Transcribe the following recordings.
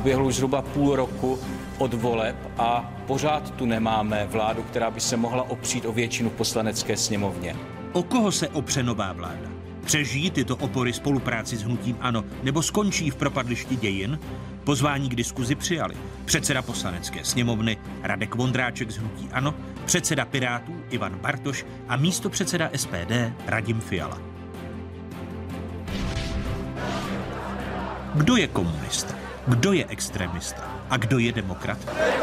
Uběhlo už zhruba půl roku od voleb a pořád tu nemáme vládu, která by se mohla opřít o většinu v Poslanecké sněmovně. O koho se opře nová vláda? Přežijí tyto opory spolupráci s hnutím ANO nebo skončí v propadlišti dějin? Pozvání k diskuzi přijali předseda Poslanecké sněmovny Radek Vondráček z hnutí ANO, předseda Pirátů Ivan Bartoš a místopředseda SPD Radim Fiala. Kdo je komunista? Kdo je extremista? A kdo je demokrat?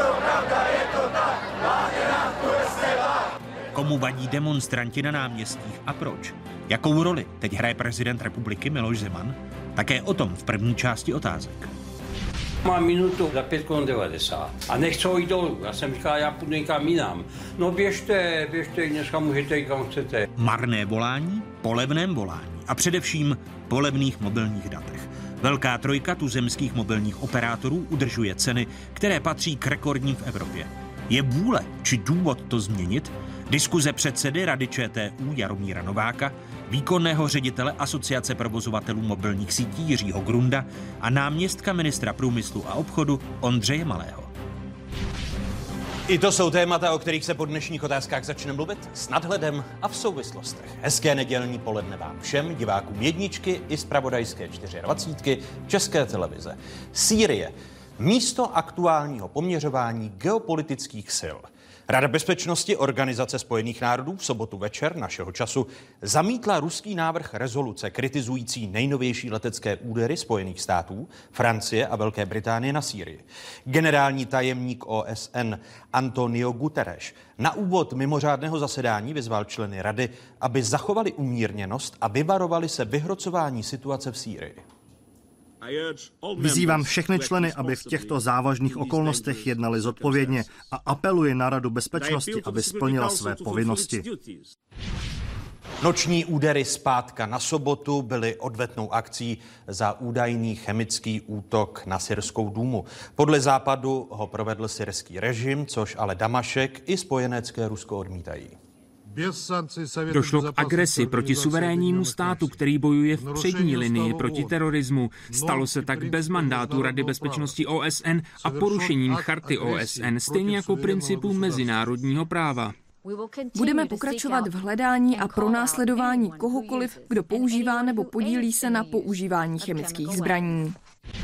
Komu vadí demonstranti na náměstích a proč? Jakou roli teď hraje prezident republiky Miloš Zeman? Také o tom v první části otázek. Mám minutu za 5:90 a nechcou jít dolů. Já jsem říkal, já půjdu někam jinam. No běžte, dneska můžete jít kam chcete. Marné volání, polevném volání a především polevných mobilních datech. Velká trojka tuzemských mobilních operátorů udržuje ceny, které patří k rekordním v Evropě. Je vůle či důvod to změnit? Diskuze předsedy Rady ČTÚ Jaromíra Nováka, výkonného ředitele Asociace provozovatelů mobilních sítí Jiřího Grunda a náměstka ministra průmyslu a obchodu Ondřeje Malého. I to jsou témata, o kterých se po dnešních otázkách začne mluvit s nadhledem a v souvislostech. Hezké nedělní poledne vám všem, divákům Jedničky i zpravodajské 24 České televize. Sýrie. Místo aktuálního poměřování geopolitických sil. Rada bezpečnosti Organizace spojených národů v sobotu večer našeho času zamítla ruský návrh rezoluce kritizující nejnovější letecké údery Spojených států, Francie a Velké Británie na Sýrii. Generální tajemník OSN Antonio Guterres na úvod mimořádného zasedání vyzval členy rady, aby zachovali umírněnost a vyvarovali se vyhrocování situace v Sýrii. Vyzývám všechny členy, aby v těchto závažných okolnostech jednali zodpovědně a apeluji na Radu bezpečnosti, aby splnila své povinnosti. Noční údery z pátka na sobotu byly odvetnou akcí za údajný chemický útok na syrskou Důmu. Podle Západu ho provedl syrský režim, což ale Damašek i spojenecké Rusko odmítají. Došlo k agresi proti suverénnímu státu, který bojuje v přední linii proti terorismu. Stalo se tak bez mandátu Rady bezpečnosti OSN a porušením charty OSN, stejně jako principů mezinárodního práva. Budeme pokračovat v hledání a pronásledování kohokoliv, kdo používá nebo podílí se na používání chemických zbraní.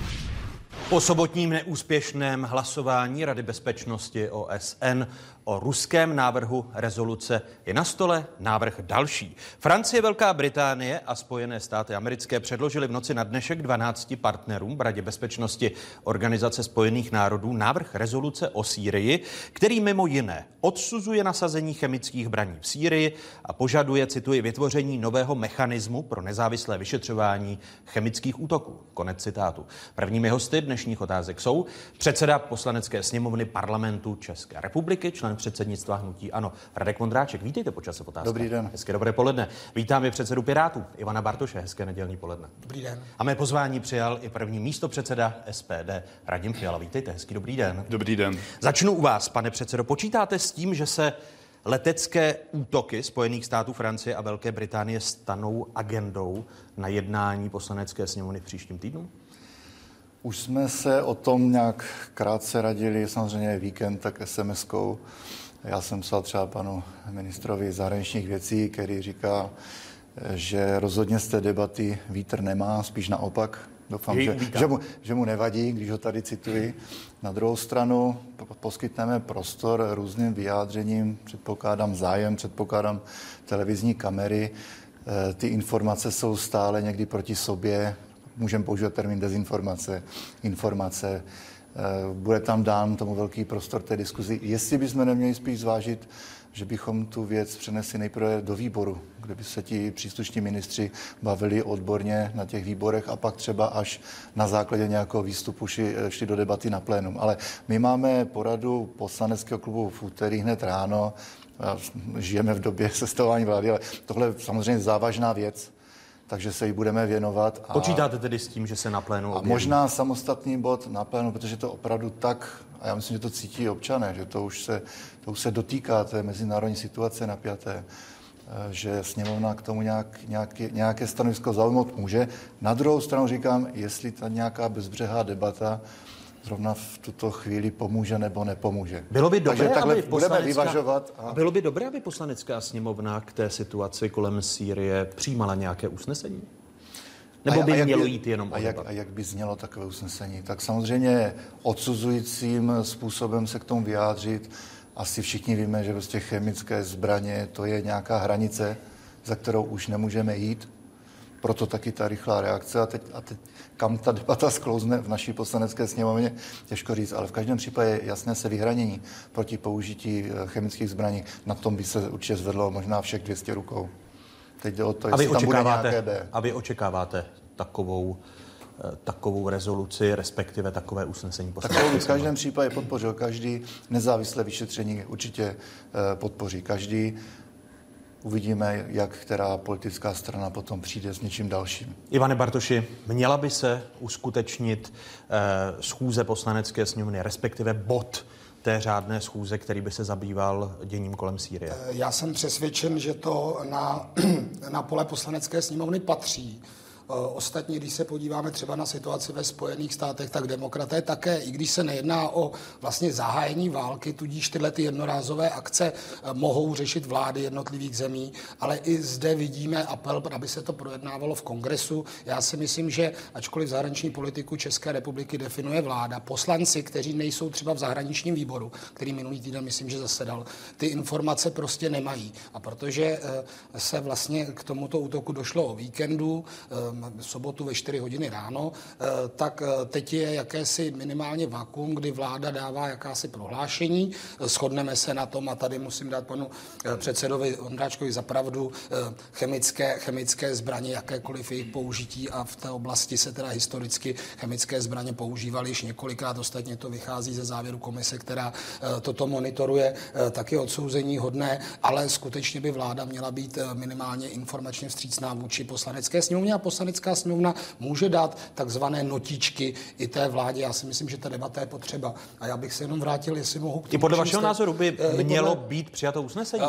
Po sobotním neúspěšném hlasování Rady bezpečnosti OSN o ruském návrhu rezoluce je na stole návrh další. Francie, Velká Británie a Spojené státy americké předložily v noci na dnešek 12 partnerům v Radě bezpečnosti Organizace spojených národů návrh rezoluce o Sýrii, který mimo jiné odsuzuje nasazení chemických zbraní v Sýrii a požaduje, cituji, vytvoření nového mechanismu pro nezávislé vyšetřování chemických útoků. Konec citátu. Prvními hosty dnešních otázek jsou předseda Poslanecké sněmovny Parlamentu České republiky, člen předsednictva hnutí ANO Radek Vondráček. Vítejte po čase v otázkách. Dobrý den. Hezké dobré poledne. Vítám i předsedu Pirátů Ivana Bartoše. Hezké nedělní poledne. Dobrý den. A mé pozvání přijal i první místopředseda SPD Radim Fiala. Vítejte. Hezký dobrý den. Dobrý den. Začnu u vás, pane předsedo. Počítáte s tím, že se letecké útoky Spojených států, Francie a Velké Británie stanou agendou na jednání Poslanecké sněmovny v příštím týdnu? Už jsme se o tom nějak krátce radili, samozřejmě víkend, tak SMS-kou. Já jsem psal třeba panu ministrovi zahraničních věcí, který říká, že rozhodně z té debaty vítr nemá, spíš naopak. Doufám, že mu nevadí, když ho tady cituji. Na druhou stranu poskytneme prostor různým vyjádřením, předpokládám zájem, předpokládám televizní kamery. Ty informace jsou stále někdy proti sobě. Můžeme použít termín dezinformace, informace. Bude tam dán tomu velký prostor té diskuzi. Jestli bychom neměli spíš zvážit, že bychom tu věc přenesli nejprve do výboru, kde by se ti příslušní ministři bavili odborně na těch výborech a pak třeba až na základě nějakého výstupu šli do debaty na plénum. Ale my máme poradu poslaneckého klubu v úterý hned ráno. Žijeme v době sestavování vlády, ale tohle je samozřejmě závažná věc, takže se jí budeme věnovat. Počítáte tedy s tím, že se na plénu objeví? A možná samostatný bod na plénu, protože to opravdu tak, a já myslím, že to cítí občané, že to už se dotýká té mezinárodní situace napjaté, že sněmovna k tomu nějaké stanovisko zaujmout může. Na druhou stranu říkám, jestli ta nějaká bezbřehá debata zrovna v tuto chvíli pomůže nebo nepomůže. Bylo by dobré, Bylo by dobré, aby poslanecká sněmovna k té situaci kolem Sýrie přijímala nějaké usnesení? Nebo by mělo jít jenom o debatu? A jak by znělo takové usnesení? Tak samozřejmě odsuzujícím způsobem se k tomu vyjádřit. Asi všichni víme, že prostě chemické zbraně, to je nějaká hranice, za kterou už nemůžeme jít. Proto taky ta rychlá reakce. A teď kam ta debata sklouzne v naší poslanecké sněmovně, těžko říct, ale v každém případě jasné se vyhranění proti použití chemických zbraní. Na tom by se určitě zvedlo možná všech 200 rukou. Teď jde o to, jestli tam bude nějaké B. A vy očekáváte takovou rezoluci, respektive takové usnesení poslanecké sněmovny? V každém případě podpořil každý. Nezávislé vyšetření určitě podpoří každý. Uvidíme, jak která politická strana potom přijde s něčím dalším. Ivane Bartoši, měla by se uskutečnit schůze poslanecké sněmovny, respektive bod té řádné schůze, který by se zabýval děním kolem Sýrie? Já jsem přesvědčen, že to na pole poslanecké sněmovny patří. Ostatně, když se podíváme třeba na situaci ve Spojených státech, tak demokraté také, i když se nejedná o vlastně zahájení války, tudíž tyhle ty jednorázové akce mohou řešit vlády jednotlivých zemí, ale i zde vidíme apel, aby se to projednávalo v Kongresu. Já si myslím, že ačkoliv zahraniční politiku České republiky definuje vláda, poslanci, kteří nejsou třeba v zahraničním výboru, který minulý týden myslím, že zasedal, ty informace prostě nemají. A protože se vlastně k tomuto útoku došlo o víkendu, v sobotu ve 4 hodiny ráno, tak teď je jakési minimálně vakuum, kdy vláda dává jakási prohlášení, shodneme se na tom a tady musím dát panu předsedovi Ondráčkovi za pravdu, chemické zbraně, jakékoliv jejich použití a v té oblasti se teda historicky chemické zbraně používaly již několikrát, ostatně to vychází ze závěru komise, která toto monitoruje, taky odsouzení hodné, ale skutečně by vláda měla být minimálně informačně vstřícná vůči poslanecké sněmovně a poslanecká sněmovna může dát takzvané notičky i té vládě. Já si myslím, že ta debata je potřeba. A já bych se jenom vrátil, jestli mohu k tomu. I podle vašeho názoru by mělo být přijato usnesení?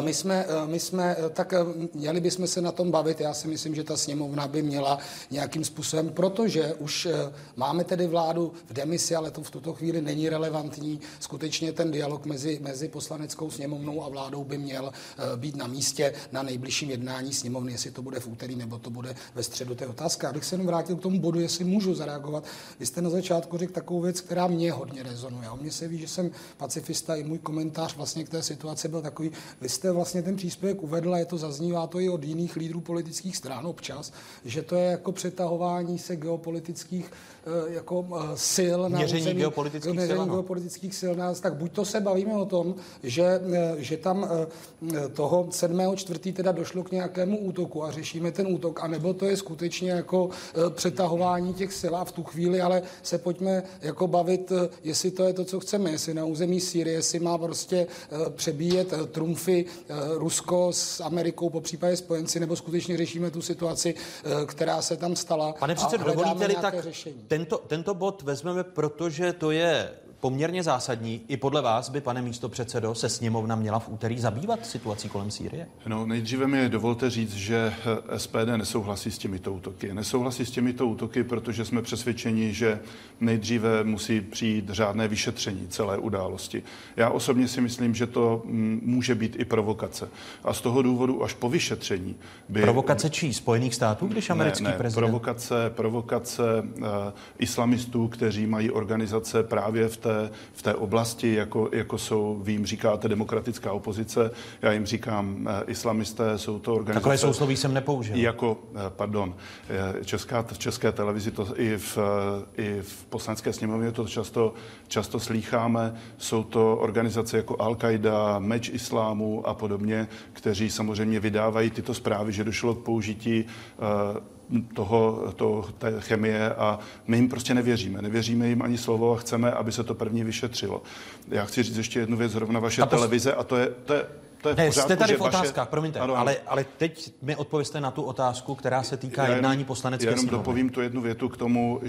Měli bychom se na tom bavit. Já si myslím, že ta sněmovna by měla nějakým způsobem, protože už máme tedy vládu v demisi, ale to v tuto chvíli není relevantní. Skutečně ten dialog mezi poslaneckou sněmovnou a vládou by měl být na místě na nejbližším jednání sněmovny, jestli to bude v úterý nebo to bude ve středu. To je otázka. Já bych se jenom vrátil k tomu bodu, jestli můžu zareagovat. Vy jste na začátku řekl takovou věc, která mě hodně rezonuje. O mě se ví, že jsem pacifista, i můj komentář vlastně k té situaci byl takový. Vy jste vlastně ten příspěvek uvedl, a zaznívá to i od jiných lídrů politických stran občas, že to je jako přetahování se geopolitických sil na měření geopolitických sil nás, tak buď to se bavíme o tom, že tam toho 7.4. teda došlo k nějakému útoku a řešíme ten útok, anebo to je skutečně jako přetahování těch sil a v tu chvíli, ale se pojďme jako bavit, jestli to je to, co chceme, jestli na území Sýrie, jestli má prostě přebíjet trumfy Rusko s Amerikou, popřípadě spojenci, nebo skutečně řešíme tu situaci, která se tam stala. Pane předsedo, dovolíte-li, tak tento bod vezmeme, protože to je poměrně zásadní. I podle vás by, pane místopředsedo, se sněmovna měla v úterý zabývat situací kolem Sýrie? No, nejdříve mi dovolte říct, že SPD nesouhlasí s těmito útoky. Nesouhlasí s těmito útoky, protože jsme přesvědčeni, že nejdříve musí přijít řádné vyšetření celé události. Já osobně si myslím, že to může být i provokace. A z toho důvodu až po vyšetření by... Provokace čí? Spojených států, když americký prezident? Provokace islamistů, kteří mají organizace právě v té oblasti, jako jsou, vy jim říkáte demokratická opozice, já jim říkám islamisté, jsou to organizace... Takové sousloví jsem nepoužil. V České televizi to i v poslanecké sněmovně to často slýcháme. Jsou to organizace jako Al-Qaida, Meč islámu a podobně, kteří samozřejmě vydávají tyto zprávy, že došlo k použití té chemie a my jim prostě nevěříme. Nevěříme jim ani slovo a chceme, aby se to první vyšetřilo. Já chci říct ještě jednu věc, zrovna vaše televize, a to je To je ne, pořádku, jste tady v vaše... otázkách, promiňte, ano, ale teď mi odpovězte na tu otázku, která se týká jednání poslanecké sněmovny. Já jenom dopovím tu jednu větu k tomu,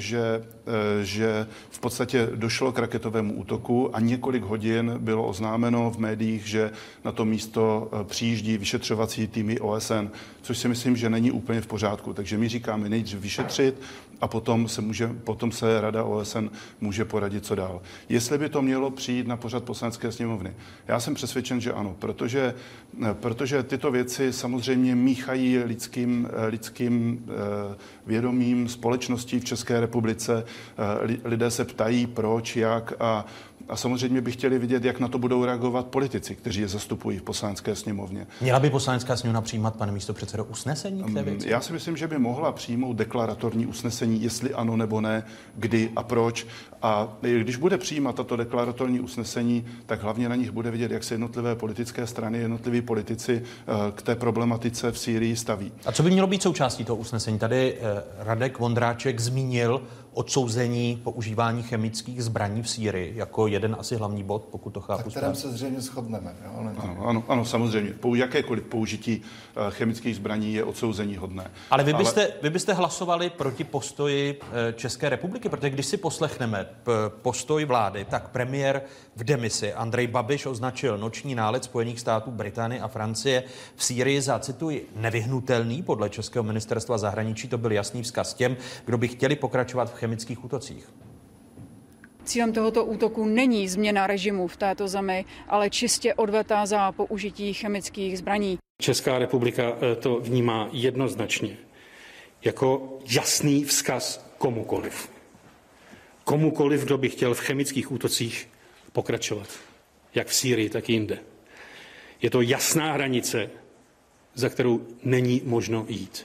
že v podstatě došlo k raketovému útoku a několik hodin bylo oznámeno v médiích, že na to místo přijíždí vyšetřovací týmy OSN, což si myslím, že není úplně v pořádku. Takže my říkáme nejdřív vyšetřit a potom se Rada OSN může poradit, co dál. Jestli by to mělo přijít na pořad poslanecké sněmovny. Já jsem přesvědčen, že ano, protože tyto věci samozřejmě míchají lidským vědomím společností v České republice. Lidé se ptají, proč, jak a samozřejmě by chtěli vidět, jak na to budou reagovat politici, kteří je zastupují v poslanecké sněmovně. Měla by poslanecká sněmovna přijímat, pane místopředsedo, usnesení k té věci? Já si myslím, že by mohla přijmout deklaratorní usnesení, jestli ano nebo ne, kdy a proč. A když bude přijímat tato deklaratorní usnesení, tak hlavně na nich bude vidět, jak se jednotlivé politické strany, jednotliví politici k té problematice v Sýrii staví. A co by mělo být součástí toho usnesení? Tady Radek Vondráček zmínil odsouzení používání chemických zbraní v Sýrii jako jeden asi hlavní bod, pokud to chápu. Tak kterém se zřejmě shodneme. Jo? Ano, samozřejmě. Jakékoliv použití chemických zbraní je odsouzení hodné. Ale vy byste hlasovali proti postoji České republiky, protože když si poslechneme postoj vlády, tak premiér v demisi Andrej Babiš označil noční nálet Spojených států, Británie a Francie v Sýrii za, cituji, nevyhnutelný. Podle Českého ministerstva zahraničí to byl jasný vzkaz těm, kdo by chtěli pokračovat v chemických útocích. Cílem tohoto útoku není změna režimu v této zemi, ale čistě odveta za použití chemických zbraní. Česká republika to vnímá jednoznačně jako jasný vzkaz komukoliv. Komukoliv, kdo by chtěl v chemických útocích pokračovat, jak v Sýrii, tak i jinde. Je to jasná hranice, za kterou není možno jít.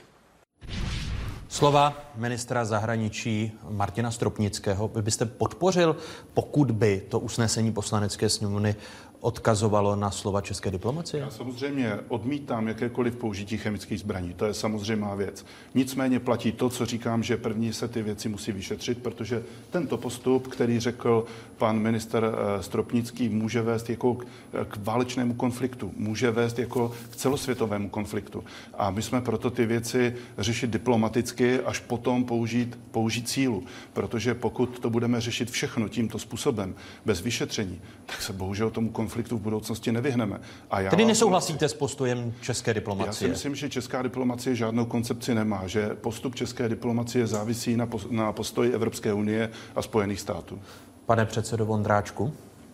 Slova ministra zahraničí Martina Stropnického. Vy byste podpořil, pokud by to usnesení poslanecké sněmovny odkazovalo na slova české diplomacie? Já samozřejmě odmítám jakékoliv použití chemických zbraní. To je samozřejmá věc. Nicméně platí to, co říkám, že první se ty věci musí vyšetřit, protože tento postup, který řekl pan minister Stropnický, může vést jako k válečnému konfliktu, může vést jako k celosvětovému konfliktu. A my jsme proto ty věci řešit diplomaticky, až potom použít sílu. Protože pokud to budeme řešit všechno tímto způsobem, bez vyšetření, tak se bohužel tomu konfliktu v budoucnosti nevyhneme. Tedy nesouhlasíte s postojem české diplomacie? Já si myslím, že česká diplomacie žádnou koncepci nemá, že postup české diplomacie závisí na postoji Evropské unie a Spojených států. Pane předsedo Vondráčku?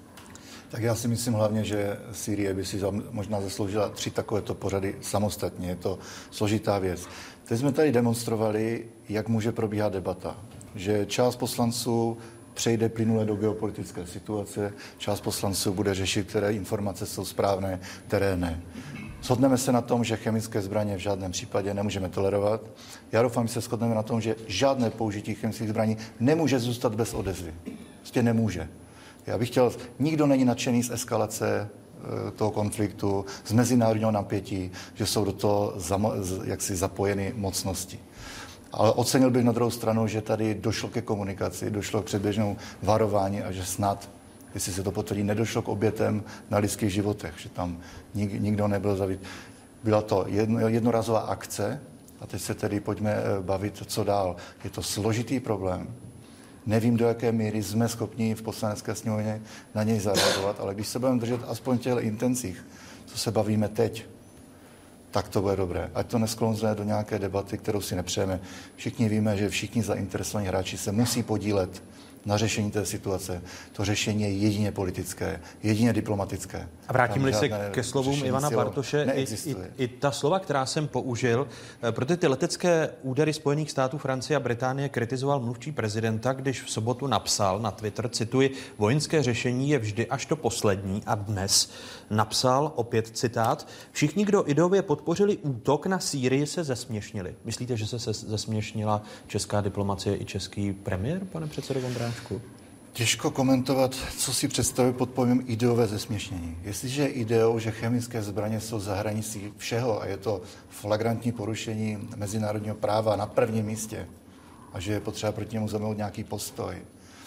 Tak já si myslím hlavně, že Sýrie by si možná zasloužila 3 takovéto pořady samostatně. Je to složitá věc. Teď jsme tady demonstrovali, jak může probíhat debata. Že část poslanců přejde plynule do geopolitické situace, část poslanců bude řešit, které informace jsou správné, které ne. Shodneme se na tom, že chemické zbraně v žádném případě nemůžeme tolerovat. Já doufám, že se shodneme na tom, že žádné použití chemických zbraní nemůže zůstat bez odezvy. Prostě nemůže. Já bych chtěl, nikdo není nadšený z eskalace toho konfliktu, z mezinárodního napětí, že jsou do toho jaksi zapojeny mocnosti. Ale ocenil bych na druhou stranu, že tady došlo ke komunikaci, došlo k předběžnému varování a že snad, jestli se to potvrdí, nedošlo k obětem na lidských životech, že tam nikdo nebyl zavít. Byla to jednorazová akce a teď se tedy pojďme bavit, co dál. Je to složitý problém. Nevím, do jaké míry jsme schopni v poslanecké sněmovně na něj zareagovat, ale když se budeme držet aspoň těch intencích, co se bavíme teď, tak to bude dobré. Ať to nesklouzne do nějaké debaty, kterou si nepřejeme. Všichni víme, že všichni zainteresovaní hráči se musí podílet na řešení té situace. To řešení je jedině politické, jedině diplomatické. A vrátím-li se ke slovům Ivana Bartoše, i ta slova, která jsem použil, protože ty letecké údery Spojených států, Francie a Británie kritizoval mluvčí prezidenta, když v sobotu napsal na Twitter, cituji, vojenské řešení je vždy až to poslední, a dnes napsal opět citát, všichni, kdo ideově podpořili útok na Sýrii, se zesměšnili. Myslíte, že se zesměšnila česká diplomacie i český premiér, pane předsedo Vondráčku? Těžko komentovat, co si představuje pod pojmem ideové zesměšnění. Jestliže je ideou, že chemické zbraně jsou za hranicí všeho a je to flagrantní porušení mezinárodního práva na prvním místě a že je potřeba proti němu zaujmout nějaký postoj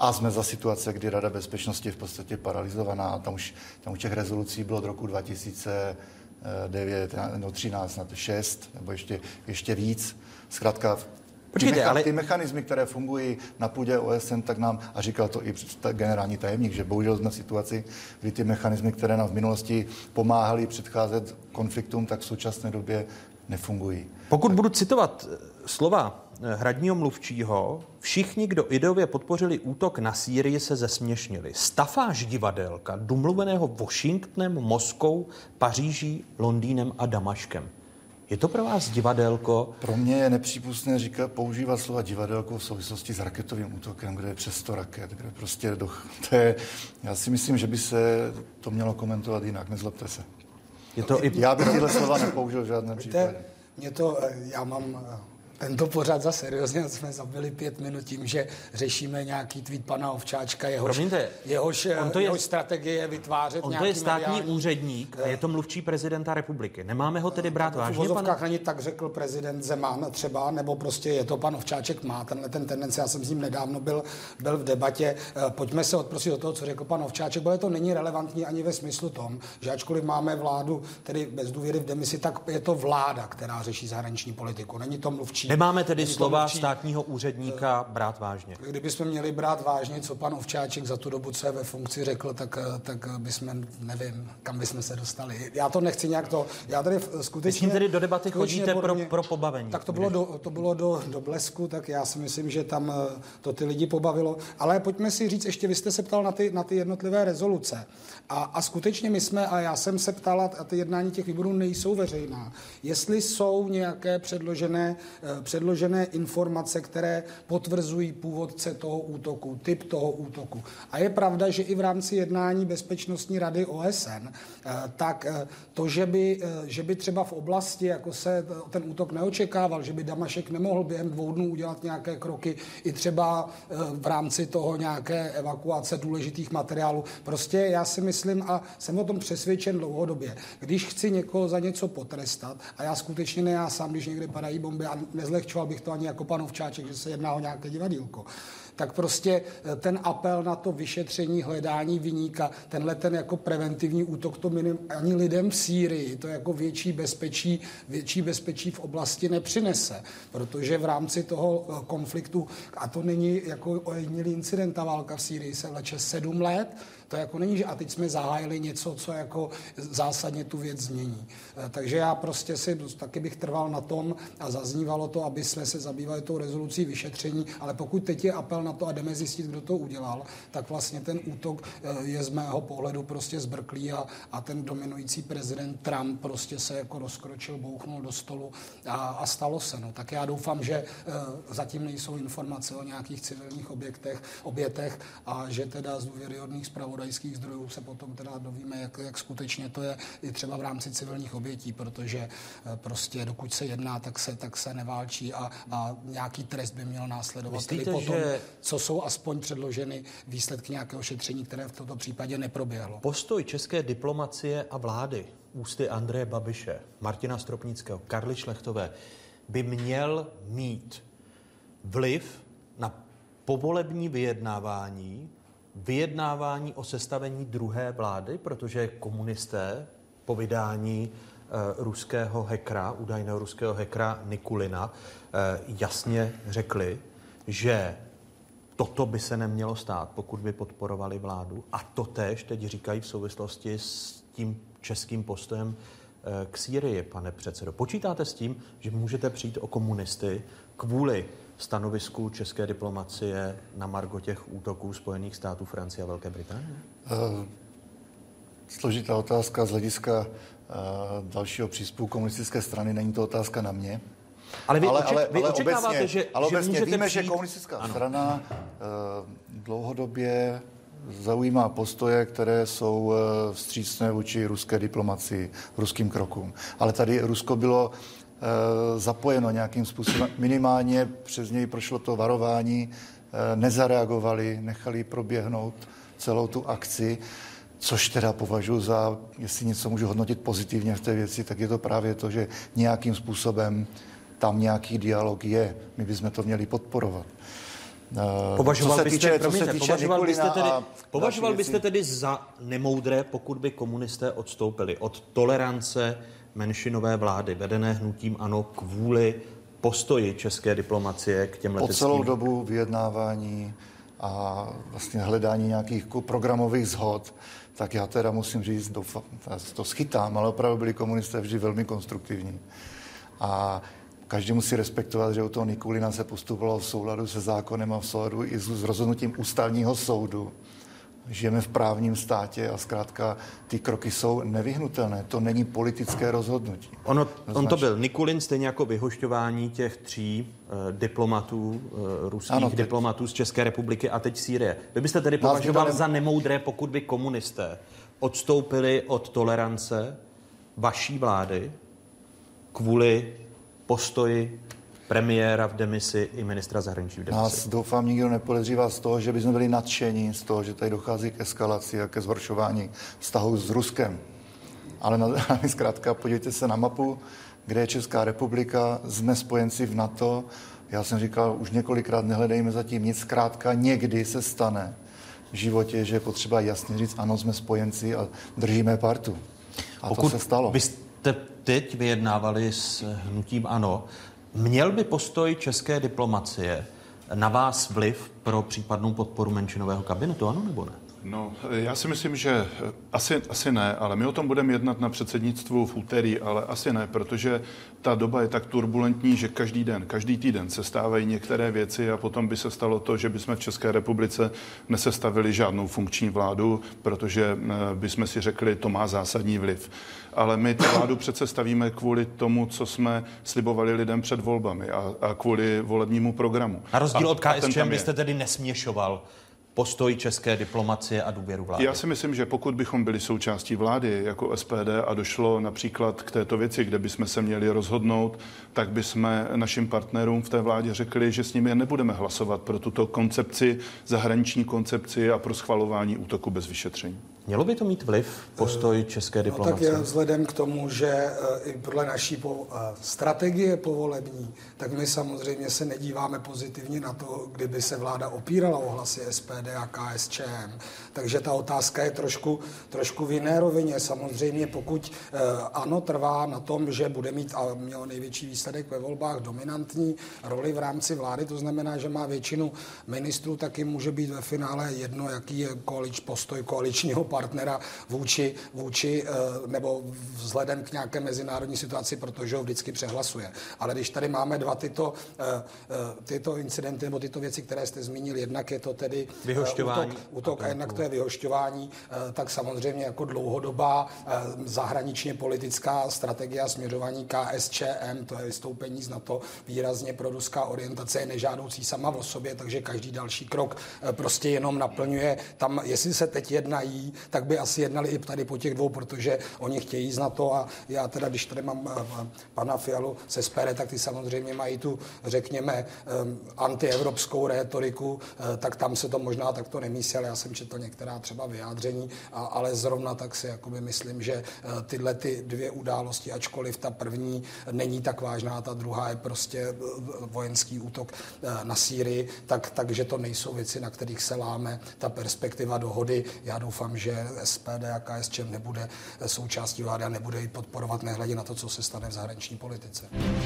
A jsme za situace, kdy Rada bezpečnosti je v podstatě paralizovaná. Tam už těch rezolucí bylo od roku 2009, no 13 na 6, nebo ještě víc. Zkrátka, ty mechanismy, které fungují na půdě OSN, tak nám, a říkal to i generální tajemník, že bohužel jsme v situaci, kdy ty mechanismy, které nám v minulosti pomáhaly předcházet konfliktům, tak v současné době nefungují. Pokud budu citovat slova hradního mluvčího, všichni, kdo ideově podpořili útok na Sýrii, se zesměšnili. Stafáž divadelka, domluveného Washingtonem, Moskou, Paříží, Londýnem a Damaškem. Je to pro vás divadelko? Pro mě je nepřípustné používat slova divadelko v souvislosti s raketovým útokem, kde je přes 100 raket, kde prostě já si myslím, že by se to mělo komentovat jinak, nezlobte se. Já bych tyhle slova nepoužil v žádném případě. Já mám tento pořad za seriózně, jsme zabili 5 minut tím, že řešíme nějaký tweet pana Ovčáčka, jehož strategie je vytvářet nějaký mediální... On to je státní úředník a je to mluvčí prezidenta republiky. Nemáme ho tedy brát vážně? V uvozovkách ani tak řekl prezident Zeman třeba, nebo prostě je to pan Ovčáček, má ten tendenci, já jsem s ním nedávno byl v debatě. Pojďme se odprosit do toho, co řekl pan Ovčáček, protože to není relevantní ani ve smyslu tom, že ačkoliv máme vládu, tedy bez důvěry v demisi, tak je to vláda, která řeší zahraniční politiku. Není to mluvčí. Nemáme tedy slova státního úředníka brát vážně. Kdybychom měli brát vážně, co pan Ovčáček za tu dobu, co je ve funkci, řekl, tak bychom, nevím, kam bychom se dostali. Já to nechci nějak to... Já tady skutečně... Myslím, tedy do debaty chodíte pro pobavení. Tak to bylo do blesku, tak já si myslím, že tam to ty lidi pobavilo. Ale pojďme si říct, ještě vy jste se ptal na ty jednotlivé rezoluce. A skutečně my jsme, a já jsem se ptal, a ty jednání těch výborů nejsou veřejná, jestli jsou nějaké předložené informace, které potvrzují původce toho útoku, typ toho útoku. A je pravda, že i v rámci jednání Bezpečnostní rady OSN, tak to, že by třeba v oblasti, jako se ten útok neočekával, že by Damašek nemohl během 2 dnů udělat nějaké kroky, i třeba v rámci toho nějaké evakuace důležitých materiálů. Prostě já si myslím, a jsem o tom přesvědčen dlouhodobě, když chci někoho za něco potrestat, a já skutečně ne já sám, když někde padají bomby, a nezlehčoval bych to ani jako pan Ovčáček, že se jedná o nějaké divadýlko, tak prostě ten apel na to vyšetření, hledání viníka, ten jako preventivní útok, to ani lidem v Sýrii to jako větší bezpečí v oblasti nepřinese, protože v rámci toho konfliktu, a to není jako ojedinělý incident, ta válka v Sýrii se vleče 7 let, to jako není, že a teď jsme zahájili něco, co jako zásadně tu věc změní. Takže já prostě taky bych trval na tom a zaznívalo to, aby jsme se zabývali tou rezolucí vyšetření, ale pokud teď je apel na to a jdeme zjistit, kdo to udělal, tak vlastně ten útok je z mého pohledu prostě zbrklý a ten dominující prezident Trump prostě se jako rozkročil, bouchnul do stolu a stalo se. No. Tak já doufám, že zatím nejsou informace o nějakých civilních obětech a že teda z důvěryhodných zpravodajských zdrojů se potom teda dovíme, jak skutečně to je i třeba v rámci civilních obětí, protože prostě dokud se jedná, tak se neválčí a nějaký trest by měl následovat. Myslíte, potom, že... co jsou aspoň předloženy výsledky nějakého šetření, které v tomto případě neproběhlo. Postoj české diplomacie a vlády ústy Andreje Babiše, Martina Stropnického, Karly Šlechtové by měl mít vliv na povolební vyjednávání o sestavení druhé vlády, protože komunisté po vydání údajného ruského hackera Nikulina jasně řekli, že toto by se nemělo stát, pokud by podporovali vládu. A to též teď říkají v souvislosti s tím českým postojem k Sýrii, pane předsedo. Počítáte s tím, že můžete přijít o komunisty kvůli stanovisku české diplomacie na margo těch útoků Spojených států, Francie a Velké Británie? Složitá otázka z hlediska dalšího přístupu komunistické strany. Není to otázka na mě. Ale vy očekáváte, že můžete víme, přijít... že komunistická strana dlouhodobě zaujímá postoje, které jsou vstřícné vůči ruské diplomacii, ruským krokům. Ale tady Rusko bylo zapojeno nějakým způsobem. Minimálně přes něj prošlo to varování, nezareagovali, nechali proběhnout celou tu akci, což teda považuji za, jestli něco můžu hodnotit pozitivně v té věci, tak je to právě to, že nějakým způsobem tam nějaký dialog je. My bychom to měli podporovat. Považoval byste tedy za nemoudré, pokud by komunisté odstoupili od tolerance menšinové vlády vedené hnutím ANO kvůli postoji české diplomacie k těm leteckým? Po celou dobu vyjednávání a vlastně hledání nějakých programových shod, tak já teda musím říct, doufám, to schytám, ale opravdu byli komunisté vždy velmi konstruktivní. A každý musí respektovat, že u toho Nikulina se postupovalo v souladu se zákonem a v souladu i s rozhodnutím ústavního soudu. Žijeme v právním státě a zkrátka ty kroky jsou nevyhnutelné. To není politické rozhodnutí. On to byl Nikulin, stejně jako vyhošťování těch 3 diplomatů, ruských diplomatů z České republiky a teď Sýrie. Vy byste tedy považoval za nemoudré, pokud by komunisté odstoupili od tolerance vaší vlády kvůli postoji premiéra v demisi i ministra zahraničí v demisi? Nás, doufám, nikdo nepodezřívá z toho, že bychom byli nadšení z toho, že tady dochází k eskalaci a ke zhoršování vztahu s Ruskem. Ale zkrátka podívejte se na mapu, kde je Česká republika, jsme spojenci v NATO. Já jsem říkal, už několikrát nehledejme zatím nic, zkrátka někdy se stane v životě, že je potřeba jasně říct, ano, jsme spojenci a držíme partu. A pokud to se stalo. Vy jste teď vyjednávali s hnutím ANO, měl by postoj české diplomacie na vás vliv pro případnou podporu menšinového kabinetu, ano nebo ne? No, já si myslím, že asi ne, ale my o tom budeme jednat na předsednictvu v úterý, ale asi ne, protože ta doba je tak turbulentní, že každý týden se stávají některé věci a potom by se stalo to, že bychom v České republice nesestavili žádnou funkční vládu, protože bychom si řekli, to má zásadní vliv. Ale my tu vládu přece stavíme kvůli tomu, co jsme slibovali lidem před volbami a kvůli volebnímu programu. Na rozdíl od KSČM byste tedy nesměšoval postoj české diplomacie a důvěru vlády? Já si myslím, že pokud bychom byli součástí vlády jako SPD a došlo například k této věci, kde bychom se měli rozhodnout, tak bychom našim partnerům v té vládě řekli, že s nimi nebudeme hlasovat pro tuto koncepci, zahraniční koncepci a pro schvalování útoku bez vyšetření. Mělo by to mít vliv, postoj české diplomacie? No tak vzhledem k tomu, že i podle naší strategie povolební, tak my samozřejmě se nedíváme pozitivně na to, kdyby se vláda opírala o hlasy SPD a KSČM. Takže ta otázka je trošku v jiné rovině. Samozřejmě pokud ANO trvá na tom, že bude mít a mělo největší výsledek ve volbách dominantní roli v rámci vlády, to znamená, že má většinu ministrů, tak jim může být ve finále jedno, jaký je postoj koaličního partnera vůči nebo vzhledem k nějaké mezinárodní situaci, protože ho vždycky přehlasuje. Ale když tady máme dva tyto incidenty nebo tyto věci, které jste zmínil, jednak je to tedy útok a jednak to je vyhošťování, tak samozřejmě jako dlouhodobá zahraničně politická strategie a směřování KSČM, to je vystoupení z NATO, výrazně proruská orientace je nežádoucí sama o sobě, takže každý další krok prostě jenom naplňuje tam, jestli se teď jednají, tak by asi jednali i tady po těch dvou, protože oni chtějí znát to a já teda, když tady mám pana Fialu se SPD, tak ty samozřejmě mají tu, řekněme, antievropskou rétoriku, tak tam se to možná takto nemyslí, ale já jsem četl některá třeba vyjádření, ale zrovna tak si jakoby myslím, že tyhle ty dvě události, ačkoliv ta první není tak vážná, ta druhá je prostě vojenský útok na Sýrii, takže to nejsou věci, na kterých se láme ta perspektiva dohody. Já doufám, že SPD a KSČM nebude součástí vlády a nebude ji podporovat, nehledě na to, co se stane v zahraniční politice.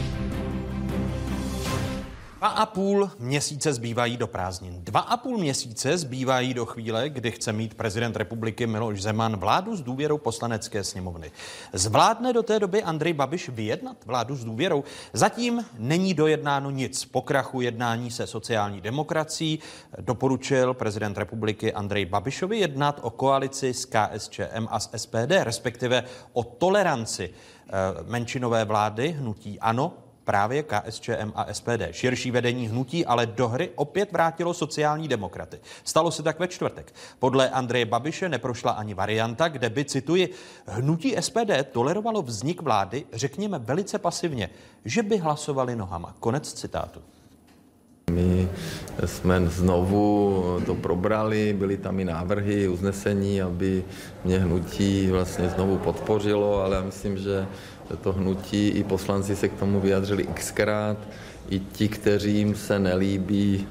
2,5 měsíce zbývají do prázdnin. 2,5 měsíce zbývají do chvíle, kdy chce mít prezident republiky Miloš Zeman vládu s důvěrou Poslanecké sněmovny. Zvládne do té doby Andrej Babiš vyjednat vládu s důvěrou? Zatím není dojednáno nic. Po krachu jednání se sociální demokracií doporučil prezident republiky Andrej Babišovi jednat o koalici s KSČM a s SPD, respektive o toleranci menšinové vlády hnutí ANO, právě KSČM a SPD. Širší vedení hnutí ale do hry opět vrátilo sociální demokraty. Stalo se tak ve čtvrtek. Podle Andreje Babiše neprošla ani varianta, kde by, cituji, hnutí SPD tolerovalo vznik vlády, řekněme velice pasivně, že by hlasovali nohama. Konec citátu. My jsme znovu to probrali, byly tam i návrhy, usnesení, aby mě hnutí vlastně znovu podpořilo, ale já myslím, že to hnutí i poslanci se k tomu vyjádřili xkrát. i ti, kteřím se nelíbí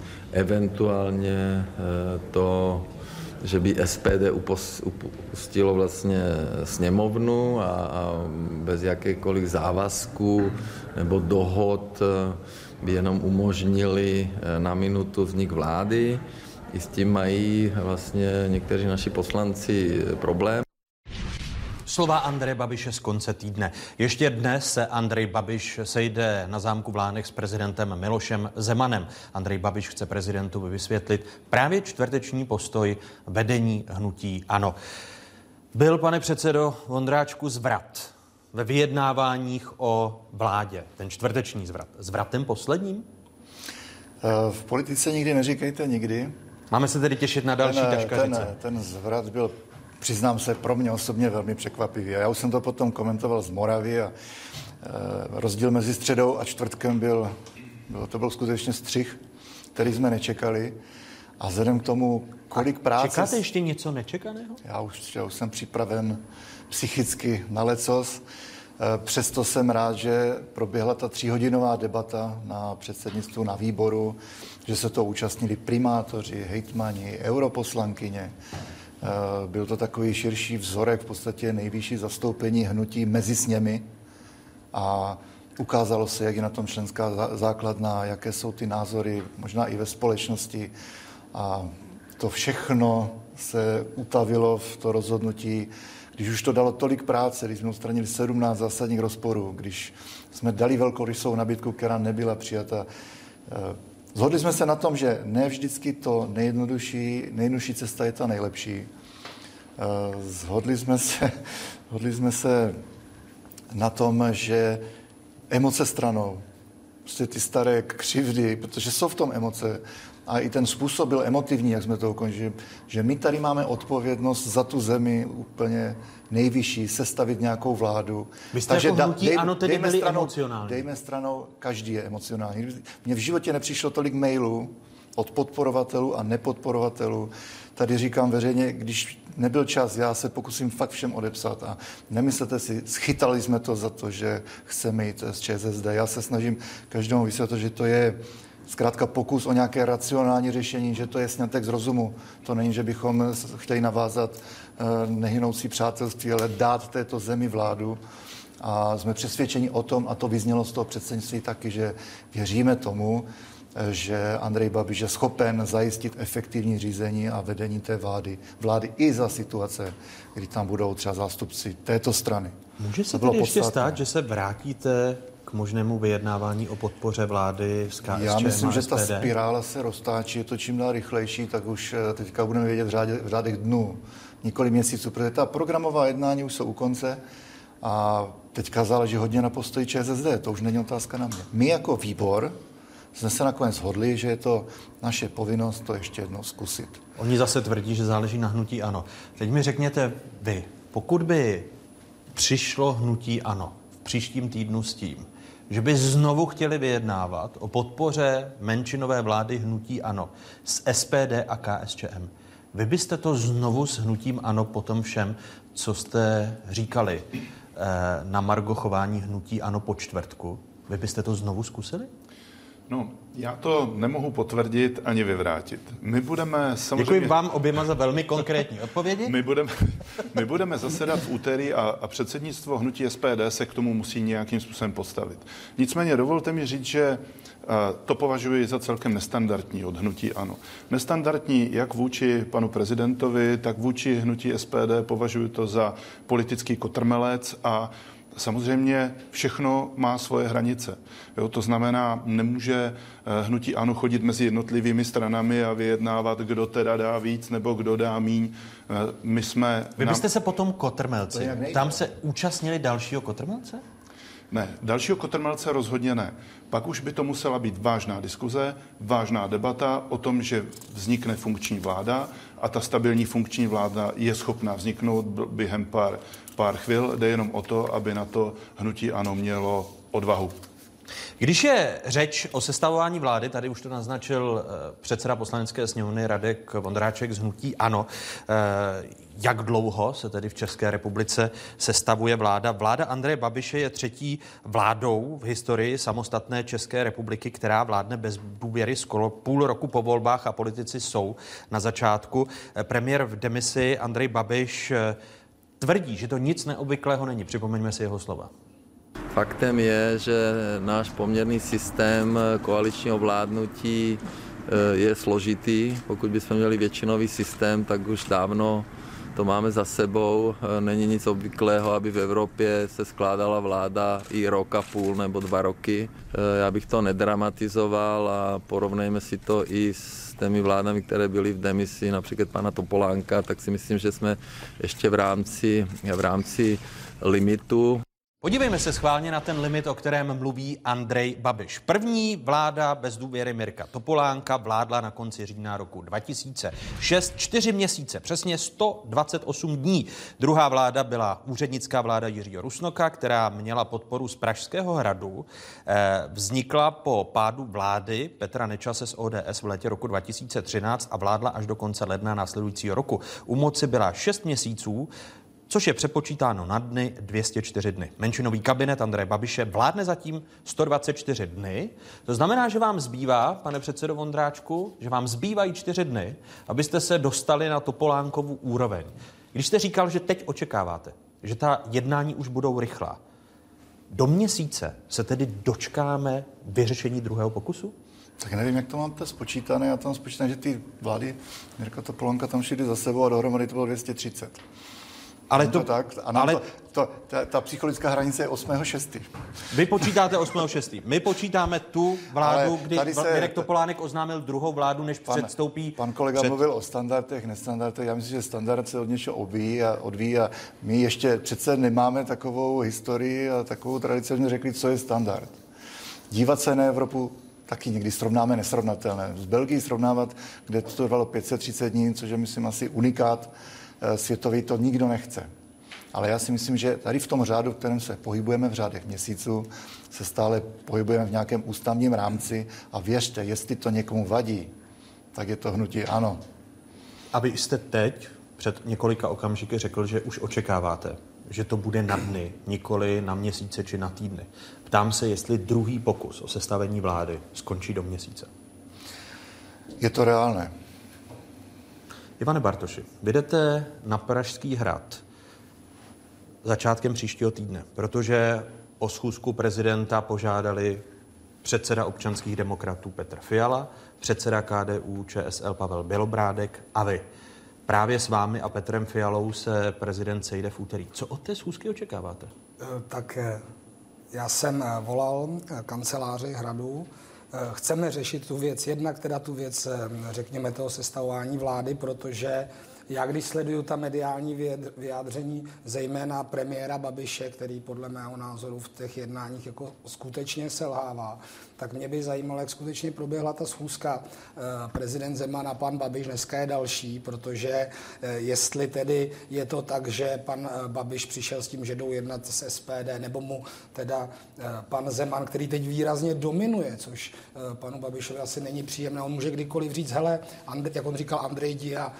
eventuálně to, že by SPD upustilo vlastně sněmovnu a bez jakékoliv závazku nebo dohod by jenom umožnili na minutu vznik vlády. I s tím mají vlastně někteří naši poslanci problém. Slova Andreje Babiše z konce týdne. Ještě dnes se Andrej Babiš sejde na zámku v Lánech s prezidentem Milošem Zemanem. Andrej Babiš chce prezidentovi vysvětlit právě čtvrteční postoj vedení hnutí ANO. Byl, pane předsedo Vondráčku, zvrat ve vyjednáváních o vládě, ten čtvrteční zvrat. Zvratem posledním? V politice nikdy neříkejte nikdy. Máme se tedy těšit na další taškařice. Ten zvrat byl, přiznám se, pro mě osobně velmi překvapivý. A já už jsem to potom komentoval z Moravy a rozdíl mezi středou a čtvrtkem byl skutečně střih, který jsme nečekali. A vzhledem k tomu, kolik práce... Čekáte ještě něco nečekaného? Já už jsem připraven psychicky na lecos. Přesto jsem rád, že proběhla ta 3hodinová debata na předsednictvu, na výboru, že se to účastnili primátoři, hejtmani, europoslankyně. Byl to takový širší vzorek, v podstatě nejvyšší zastoupení hnutí mezi sněmy a ukázalo se, jak je na tom členská základna, jaké jsou ty názory, možná i ve společnosti. A to všechno se utavilo v to rozhodnutí, když už to dalo tolik práce, když jsme odstranili 17 zásadních rozporů, když jsme dali velkorysou nabídku, která nebyla přijata. Zhodli jsme se na tom, že ne vždycky to nejjednodušší cesta je ta nejlepší. Zhodli jsme se na tom, že emoce stranou, prostě ty staré křivdy, protože jsou v tom emoce, a i ten způsob byl emotivní, jak jsme to ukončili, že my tady máme odpovědnost za tu zemi úplně nejvyšší, sestavit nějakou vládu. Vy jste jako hnutí ANO tedy byli emocionální. Dejme stranou, každý je emocionální. Mně v životě nepřišlo tolik mailů od podporovatelů a nepodporovatelů. Tady říkám veřejně, když nebyl čas, já se pokusím fakt všem odepsat a nemyslete si, schytali jsme to za to, že chceme jít z ČSSD. Já se snažím každému vysvětlit, že to je zkrátka pokus o nějaké racionální řešení, že to je sňatek z rozumu. To není, že bychom chtěli navázat nehynoucí přátelství, ale dát této zemi vládu. A jsme přesvědčeni o tom, a to vyznělo z toho předsednictví taky, že věříme tomu, že Andrej Babiš je schopen zajistit efektivní řízení a vedení té vlády i za situace, kdy tam budou třeba zástupci této strany. Může se tedy ještě stát, že se vrátíte k možnému vyjednávání o podpoře vlády s KSČM? Já myslím, že ta spirála se roztáčí, je to čím dál rychlejší, tak už teďka budeme vědět v řádech dnů, nikoli měsíců, protože ta programová jednání už jsou u konce a teďka záleží hodně na postoji ČSSD, to už není otázka na mě. My jako výbor jsme se nakonec shodli, že je to naše povinnost to ještě jednou zkusit. Oni zase tvrdí, že záleží na hnutí ANO. Teď mi řekněte vy, pokud by přišlo hnutí ANO v příštím týdnu s tím, že by znovu chtěli vyjednávat o podpoře menšinové vlády hnutí ANO s SPD a KSČM, vy byste to znovu s hnutím ANO po tom všem, co jste říkali na margo chování hnutí ANO po čtvrtku, vy byste to znovu zkusili? No, já to nemohu potvrdit ani vyvrátit. My budeme samozřejmě... Děkuji vám oběma za velmi konkrétní odpovědi. My budeme zasedat v úterý a předsednictvo hnutí SPD se k tomu musí nějakým způsobem postavit. Nicméně dovolte mi říct, že to považuji za celkem nestandardní od hnutí ANO. Nestandardní jak vůči panu prezidentovi, tak vůči hnutí SPD považuji to za politický kotrmelec a samozřejmě všechno má svoje hranice. Jo, to znamená, nemůže hnutí ANO chodit mezi jednotlivými stranami a vyjednávat, kdo teda dá víc nebo kdo dá míň. Vy byste se potom kotrmelci, tam se účastnili dalšího kotrmelce? Ne, dalšího kotrmelce rozhodně ne. Pak už by to musela být vážná diskuze, vážná debata o tom, že vznikne funkční vláda a ta stabilní funkční vláda je schopná vzniknout během pár chvil. Jde jenom o to, aby na to hnutí ANO mělo odvahu. Když je řeč o sestavování vlády, tady už to naznačil předseda Poslanecké sněmovny Radek Vondráček z hnutí ANO, jak dlouho se tedy v České republice sestavuje vláda. Vláda Andreje Babiše je třetí vládou v historii samostatné České republiky, která vládne bez důvěry skoro půl roku po volbách a politici jsou na začátku. Premiér v demisi Andrej Babiš tvrdí, že to nic neobvyklého není. Připomeňme si jeho slova. Faktem je, že náš poměrný systém koaličního vládnutí je složitý. Pokud bychom měli většinový systém, tak už dávno to máme za sebou. Není nic obvyklého, aby v Evropě se skládala vláda i rok a půl nebo 2 roky. Já bych to nedramatizoval a porovnejme si to i s těmi vládami, které byly v demisi, například pana Topolánka, tak si myslím, že jsme ještě v rámci limitu. Podívejme se schválně na ten limit, o kterém mluví Andrej Babiš. První vláda bez důvěry Mirka Topolánka vládla na konci října roku 2006, 4 měsíce, přesně 128 dní. Druhá vláda byla úřednická vláda Jiřího Rusnoka, která měla podporu z Pražského hradu. Vznikla po pádu vlády Petra Nečase z ODS v létě roku 2013 a vládla až do konce ledna následujícího roku. U moci byla 6 měsíců, což je přepočítáno na dny 204 dny. Menšinový kabinet Andreje Babiše vládne zatím 124 dny. To znamená, že vám zbývá, pane předsedo Vondráčku, že vám zbývají 4 dny, abyste se dostali na Topolánkovu úroveň. Když jste říkal, že teď očekáváte, že ta jednání už budou rychlá, do měsíce se tedy dočkáme vyřešení druhého pokusu? Tak nevím, jak to máte spočítané. Já tam spočítám, že ty vlády Mirka Topolánka tam šly za sebou a dohromady to bylo 230. Ale ta psychologická hranice je 8.6. Vy počítáte 8.6. My počítáme tu vládu, kdy Mirek Topolánek oznámil druhou vládu, než předstoupí. Pan kolega mluvil o standardech, nestandardech. Já myslím, že standard se od něčeho odvíjí a my ještě přece nemáme takovou historii a takovou tradici, že jsme řekli, co je standard. Dívat se na Evropu taky někdy srovnáme nesrovnatelné. S Belgií srovnávat, kde to trvalo 530 dní, což je, myslím, asi unikát světový, to nikdo nechce. Ale já si myslím, že tady v tom řádu, v kterém se pohybujeme v řádech měsíců, se stále pohybujeme v nějakém ústavním rámci a věřte, jestli to někomu vadí, tak je to hnutí ANO. A vy jste teď před několika okamžiky řekl, že už očekáváte, že to bude na dny, nikoli na měsíce či na týdny. Ptám se, jestli druhý pokus o sestavení vlády skončí do měsíce. Je to reálné. Ivane Bartoši, vy jdete na Pražský hrad začátkem příštího týdne, protože o schůzku prezidenta požádali předseda občanských demokratů Petr Fiala, předseda KDU ČSL Pavel Bělobrádek a vy. Právě s vámi a Petrem Fialou se prezident sejde v úterý. Co od té schůzky očekáváte? Tak já jsem volal kanceláři hradu. Chceme řešit tu věc, jednak teda tu věc, řekněme, toho sestavování vlády, protože já když sleduju ta mediální vyjádření, zejména premiéra Babiše, který podle mého názoru v těch jednáních jako skutečně selhává, tak mě by zajímalo, jak skutečně proběhla ta schůzka prezident Zeman a pan Babiš, dneska je další, protože jestli tedy je to tak, že pan Babiš přišel s tím, že jdou jednat s SPD, nebo mu teda pan Zeman, který teď výrazně dominuje, což panu Babišovi asi není příjemné, on může kdykoliv říct, hele, jak on říkal, Andrej, jdi a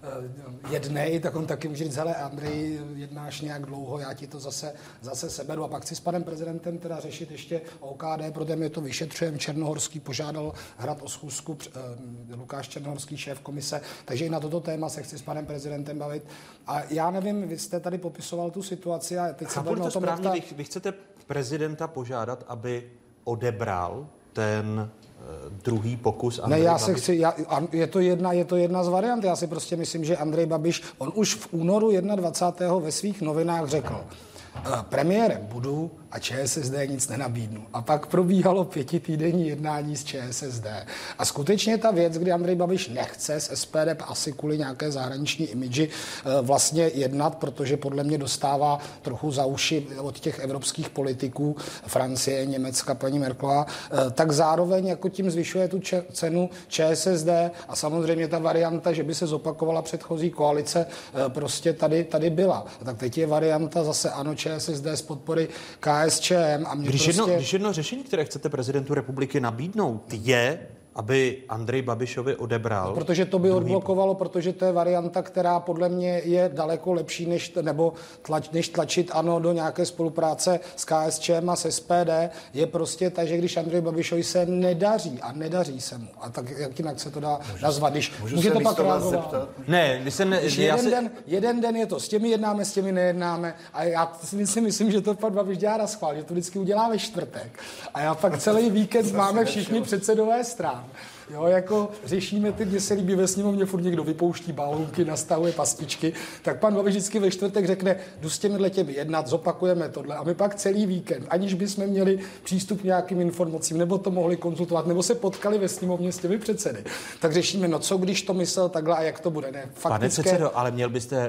jednej, tak on taky může říct, hele, Andrej, jednáš nějak dlouho, já ti to zase seberu. A pak chci s panem prezidentem teda řešit ještě OKD, protože mě to vyšetřujeme. Černohorský požádal hrad o schůzku, Lukáš Černohorský, šéf komise, takže i na toto téma se chci s panem prezidentem bavit. A já nevím, vy jste tady popisoval tu situaci a teď se bavíme o tom, správně, vy chcete prezidenta požádat, aby odebral ten druhý pokus Andrej Babiš? Je to jedna z variant. Já si prostě myslím, že Andrej Babiš, on už v únoru 21. ve svých novinách řekl, premiérem budu a ČSSD nic nenabídnu. A pak probíhalo 5týdenní jednání s ČSSD. A skutečně ta věc, kdy Andrej Babiš nechce s SPD asi kvůli nějaké zahraniční imidži vlastně jednat, protože podle mě dostává trochu za uši od těch evropských politiků, Francie, Německa, paní Merkelová, tak zároveň jako tím zvyšuje tu cenu ČSSD a samozřejmě ta varianta, že by se zopakovala předchozí koalice, prostě tady byla. A tak teď je varianta zase ANO ČSSD z podpory KSČ KSČM a mě Když jedno řešení, které chcete prezidentu republiky nabídnout, je, aby Andrej Babišovi odebral... No, protože to by odblokovalo, protože to je varianta, která podle mě je daleko lepší, než tlačit ANO do nějaké spolupráce s KSČM a s SPD, je prostě ta, že když Andrej Babišovi se nedaří a nedaří se mu, a tak jak jinak se to dá nazvat, když může to pak reagovat. Ne, jeden den je to, s těmi jednáme, s těmi nejednáme a já si myslím, že to pan Babiš dělá na schvál, že to vždycky udělá ve čtvrtek a já pak celý víkend máme všichni předsedové strán. Jo, jako řešíme ty, kde se líbí ve sněmovně, furt někdo vypouští balónky, nastavuje pastičky, tak pan Babiš vždycky ve čtvrtek řekne, jdu s těmi jednat, zopakujeme tohle a my pak celý víkend, aniž bychom měli přístup k nějakým informacím, nebo to mohli konzultovat, nebo se potkali ve sněmovně s těmi předsedy, tak řešíme, no co když to myslel takhle a jak to bude, ne? Faktické... Pane předsedo, ale měl byste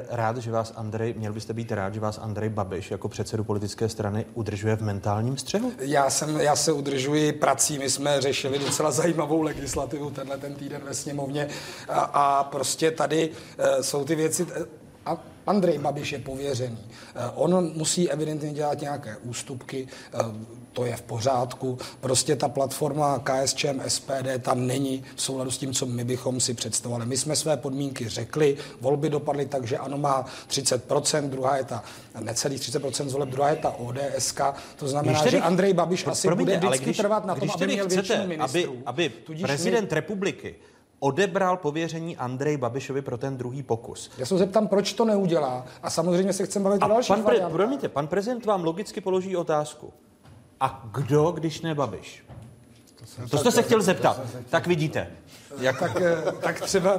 být rád, že vás Andrej Babiš jako předsedu politické strany udržuje v mentálním střehu? Já se udržuji prací, my jsme řešili docela zajímavou legislativu ten týden ve sněmovně a prostě tady jsou ty věci... A Andrej Babiš je pověřený. On musí evidentně dělat nějaké ústupky, to je v pořádku. Prostě ta platforma KSČM, SPD tam není v souladu s tím, co my bychom si představovali. My jsme své podmínky řekli, volby dopadly tak, že ANO má 30%, druhá je ta necelých 30% z voleb, druhá je ta ODSka. To znamená, že Andrej Babiš asi bude vždycky trvat na tom, aby měl většinu ministrů. Aby prezident republiky odebral pověření Andreji Babišovi pro ten druhý pokus. Já se zeptám, proč to neudělá a samozřejmě se chceme bavit o dalších variantách. Promiňte, pan prezident vám logicky položí otázku. A kdo, když ne Babiš? To jste se chtěl zeptat. Tak vidíte. Tak třeba,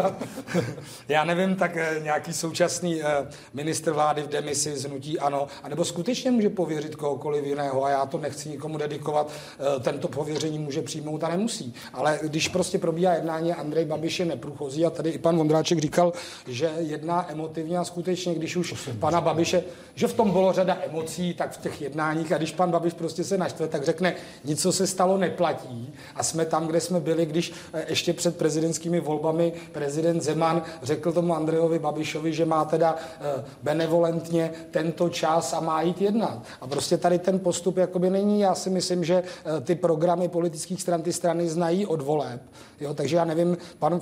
já nevím, tak nějaký současný ministr vlády v demisi z hnutí ANO, anebo skutečně může pověřit kohokoliv jiného a já to nechci nikomu dedikovat, tento pověření může přijmout a nemusí. Ale když prostě probíhá jednání, Andrej Babiš je neprůchozí a tady i pan Vondráček říkal, že jedná emotivně a skutečně, když už pana Babiše, že v tom bylo řada emocí, tak v těch jednáních a když pan Babiš prostě se naštve, tak řekne, nic, co se stalo, neplatí a jsme tam, kde jsme byli, když ještě před prezidentskými volbami prezident Zeman řekl tomu Andrejovi Babišovi, že má teda benevolentně tento čas a má jít jednat. A prostě tady ten postup jakoby není. Já si myslím, že ty programy politických stran, ty strany znají od voleb. Jo, takže já nevím,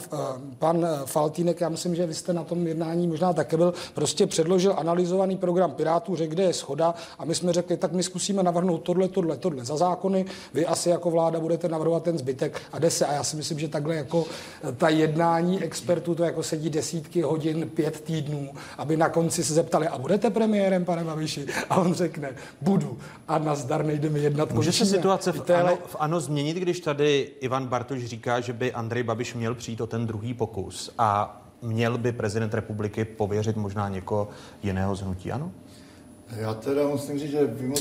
pan Faltýnek, já myslím, že vy jste na tom jednání možná také byl, prostě předložil analyzovaný program Pirátů, řekl, kde je shoda a my jsme řekli, tak my zkusíme navrhnout tohle za zákony, vy asi jako vláda budete navrhovat ten zbytek a jde se. A já si myslím, že takhle jako ta jednání expertů, to jako sedí desítky hodin, 5 týdnů, aby na konci se zeptali, a budete premiérem, pane Babiši? A on řekne, budu. A nazdar, nejdeme jednat. Může se situace v ANO změnit, když tady Ivan Bartoš říká, že by Andrej Babiš měl přijít o ten druhý pokus a měl by prezident republiky pověřit možná někoho jiného z hnutí ANO? Já teda musím říct, že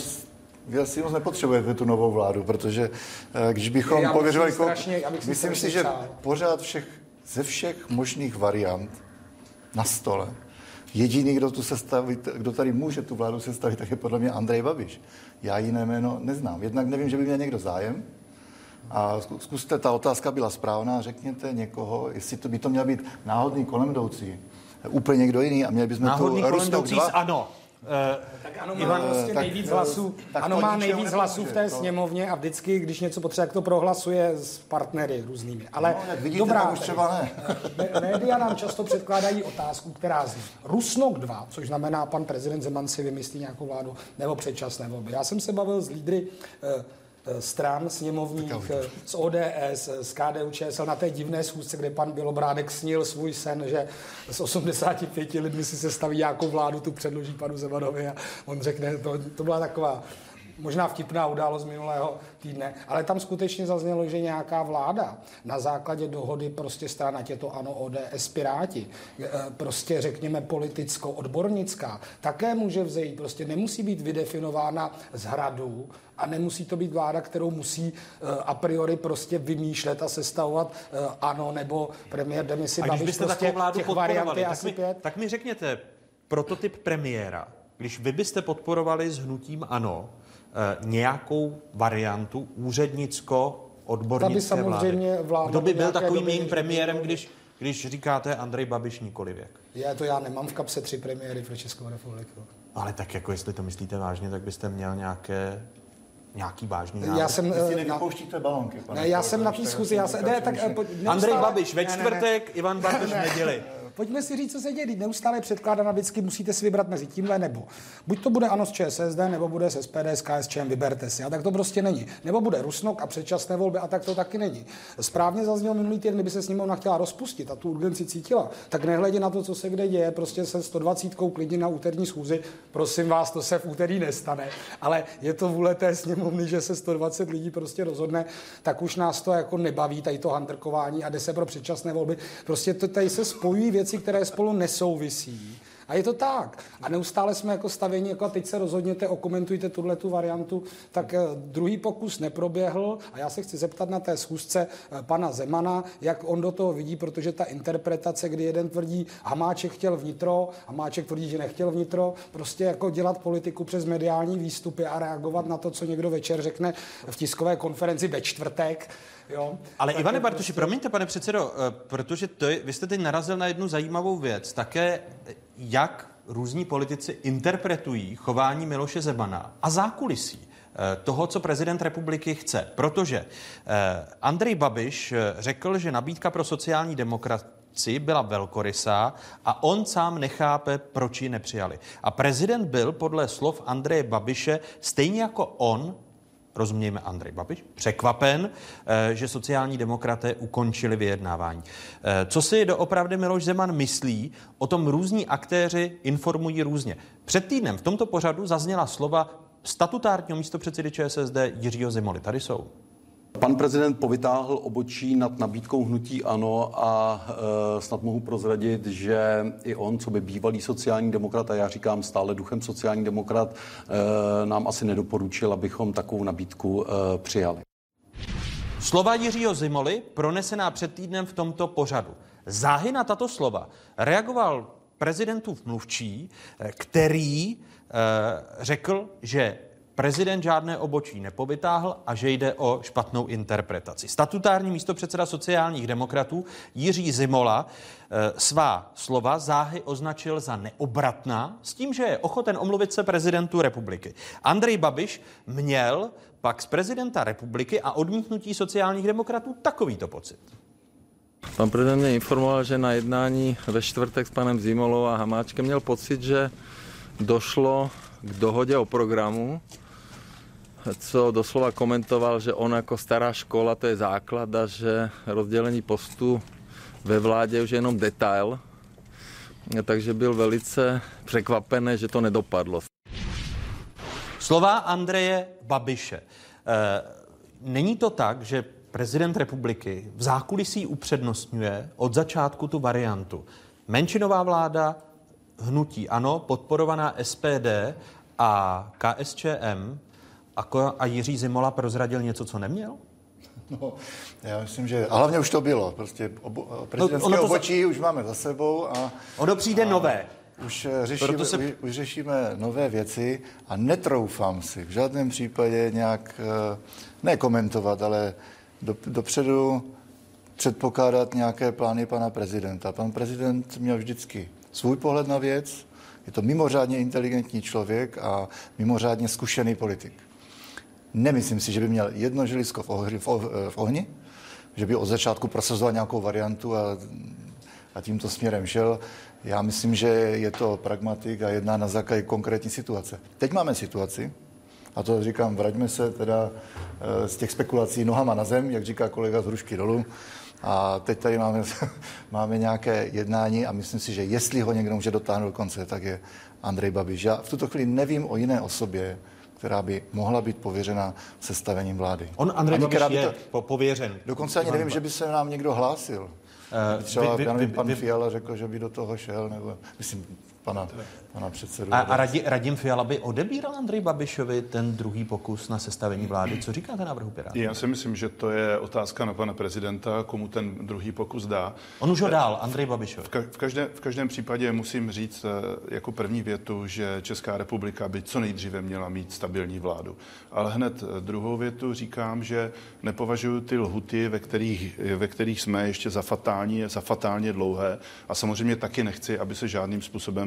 vy asi moc nepotřebujete tu novou vládu, protože když bychom pověřovali... Myslím si, že pořád ze všech možných variant na stole jediný, kdo tady může tu vládu sestavit, tak je podle mě Andrej Babiš. Já jiné jméno neznám. Jednak nevím, že by měl někdo zájem. A zkuste, ta otázka byla správná, řekněte někoho, jestli by to měl být náhodný kolem jdoucí, úplně někdo jiný a měli bychom náhodný tu kolem jdoucí z ANO. Tak ANO má prostě nejvíc hlasů. ANO má nejvíc hlasů v té sněmovně a vždycky, když něco potřebuje, jak to prohlasuje s partnery různými. Ale no, jak vidíte, dobrá, tak už třeba ne. Média nám často předkládají otázku, která zní Rusnok 2, což znamená, pan prezident Zeman si vymyslí nějakou vládu nebo předčasné volby. Já jsem se bavil s lídry stran sněmovních, z ODS, z KDU-ČSL na té divné schůzce, kde pan Bělobrádek snil svůj sen, že z 85 lidmi si sestaví nějakou vládu, tu předloží panu Zemanovi a on řekne, to byla taková možná vtipná událost minulého týdne, ale tam skutečně zaznělo, že nějaká vláda na základě dohody prostě stran, ať je to ANO, ODS, Piráti, prostě řekněme politicko-odbornická, také může vzejít, prostě nemusí být vydefinována z hradu a nemusí to být vláda, kterou musí a priori prostě vymýšlet a sestavovat ANO nebo premiér demisi Babiš. A když byste prostě takovou vládu podporovali, tak mi řekněte prototyp premiéra, když vy byste podporovali s hnutím ANO nějakou variantu úřednicko-odbornické vlády. Kdo by byl takovým mým premiérem, když říkáte Andrej Babiš nikolivěk? Já nemám v kapse 3 premiéry pro Českou republiku. Ale tak jako jestli to myslíte vážně, tak byste měl nějaký vážný návrh. Já jsem nevypouštíte balonky. Ne, já jsem na té schůzi. Andrej Babiš ve čtvrtek, Ivan Bartoš v neděli. Pojďme si říct, co se děje. Neustále předkládána vždycky musíte si vybrat mezi tímhle nebo. Buď to bude ANO s ČSSD, nebo bude s SPD, s KSČM, vyberte si. A tak to prostě není. Nebo bude Rusnok a předčasné volby, a tak to taky není. Správně zazněl minulý týden, kdyby se sněmovna chtěla rozpustit a tu urgenci cítila, tak nehledě na to, co se kde děje, prostě se 120 klidně na úterní schůzi. Prosím vás, to se v úterý nestane, ale je to vůle té sněmovny, že se 120 lidí prostě rozhodne, tak už nás to jako nebaví, tady to handrkování a jde se pro předčasné volby. Prostě tady se spojují věci, které spolu nesouvisí. A je to tak. A neustále jsme jako stavěni, jako a teď se rozhodněte, okomentujte tu variantu, tak druhý pokus neproběhl a já se chci zeptat na té schůzce pana Zemana, jak on do toho vidí, protože ta interpretace, kdy jeden tvrdí, Hamáček chtěl vnitro, Hamáček tvrdí, že nechtěl vnitro, prostě jako dělat politiku přes mediální výstupy a reagovat na to, co někdo večer řekne v tiskové konferenci ve čtvrtek. Jo? Ale Ivane Bartoši, promiňte, pane předsedo, protože vy jste teď narazil na jednu zajímavou věc, také jak různí politici interpretují chování Miloše Zemana a zákulisí toho, co prezident republiky chce. Protože Andrej Babiš řekl, že nabídka pro sociální demokracii byla velkorysá a on sám nechápe, proč ji nepřijali. A prezident byl podle slov Andreje Babiše stejně jako on, rozumějme Andrej Babiš, překvapen, že sociální demokraté ukončili vyjednávání. Co si doopravdy Miloš Zeman myslí, o tom různí aktéři informují různě. Před týdnem v tomto pořadu zazněla slova statutárního místopředsedy ČSSD Jiřího Zimoly. Tady jsou. Pan prezident povytáhl obočí nad nabídkou hnutí ANO a snad mohu prozradit, že i on, co by bývalý sociální demokrat, a já říkám stále duchem sociální demokrat, nám asi nedoporučil, abychom takovou nabídku přijali. Slova Jiřího Zimoly pronesená před týdnem v tomto pořadu. Záhy na tato slova reagoval prezidentův mluvčí, který řekl, že prezident žádné obočí nepovytáhl a že jde o špatnou interpretaci. Statutární místopředseda sociálních demokratů Jiří Zimola svá slova záhy označil za neobratná s tím, že je ochoten omluvit se prezidentu republiky. Andrej Babiš měl pak z prezidenta republiky a odmítnutí sociálních demokratů takovýto pocit. Pan prezident mě informoval, že na jednání ve čtvrtek s panem Zimolou a Hamáčkem měl pocit, že došlo k dohodě o programu, co doslova komentoval, že on jako stará škola, to je základ a že rozdělení postů ve vládě už je jenom detail. Takže byl velice překvapený, že to nedopadlo. Slova Andreje Babiše. Není to tak, že prezident republiky v zákulisí upřednostňuje od začátku tu variantu. Menšinová vláda, hnutí ANO, podporovaná SPD a KSČM, a Jiří Zimola prozradil něco, co neměl? No, já myslím, že... A hlavně už to bylo. Prostě prezidentské obočí už máme za sebou a... Ono přijde nové. Už řešíme nové věci a netroufám si v žádném případě nějak nekomentovat, ale dopředu předpokládat nějaké plány pana prezidenta. Pan prezident měl vždycky svůj pohled na věc, je to mimořádně inteligentní člověk a mimořádně zkušený politik. Nemyslím si, že by měl jedno želisko v ohni, že by od začátku prosazoval nějakou variantu a tímto směrem šel. Já myslím, že je to pragmatik a jedná na základě konkrétní situace. Teď máme situaci, a to říkám, vraťme se teda z těch spekulací nohama na zem, jak říká kolega z Hrušky dolů. A teď tady máme nějaké jednání a myslím si, že jestli ho někdo může dotáhnout do konce, tak je Andrej Babiš. Já v tuto chvíli nevím o jiné osobě, která by mohla být pověřena sestavením vlády. On Andrej Babiš je pověřen. Dokonce ani nevím, že by se nám někdo hlásil. Třeba pan Fiala řekl, že by do toho šel, nebo myslím pana předsedu. A Radim Fiala by odebíral Andrej Babišovi ten druhý pokus na sestavení vlády. Co říkáte návrhu Pirátů? Já si myslím, že to je otázka na pana prezidenta, komu ten druhý pokus dá. On už ho dal, Andrej Babišovi. V každém případě musím říct jako první větu, že Česká republika by co nejdříve měla mít stabilní vládu. Ale hned druhou větu říkám, že nepovažuji ty lhuty, ve kterých jsme ještě za fatálně dlouhé a samozřejmě taky nechci, aby se žádným způsobem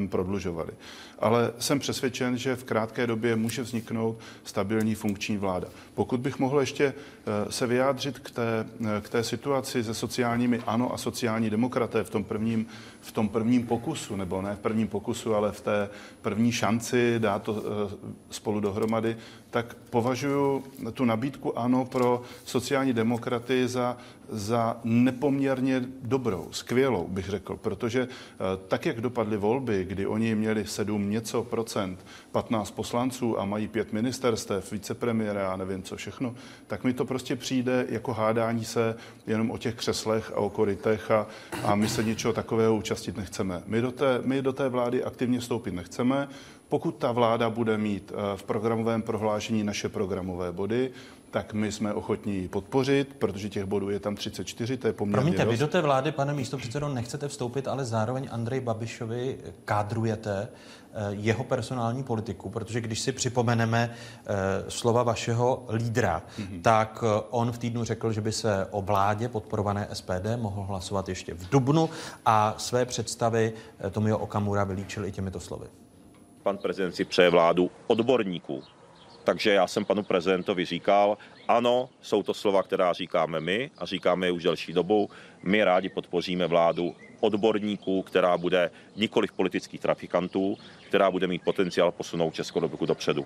prodlužovali. Ale jsem přesvědčen, že v krátké době může vzniknout stabilní funkční vláda. Pokud bych mohl ještě se vyjádřit k té situaci se sociálními ANO a sociální demokraté v tom prvním pokusu, nebo ne v prvním pokusu, ale v té první šanci dát to spolu dohromady, tak považuji tu nabídku ANO pro sociální demokraty za nepoměrně dobrou, skvělou, bych řekl, protože tak, jak dopadly volby, kdy oni měli 7 něco procent, 15 poslanců a mají 5 ministerstev, vicepremiéra a nevím co všechno, tak mi to prostě přijde jako hádání se jenom o těch křeslech a o korytech a my se něčeho takového účastnit nechceme. My do té vlády aktivně vstoupit nechceme. Pokud ta vláda bude mít v programovém prohlášení naše programové body, tak my jsme ochotní ji podpořit, protože těch bodů je tam 34, to je poměrně Promiňte, dost. vy do té vlády, pane místopředsedo, nechcete vstoupit, ale zároveň Andreji Babišovi kádrujete jeho personální politiku, protože když si připomeneme slova vašeho lídra, tak on v týdnu řekl, že by se o vládě podporované SPD mohl hlasovat ještě v dubnu a své představy Tomio Okamura vylíčil i těmito slovy. Pan prezident si přeje vládu odborníků. Takže já jsem panu prezidentovi říkal, ano, jsou to slova, která říkáme my a říkáme je už delší dobu. My rádi podpoříme vládu odborníků, která bude nikoliv politických trafikantů, která bude mít potenciál posunout Českou republiku dopředu.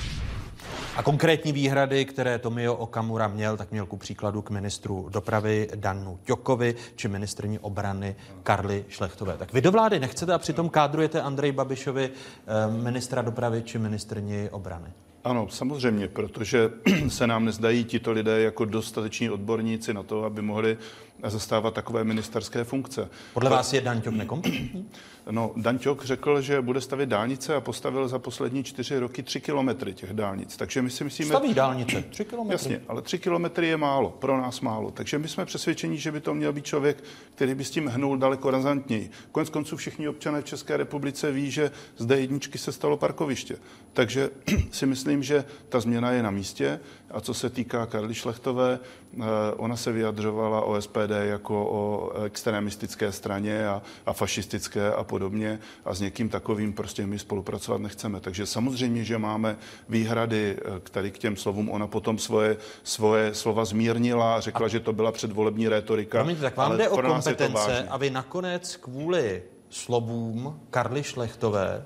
A konkrétní výhrady, které Tomio Okamura měl, tak měl ku příkladu k ministru dopravy Danu Ťokovi či ministryni obrany Karli Šlechtové. Tak vy do vlády nechcete a přitom kádrujete Andreji Babišovi ministra dopravy či ministryni obrany. Ano, samozřejmě, protože se nám nezdají tito lidé jako dostateční odborníci na to, aby mohli zastávat takové ministerské funkce. Podle vás je Dan Ťok nekompetentní? No, Dan Ťok řekl, že bude stavět dálnice a postavil za poslední 4 roky 3 kilometry těch dálnic. Takže my si myslíme... Staví dálnice, 3 kilometry. Jasně, ale 3 kilometry je málo, pro nás málo. Takže my jsme přesvědčeni, že by to měl být člověk, který by s tím hnul daleko razantněji. Konec konců všichni občané v České republice ví, že z D1 se stalo parkoviště. Takže si myslím, že ta změna je na místě. A co se týká Karly Šlechtové, ona se vyjadřovala o SPD jako o extremistické straně a fašistické a podobně a s někým takovým prostě my spolupracovat nechceme. Takže samozřejmě, že máme výhrady tady k těm slovům. Ona potom svoje slova zmírnila a řekla, že to byla předvolební rétorika. Promiňte, tak vám jde o kompetence a vy nakonec kvůli slovům Karly Šlechtové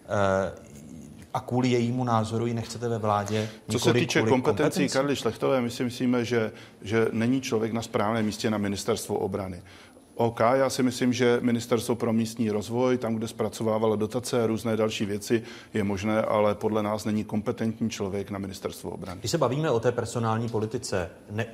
a kvůli jejímu názoru ji nechcete ve vládě. Co se týče kompetencí Karly Šlechtové, my si myslíme, že není člověk na správném místě na ministerstvu obrany. OK, já si myslím, že Ministerstvo pro místní rozvoj, tam, kde zpracovávalo dotace a různé další věci, je možné, ale podle nás není kompetentní člověk na Ministerstvu obrany. Když se bavíme o té personální politice,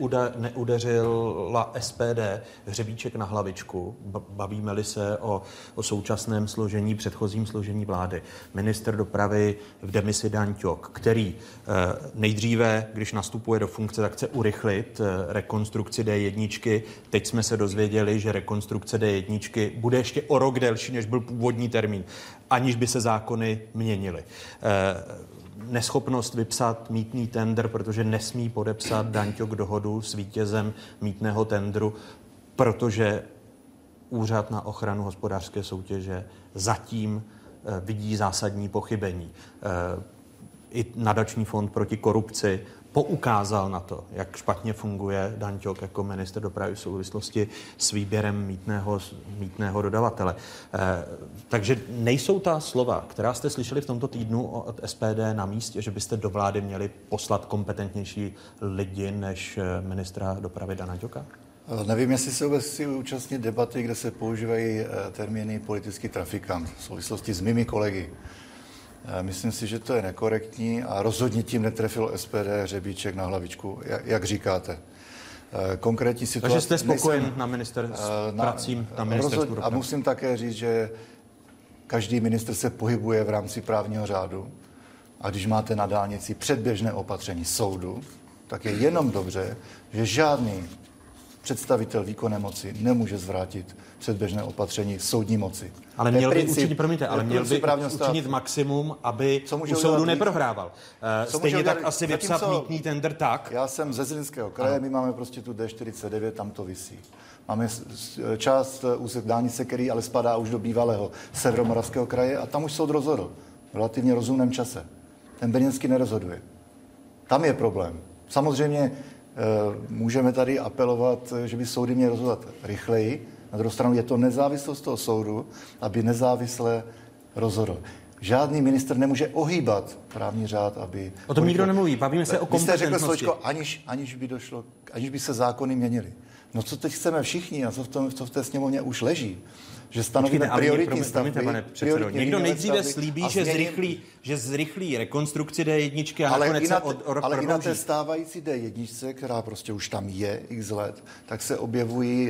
neudeřila SPD hřebíček na hlavičku, bavíme-li se o současném složení, předchozím složení vlády. Ministr dopravy v demisi Dan Ťok, který nejdříve, když nastupuje do funkce, tak chce urychlit rekonstrukci D1. Teď jsme se dozvěděli, že rekonstrukce D1 bude ještě o rok delší, než byl původní termín, aniž by se zákony měnily. Neschopnost vypsat mýtný tendr, protože nesmí podepsat Dan Ťok dohodu s vítězem mýtného tendru, protože Úřad na ochranu hospodářské soutěže zatím vidí zásadní pochybení. I nadační fond proti korupci poukázal na to, jak špatně funguje Dan Ťok jako ministr dopravy v souvislosti s výběrem mýtného dodavatele. Takže nejsou ta slova, která jste slyšeli v tomto týdnu od SPD na místě, že byste do vlády měli poslat kompetentnější lidi než ministra dopravy Dana Ťoka? Nevím, jestli se vůbec chci účastnit debaty, kde se používají termíny politický trafikant v souvislosti s mými kolegy. Myslím si, že to je nekorektní a rozhodně tím netrefilo SPD hřebíček na hlavičku, jak říkáte. Konkrétní situace... Takže jste spokojen na pracím na ministerstvu dopravy. A musím také říct, že každý ministr se pohybuje v rámci právního řádu a když máte na dálnici předběžné opatření soudu, tak je jenom dobře, že žádný představitel výkonné moci nemůže zvrátit předběžné opatření soudní moci. Ale měl by učinit maximum, aby u soudu neprohrával. Stejně tak asi vypsat mýtný tender tak. Já jsem ze Zlínského kraje, my máme prostě tu D49, tam to visí. Máme část úsek dálnice, který ale spadá už do bývalého Severomoravského kraje a tam už soud rozhodl v relativně rozumném čase. Ten brněnský nerozhoduje. Tam je problém. Samozřejmě můžeme tady apelovat, že by soudy měly rozhodovat rychleji. Na druhou stranu je to nezávislost toho soudu, aby nezávisle rozhodl. Žádný ministr nemůže ohýbat právní řád, aby... O tom nikdo nemluví, bavíme se o kompetentnosti. Vy jste řekl, Sločko, aniž by se zákony měnily. No co teď chceme všichni a co v té sněmovně už leží? Že stanovíme prioritní stavby. Pane předsedo, někdo nejdříve slíbí, že zrychlí rekonstrukci D1 a nakonec se o rok prodlouží. Ale i na té stávající D1, která prostě už tam je x let, tak se objevují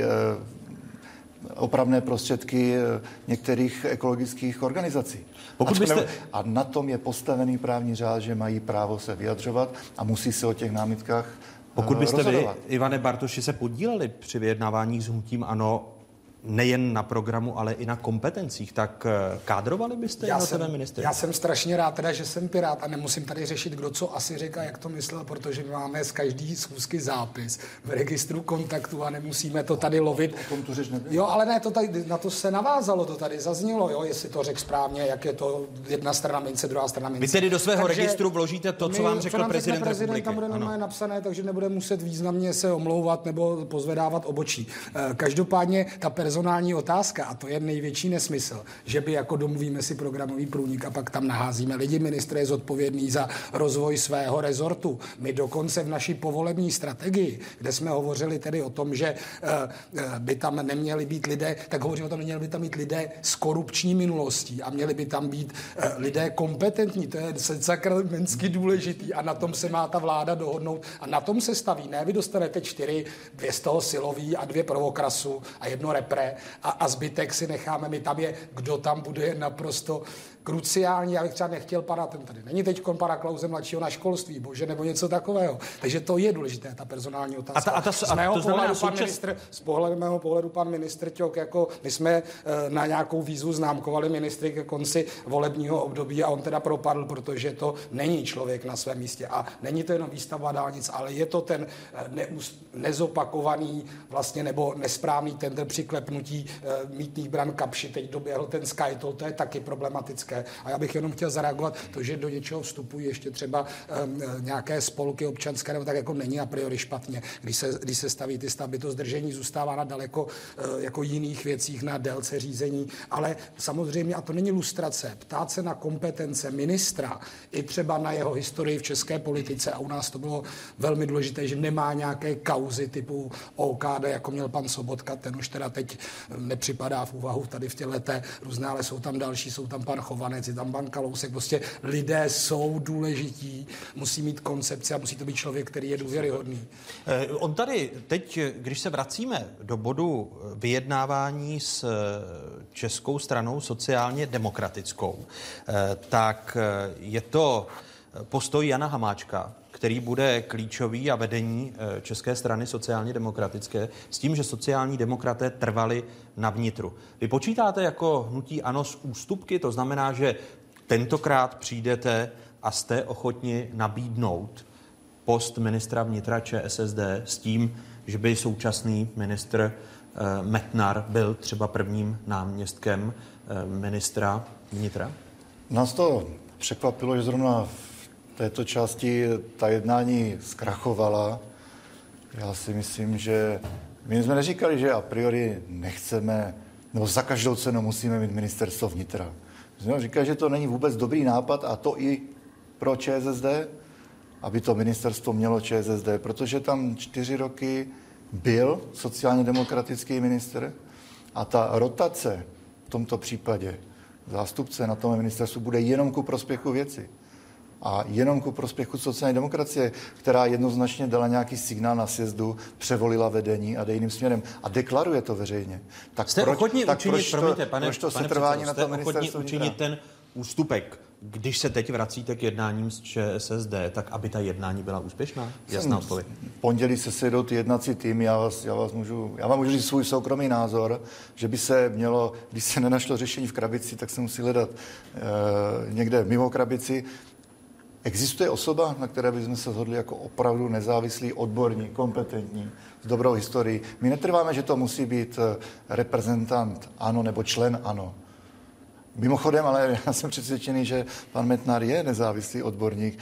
opravné prostředky některých ekologických organizací. A na tom je postavený právní řád, že mají právo se vyjadřovat a musí se o těch námitkách Pokud byste rozhodovat. vy, Ivane Bartoši, se podíleli při vyjednávání s hnutím ANO nejen na programu, ale i na kompetencích, tak kádrovali byste jednotlivé ministry? Já jsem strašně rád teda, že jsem Pirát a nemusím tady řešit, kdo co asi řekl a jak to myslel, protože my máme z každý schůzky zápis v registru kontaktů a nemusíme to tady lovit. Jo, ale ne, to tady, na to se navázalo, to tady zaznělo, jo, jestli to řekl správně, jak je to jedna strana mince, druhá strana mince. Vy tedy do svého registru vložíte to, co vám řekl prezident republiky. Tam bude normálně napsané, takže nebude muset významně se omlouvat nebo pozvedávat obočí. Každopádně ta personální otázka, a to je největší nesmysl, že by jako domluvíme si programový průnik a pak tam naházíme lidi. Ministr je zodpovědný za rozvoj svého rezortu. My dokonce v naší povolební strategii, kde jsme hovořili tedy o tom, že by tam neměli být lidé, tak hovoříme o tom, že neměli by tam být lidé s korupční minulostí a měli by tam být lidé kompetentní. To je sakramensky důležitý a na tom se má ta vláda dohodnout a na tom se staví. Ne, vy dostanete 4, 2 z toho silový a 2 prvokrasu a 1 repre a zbytek si necháme. My tam je, kdo tam bude, je naprosto kruciální. Já bych třeba nechtěl pana, ten tady není teď pana Klause mladšího na školství, bože, nebo něco takového. Takže to je důležité, ta personální otázka. Z mého pohledu pan ministr Ťok, jako my jsme na nějakou výzvu známkovali ministry ke konci volebního období a on teda propadl, protože to není člověk na svém místě. A není to jenom výstavba dálnic, ale je to ten nezopakovaný vlastně nebo nesprávný tender při klepnutí mýtných bran Kapši. Teď doběhl ten SkyToll, to je taky problematické. A já bych jenom chtěl zareagovat, to, že do něčeho vstupují ještě třeba nějaké spolky občanské, nebo tak jako není a priori špatně. Když se staví ty stavby, to zdržení zůstává na daleko jako jiných věcích, na délce řízení, ale samozřejmě, a to není lustrace, ptát se na kompetence ministra, i třeba na jeho historii v české politice, a u nás to bylo velmi důležité, že nemá nějaké kauzy typu OKD, jako měl pan Sobotka, ten už teda teď nepřipadá v úvahu tady v těchto různé, ale jsou tam další, jsou tam pan Chovanec, je tam pan Kalousek, prostě lidé jsou důležití, musí mít koncepci a musí to být člověk, který je důvěryhodný. On tady teď, když se vracíme do bodu vyjednávání s českou stranou sociálně demokratickou, tak je to postoj Jana Hamáčka, který bude klíčový a vedení české strany sociálně demokratické s tím, že sociální demokraté trvali na vnitru. Vy počítáte jako hnutí ANO z ústupky, to znamená, že tentokrát přijdete a jste ochotni nabídnout post ministra vnitra ČSSD s tím, že by současný ministr Metnar byl třeba prvním náměstkem ministra vnitra? Nás to překvapilo, že zrovna v této části ta jednání zkrachovala. Já si myslím, že my jsme neříkali, že a priori nechceme, nebo za každou cenu musíme mít ministerstvo vnitra. My jsme říkali, že to není vůbec dobrý nápad a to i pro ČSSD, aby to ministerstvo mělo ČSSD, protože tam 4 roky byl sociálně demokratický ministr a ta rotace v tomto případě zástupce na tom ministerstvu bude jenom ku prospěchu věci. A jenom ku prospěchu sociální demokracie, která jednoznačně dala nějaký signál na sjezdu, převolila vedení a jde jiným směrem a deklaruje to veřejně. Tak jste ochotní tak učinit, proč to setrvání na tom ministerstvu učinit ten ústupek, když se teď vracíte k jednáním s ČSSD, tak aby ta jednání byla úspěšná? Jasná odpověď. Pondělí se sejdou ty jednací týmy, já vám můžu říct svůj soukromý názor, že by se mělo, když se nenašlo řešení v krabici, tak se musí hledat někde mimo krabici. Existuje osoba, na které bychom se shodli jako opravdu nezávislý, odborník, kompetentní, s dobrou historií. My netrváme, že to musí být reprezentant ANO nebo člen ANO. Mimochodem, ale já jsem přesvědčený, že pan Metnar je nezávislý odborník,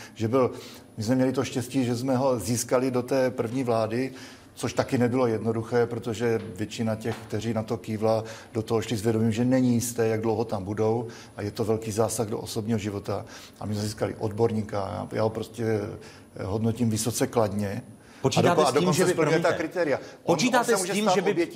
my jsme měli to štěstí, že jsme ho získali do té první vlády, což taky nebylo jednoduché, protože většina těch, kteří na to kývla, do toho šli s vědomím, že není jisté, jak dlouho tam budou a je to velký zásah do osobního života. A my jsme získali odborníka, já ho prostě hodnotím vysoce kladně. Počítáte s tím, že by ta kritéria. Počítáte s tím, že by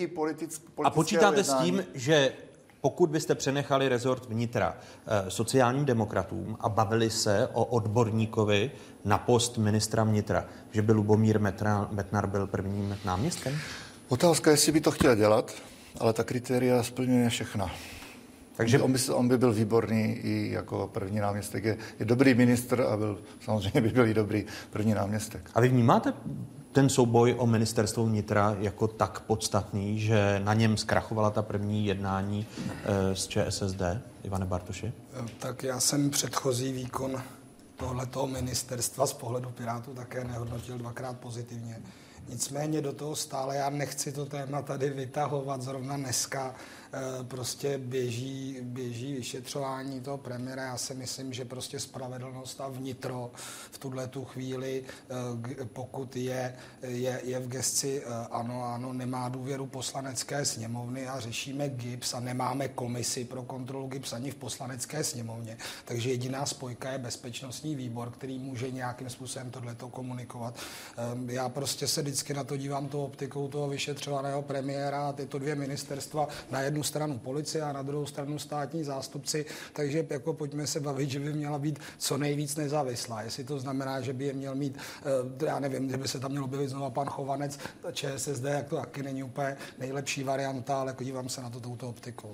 a počítáte s tím, že pokud byste přenechali rezort vnitra sociálním demokratům a bavili se o odborníkovi na post ministra vnitra, že by Lubomír Metnar byl prvním náměstkem? Otázka, jestli by to chtěl dělat, ale ta kritéria splňuje všechna. Takže on by byl výborný i jako první náměstek. Je dobrý ministr a samozřejmě by byl i dobrý první náměstek. A vy vnímáte ten souboj o ministerstvo vnitra jako tak podstatný, že na něm zkrachovala ta první jednání z ČSSD, Ivane Bartoši? Tak já jsem předchozí výkon tohletoho ministerstva z pohledu Pirátů také nehodnotil dvakrát pozitivně. Nicméně do toho stále já nechci to téma tady vytahovat zrovna dneska. Prostě běží vyšetřování toho premiéra. Já si myslím, že prostě spravedlnost a vnitro v tuhletu chvíli, pokud je v gesci ANO, nemá důvěru poslanecké sněmovny a řešíme GIBS a nemáme komisi pro kontrolu GIBS ani v poslanecké sněmovně. Takže jediná spojka je bezpečnostní výbor, který může nějakým způsobem tohleto komunikovat. Já prostě se vždycky na to dívám tou optikou toho vyšetřovaného premiéra a tyto dvě ministerstva na jednu stranu policie a na druhou stranu státní zástupci, takže jako pojďme se bavit, že by měla být co nejvíc nezávislá. Jestli to znamená, že by je měl mít, já nevím, že by se tam měl objevit znova pan Chovanec, ČSSD, jak to taky není úplně nejlepší varianta, ale dívám se na to touto optikou.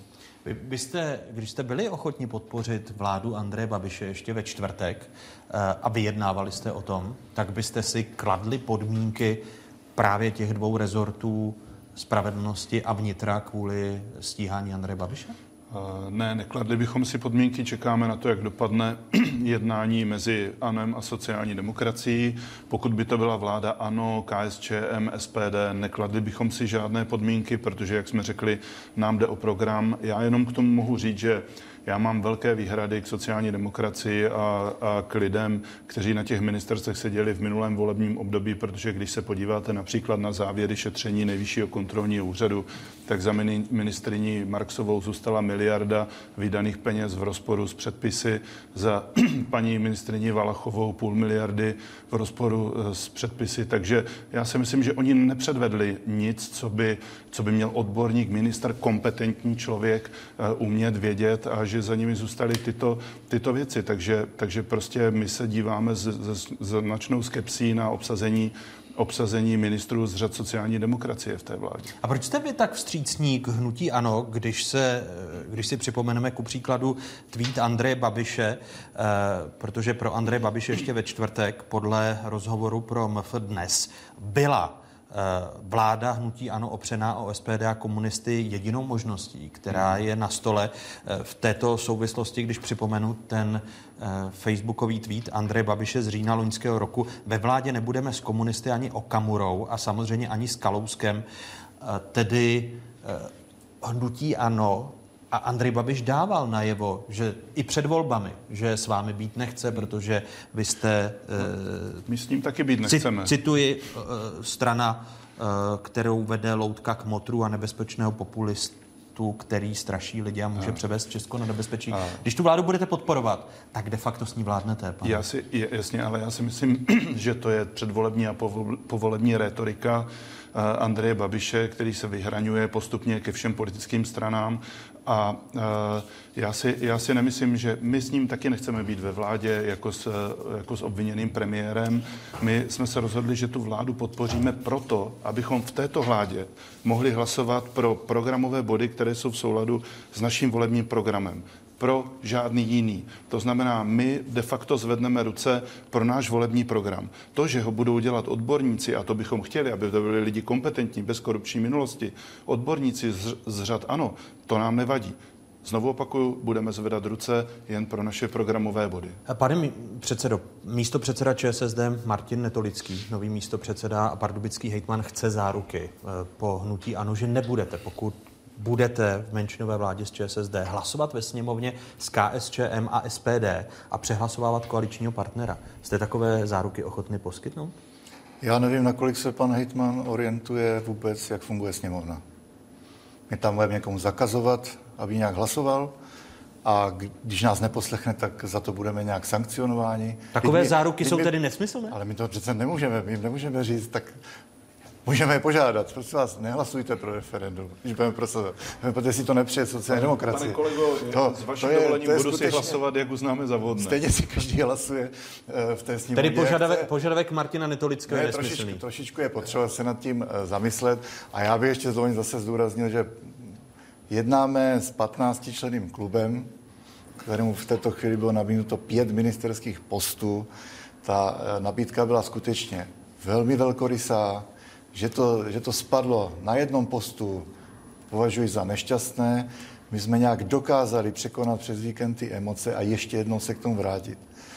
Když jste byli ochotni podpořit vládu Andreje Babiše ještě ve čtvrtek a vyjednávali jste o tom, tak byste si kladli podmínky právě těch dvou rezortů spravedlnosti a vnitra kvůli stíhání Andreje Babiše? Ne, nekladli bychom si podmínky, čekáme na to, jak dopadne jednání mezi ANO a sociální demokracií. Pokud by to byla vláda ANO, KSČM, SPD, nekladli bychom si žádné podmínky, protože, jak jsme řekli, nám jde o program. Já jenom k tomu mohu říct, že já mám velké výhrady k sociální demokracii a k lidem, kteří na těch ministerstvech seděli v minulém volebním období, protože když se podíváte například na závěry šetření Nejvyššího kontrolního úřadu, tak za ministryní Marksovou zůstala miliarda vydaných peněz v rozporu s předpisy, za paní ministryni Valachovou 0,5 miliardy v rozporu s předpisy. Takže já si myslím, že oni nepředvedli nic, co by měl odborník, ministr, kompetentní člověk umět vědět a že za nimi zůstaly tyto věci. Takže prostě my se díváme s značnou skepsí na obsazení ministrů z řad sociální demokracie v té vládě. A proč jste vy tak vstřícní k hnutí ANO, když si připomeneme ku příkladu tweet Andreje Babiše, protože pro Andreje Babiše ještě ve čtvrtek podle rozhovoru pro MF Dnes byla vláda hnutí ANO opřená o SPD a komunisty jedinou možností, která je na stole v této souvislosti, když připomenu ten facebookový tweet Andreje Babiše z října loňského roku. Ve vládě nebudeme s komunisty ani Okamurou a samozřejmě ani s Kalouskem, tedy hnutí ANO. A Andrej Babiš dával najevo, že i před volbami, že s vámi být nechce, protože vy jste... My s ním taky být nechceme. Cituji, strana, kterou vede loutka kmotrů a nebezpečného populistu, který straší lidi a může převést Česko na nebezpečí. Když tu vládu budete podporovat, tak de facto s ní vládnete. Pane. Jasně, ale já si myslím, že to je předvolební a povolební rétorika Andreje Babiše, který se vyhraňuje postupně ke všem politickým stranám. A já si nemyslím, že my s ním taky nechceme být ve vládě jako s obviněným premiérem. My jsme se rozhodli, že tu vládu podpoříme proto, abychom v této vládě mohli hlasovat pro programové body, které jsou v souladu s naším volebním programem. pro žádný jiný. To znamená, my de facto zvedneme ruce pro náš volební program. To, že ho budou dělat odborníci, a to bychom chtěli, aby to byli lidi kompetentní, bez korupční minulosti, odborníci z řad ANO, to nám nevadí. Znovu opakuju, budeme zvedat ruce jen pro naše programové body. Pane předsedo, místopředseda ČSSD Martin Netolický, nový místopředseda a pardubický hejtman, chce záruky po hnutí ANO, že nebudete, pokud budete v menšinové vládě s ČSSD, hlasovat ve sněmovně s KSČM a SPD a přehlasovávat koaličního partnera. Jste takové záruky ochotny poskytnout? Já nevím, nakolik se pan hejtman orientuje vůbec, jak funguje sněmovna. My tam budeme někomu zakazovat, aby nějak hlasoval, a když nás neposlechne, tak za to budeme nějak sankcionováni. Takové záruky jsou tedy nesmyslné? Ale my to přece nemůžeme, my jim nemůžeme říct, tak můžeme je požádat. Prosím vás, nehlasujte pro referendum, když budeme prosazovat. Protože si to nepřeje sociální demokracie. Pane kolego, s vaším dovolením budu si hlasovat, jak uznáme za vhodné. Stejně si každý hlasuje v té sněmovně. Tedy požadavek Martina Netolického je nesmyslný. Trošičku je potřeba se nad tím zamyslet. A já bych ještě zase zdůraznil, že jednáme s 15členným klubem, kterému v této chvíli bylo nabídnuto 5 ministerských postů. Ta nabídka byla skutečně velmi velkorysá. Že to spadlo na jednom postu, považuji za nešťastné. My jsme nějak dokázali překonat přes víkend ty emoce a ještě jednou se k tomu vrátit.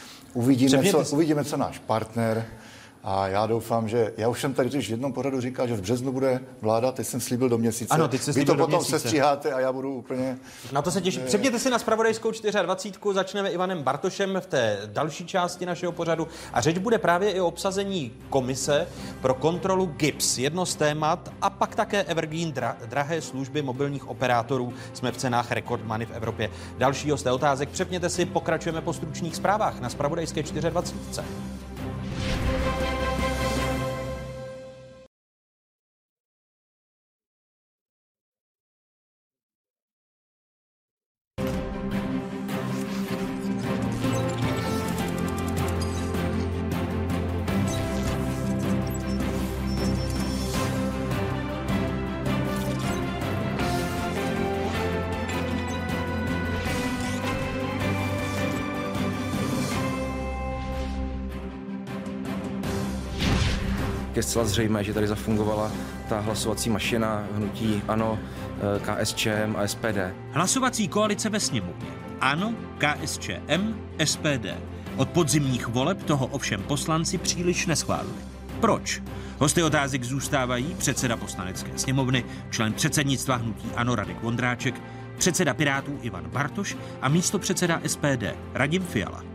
Uvidíme, co náš partner. A já doufám, že... Já už jsem tady v jednom pořadu říkal, že v březnu bude vláda, teď jsem slíbil do měsíce. Ano, teď se slíbil do měsíce. Vy to potom sestříháte a já budu úplně... Na to se těším. Přepněte si na Zpravodajskou 24. Začneme Ivanem Bartošem v té další části našeho pořadu. A řeč bude právě i o obsazení komise pro kontrolu GIBS. Jedno z témat a pak také evergreen drahé služby mobilních operátorů. Jsme v cenách rekordmany v Evropě. Další z té otázek přepněte si, pokračujeme po stručných zprávách na Zpravodajské 24. Je zcela zřejmé, že tady zafungovala ta hlasovací mašina hnutí ANO, KSČM a SPD. Hlasovací koalice ve sněmovně. ANO, KSČM, SPD. Od podzimních voleb toho ovšem poslanci příliš neschválili. Proč? Hosty otázek zůstávají předseda Poslanecké sněmovny, člen předsednictva hnutí ANO Radek Vondráček, předseda Pirátů Ivan Bartoš a místopředseda SPD Radim Fiala.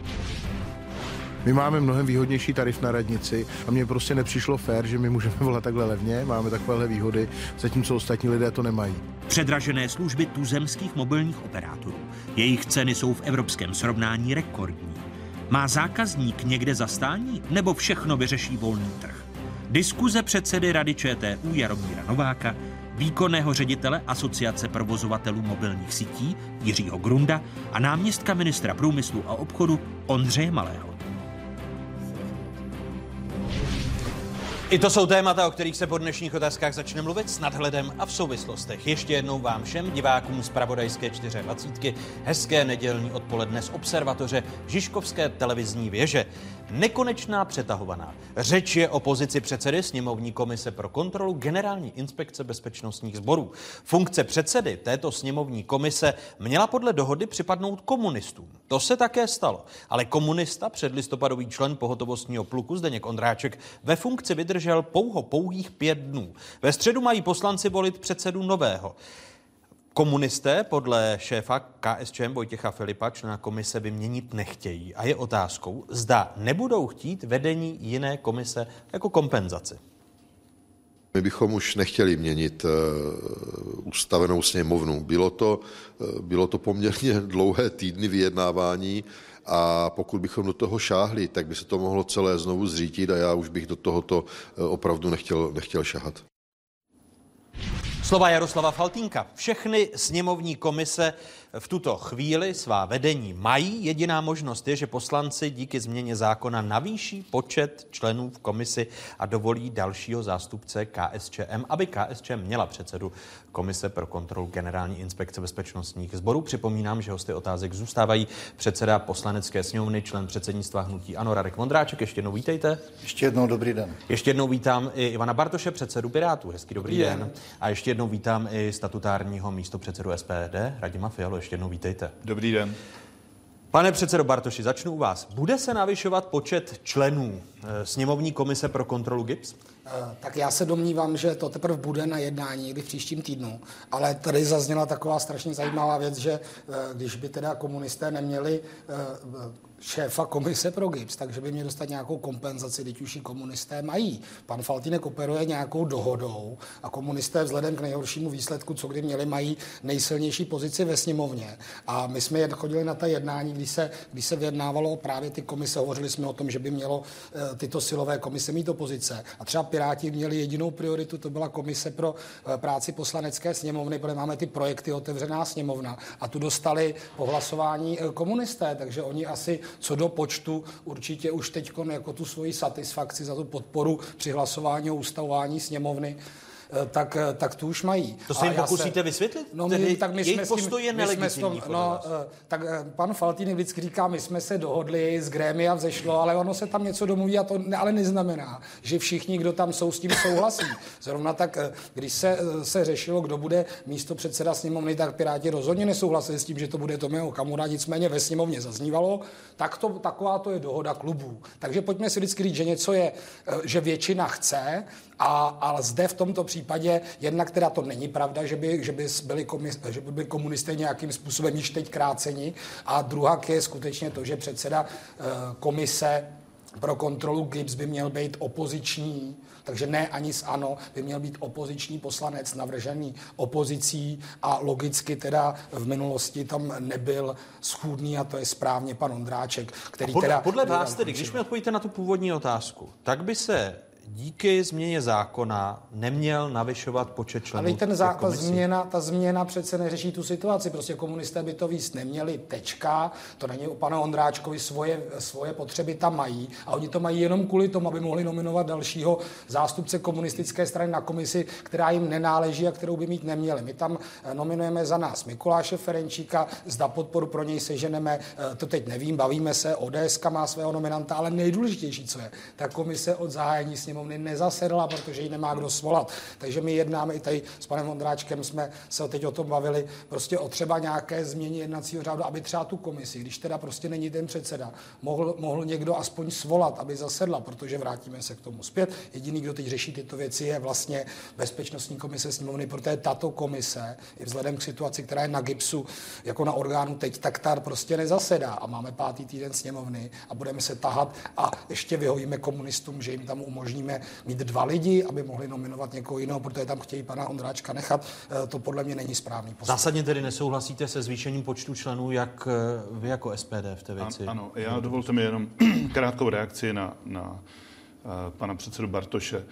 My máme mnohem výhodnější tarif na radnici a mně prostě nepřišlo fér, že my můžeme volat takhle levně, máme takovéhle výhody, zatímco ostatní lidé to nemají. Předražené služby tuzemských mobilních operátorů. Jejich ceny jsou v evropském srovnání rekordní. Má zákazník někde zastání nebo všechno vyřeší volný trh? Diskuze předsedy Rady ČTÚ Jaromíra Nováka, výkonného ředitele Asociace provozovatelů mobilních sítí Jiřího Grunda a náměstka ministra průmyslu a obchodu Ondřeje Malého. I to jsou témata, o kterých se po dnešních otázkách začne mluvit s nadhledem a v souvislostech. Ještě jednou vám všem divákům Zpravodajské 24. hezké nedělní odpoledne z observatoře Žižkovské televizní věže. Nekonečná přetahovaná řeč je o pozici předsedy sněmovní komise pro kontrolu Generální inspekce bezpečnostních sborů. Funkce předsedy této sněmovní komise měla podle dohody připadnout komunistům. To se také stalo, ale komunista, předlistopadový člen pohotovostního pluku Zdeněk Ondráček, ve funkci vydržel pouhých 5 dnů. Ve středu mají poslanci volit předsedu nového. Komunisté podle šéfa KSČM Vojtěcha Filipa člena komise vyměnit nechtějí a je otázkou, zda nebudou chtít vedení jiné komise jako kompenzaci. My bychom už nechtěli měnit ustavenou sněmovnu. Bylo to poměrně dlouhé týdny vyjednávání a pokud bychom do toho šáhli, tak by se to mohlo celé znovu zřítit a já už bych do tohoto opravdu nechtěl šahat. Slova Jaroslava Faltýnka. Všechny sněmovní komise v tuto chvíli svá vedení mají. Jediná možnost je, že poslanci díky změně zákona navýší počet členů v komisi a dovolí dalšího zástupce KSČM, aby KSČM měla předsedu Komise pro kontrolu Generální inspekce bezpečnostních sborů. Připomínám, že hosty otázek zůstávají předseda Poslanecké sněmovny, člen předsednictva hnutí ANO Radek Vondráček. Ještě jednou vítejte. Ještě jednou dobrý den. Ještě jednou vítám i Ivana Bartoše, předsedu Pirátů. Hezký dobrý den. A ještě jednou vítám i statutárního místopředsedu SPD Radima Fialu. Ještě jednou vítejte. Dobrý den. Pane předsedo Bartoši, začnu u vás. Bude se navyšovat počet členů sněmovní komise pro kontrolu GIBS? Tak já se domnívám, že to teprve bude na jednání někdy v příštím týdnu, ale tady zazněla taková strašně zajímavá věc, že když by teda komunisté neměli šéfa komise pro GIBS, takže by měli dostat nějakou kompenzaci, teď už ji komunisté mají. Pan Faltýnek operuje nějakou dohodou a komunisté vzhledem k nejhoršímu výsledku, co kdy měli, mají nejsilnější pozici ve sněmovně. A my jsme chodili na ta jednání, když se vyjednávalo právě ty komise, hovořili jsme o tom, že by mělo tyto silové komise mít opozice. A třeba Piráti měli jedinou prioritu, to byla komise pro práci Poslanecké sněmovny, protože máme ty projekty Otevřená sněmovna a tu dostali po hlasování komunisté, takže oni asi co do počtu určitě už teď jako tu svoji satisfakci za tu podporu při hlasování o ustavování sněmovny, tak tu už mají. To se jim pokusíte vysvětlit? No, jejich postoj je nelegitimní. Tak pan Faltýnek vždycky říká, my jsme se dohodli, z grémia vzešlo, ale ono se tam něco domluví a to ale neznamená, že všichni, kdo tam jsou, s tím souhlasí. Zrovna tak, když se řešilo, kdo bude místopředseda sněmovny, tak Piráti rozhodně nesouhlasili s tím, že to bude Tomio Okamura, nicméně ve sněmovně zaznívalo, taková to je dohoda klubů. Takže pojďme si vždycky říct, že něco je, že většina chce, ale zde v tomto případě jednak teda to není pravda, že by byli komunisté nějakým způsobem již teď kráceni, a druhá je skutečně to, že předseda komise pro kontrolu GIBS by měl být opoziční, takže ne ani z ANO, by měl být opoziční poslanec navržený opozicí a logicky teda v minulosti tam nebyl schůdný a to je správně pan Ondráček, který podle vás tedy, když mi odpovíte na tu původní otázku, tak by se díky změně zákona neměl navyšovat počet členů. Ale ta změna přece neřeší tu situaci. Prostě komunisté by to víc neměli, tečka. To není u pana Ondráčkovi, svoje potřeby tam mají. A oni to mají jenom kvůli tomu, aby mohli nominovat dalšího zástupce komunistické strany na komisi, která jim nenáleží a kterou by mít neměli. My tam nominujeme za nás Mikuláše Ferenčíka, zda podporu pro něj seženeme, to teď nevím, bavíme se, ODS má svého nominanta, ale nejdůležitější, co je, ta komise od zahájení sněmovny nezasedla, protože ji nemá kdo svolat. Takže my jednáme i tady s panem Ondráčkem, jsme se teď o tom bavili, prostě o třeba nějaké změně jednacího řádu, aby třeba tu komisi, když teda prostě není ten předseda, mohl někdo aspoň svolat, aby zasedla, protože vrátíme se k tomu zpět. Jediný, kdo teď řeší tyto věci, je vlastně Bezpečnostní komise sněmovny, protože tato komise, i vzhledem k situaci, která je na GIBSu, jako na orgánu teď, tak ta prostě nezasedá a máme 5. týden sněmovny a budeme se tahat a ještě vyhovíme komunistům, že jim tam umožníme mít 2 lidi, aby mohli nominovat někoho jiného, protože tam chtějí pana Ondráčka nechat. To podle mě není správný postup. Zásadně tedy nesouhlasíte se zvýšením počtu členů, jak vy jako SPD v té věci? Ano, já dovolte mi jenom krátkou reakci na pana předsedu Bartoše.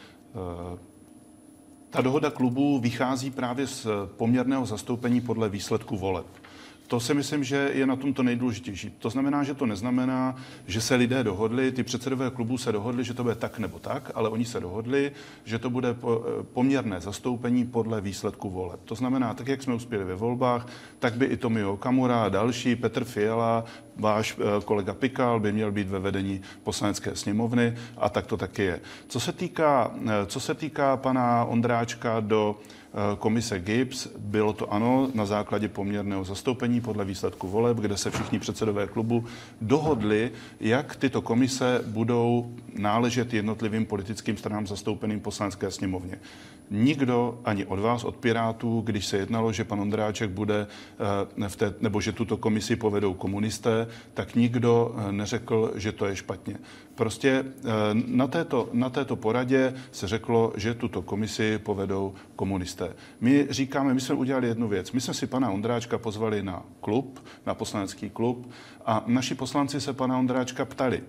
Ta dohoda klubů vychází právě z poměrného zastoupení podle výsledku voleb. To si myslím, že je na tom to nejdůležitější. To znamená, že to neznamená, že se lidé dohodli, ty předsedové klubů se dohodli, že to bude tak nebo tak, ale oni se dohodli, že to bude poměrné zastoupení podle výsledku voleb. To znamená, tak jak jsme uspěli ve volbách, tak by i Tomio Okamura a další, Petr Fiala, váš kolega Pikal by měl být ve vedení Poslanecké sněmovny a tak to taky je. Co se týká pana Ondráčka do komise GIBS, bylo to ano, na základě poměrného zastoupení podle výsledku voleb, kde se všichni předsedové klubu dohodli, jak tyto komise budou náležet jednotlivým politickým stranám zastoupeným v Poslanecké sněmovně. Nikdo ani od vás, od Pirátů, když se jednalo, že pan Ondráček bude nebo že tuto komisi povedou komunisté, tak nikdo neřekl, že to je špatně. Prostě na této poradě se řeklo, že tuto komisi povedou komunisté. My jsme udělali jednu věc. My jsme si pana Ondráčka pozvali na klub, na poslanecký klub a naši poslanci se pana Ondráčka ptali,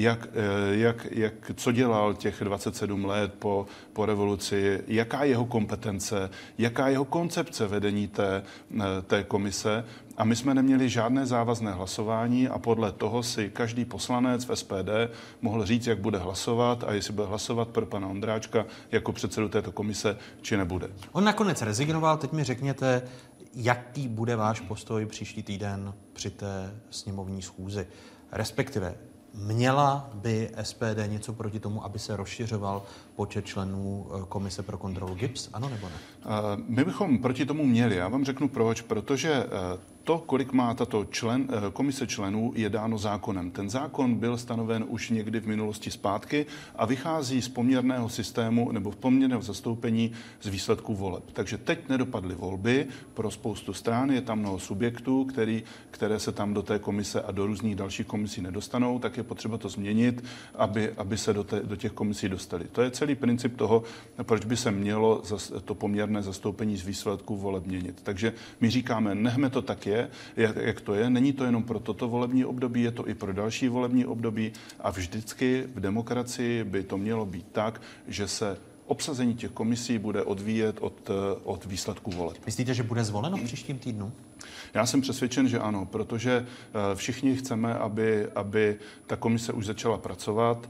co dělal těch 27 let po revoluci, jaká je jeho kompetence, jaká je jeho koncepce vedení té komise A my jsme neměli žádné závazné hlasování a podle toho si každý poslanec v SPD mohl říct, jak bude hlasovat a jestli bude hlasovat pro pana Ondráčka jako předsedu této komise, či nebude. On nakonec rezignoval, teď mi řekněte, jaký bude váš postoj příští týden při té sněmovní schůzi. Respektive, měla by SPD něco proti tomu, aby se rozšiřoval počet členů komise pro kontrolu GIBS? Ano nebo ne? My bychom proti tomu měli. Já vám řeknu proč. Protože to, kolik má tato komise členů, je dáno zákonem. Ten zákon byl stanoven už někdy v minulosti zpátky a vychází z poměrného systému nebo v poměrného zastoupení z výsledků voleb. Takže teď nedopadly volby pro spoustu stran, je tam mnoho subjektů, které se tam do té komise a do různých dalších komisí nedostanou, tak je potřeba to změnit, aby se do těch komisí dostali. To je celý princip toho, proč by se mělo to poměrné zastoupení z výsledků voleb měnit. Takže my říkáme, nechme to tak jak to je. Není to jenom pro toto volební období, je to i pro další volební období a vždycky v demokracii by to mělo být tak, že se obsazení těch komisí bude odvíjet od výsledků voleb. Myslíte, že bude zvoleno v příštím týdnu? Já jsem přesvědčen, že ano, protože všichni chceme, aby ta komise už začala pracovat.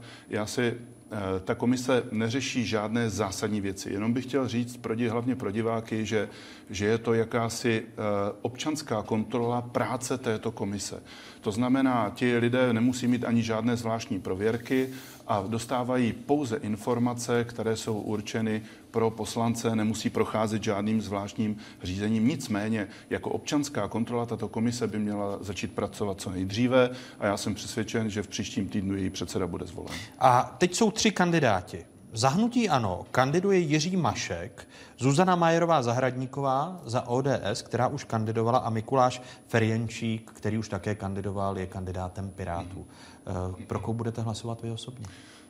Ta komise neřeší žádné zásadní věci. Jenom bych chtěl říct hlavně pro diváky, že je to jakási občanská kontrola práce této komise. To znamená, ti lidé nemusí mít ani žádné zvláštní prověrky a dostávají pouze informace, které jsou určeny pro poslance, nemusí procházet žádným zvláštním řízením. Nicméně, jako občanská kontrola tato komise by měla začít pracovat co nejdříve a já jsem přesvědčen, že v příštím týdnu její předseda bude zvolen. A teď jsou 3 kandidáti. Za hnutí ANO kandiduje Jiří Mašek, Zuzana Majerová Zahradníková za ODS, která už kandidovala, a Mikuláš Ferjenčík, který už také kandidoval, je kandidátem Pirátů. Pro koho budete hlasovat vy osobně?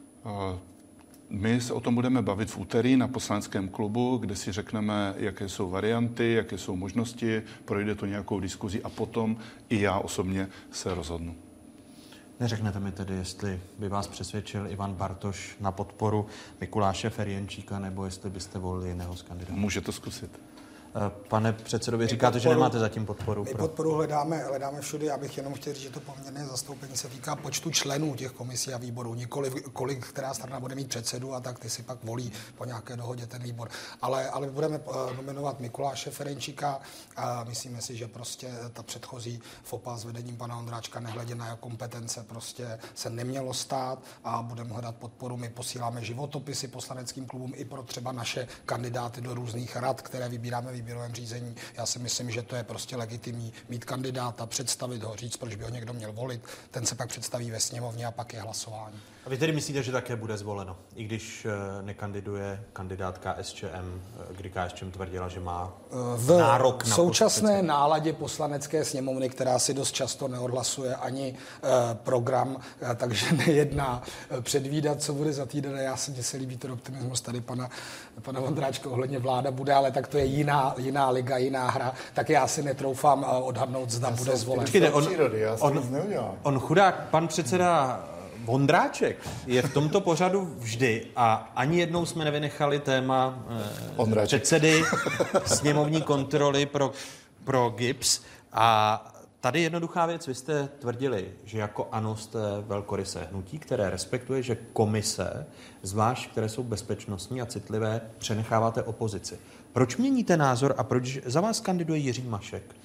My se o tom budeme bavit v úterý na poslaneckém klubu, kde si řekneme, jaké jsou varianty, jaké jsou možnosti, projde to nějakou diskuzi a potom i já osobně se rozhodnu. Neřeknete mi tedy, jestli by vás přesvědčil Ivan Bartoš na podporu Mikuláše Ferjenčíka, nebo jestli byste volili jiného z kandidátů? Můžete zkusit. Pane předsedo, vy říkáte, že nemáte zatím podporu. My podporu hledáme všude. Já bych jenom chtěl říct, že to poměrné zastoupení se týká počtu členů těch komisí a výborů, nikoli kolik která strana bude mít předsedu a tak ty si pak volí po nějaké dohodě ten výbor. Ale budeme nominovat Mikuláše Ferjenčíka a myslíme si, že prostě ta předchozí FOPA s vedením pana Ondráčka, nehledě na jeho kompetence, prostě se nemělo stát a budeme hledat podporu. My posíláme životopisy poslaneckým klubům i pro třeba naše kandidáty do různých rad, které vybíráme v výběrovém řízení. Já si myslím, že to je prostě legitimní mít kandidáta, představit ho, říct, proč by ho někdo měl volit, ten se pak představí ve sněmovně a pak je hlasování. A vy tedy myslíte, že také bude zvoleno, i když nekandiduje kandidát KSČM, kdy KSČM tvrdila, že má nárok na v současné náladě poslanecké sněmovny, která si dost často neodhlasuje ani program, takže nejedná předvídat, co bude za týden. Mně se líbí ten optimismus tady pana Vondráčka ohledně vláda bude, ale tak to je jiná liga, jiná hra, tak já si netroufám odhadnout, zda bude zvolen. On chudák, pan předseda Vondráček je v tomto pořadu vždy a ani jednou jsme nevynechali téma předsedy sněmovní kontroly pro GIBS. A tady jednoduchá věc, vy jste tvrdili, že jako ANO jste velkorysé hnutí, které respektuje, že komise, zvlášť které jsou bezpečnostní a citlivé, přenecháváte opozici. Proč měníte názor a proč za vás kandiduje Jiří Mašek?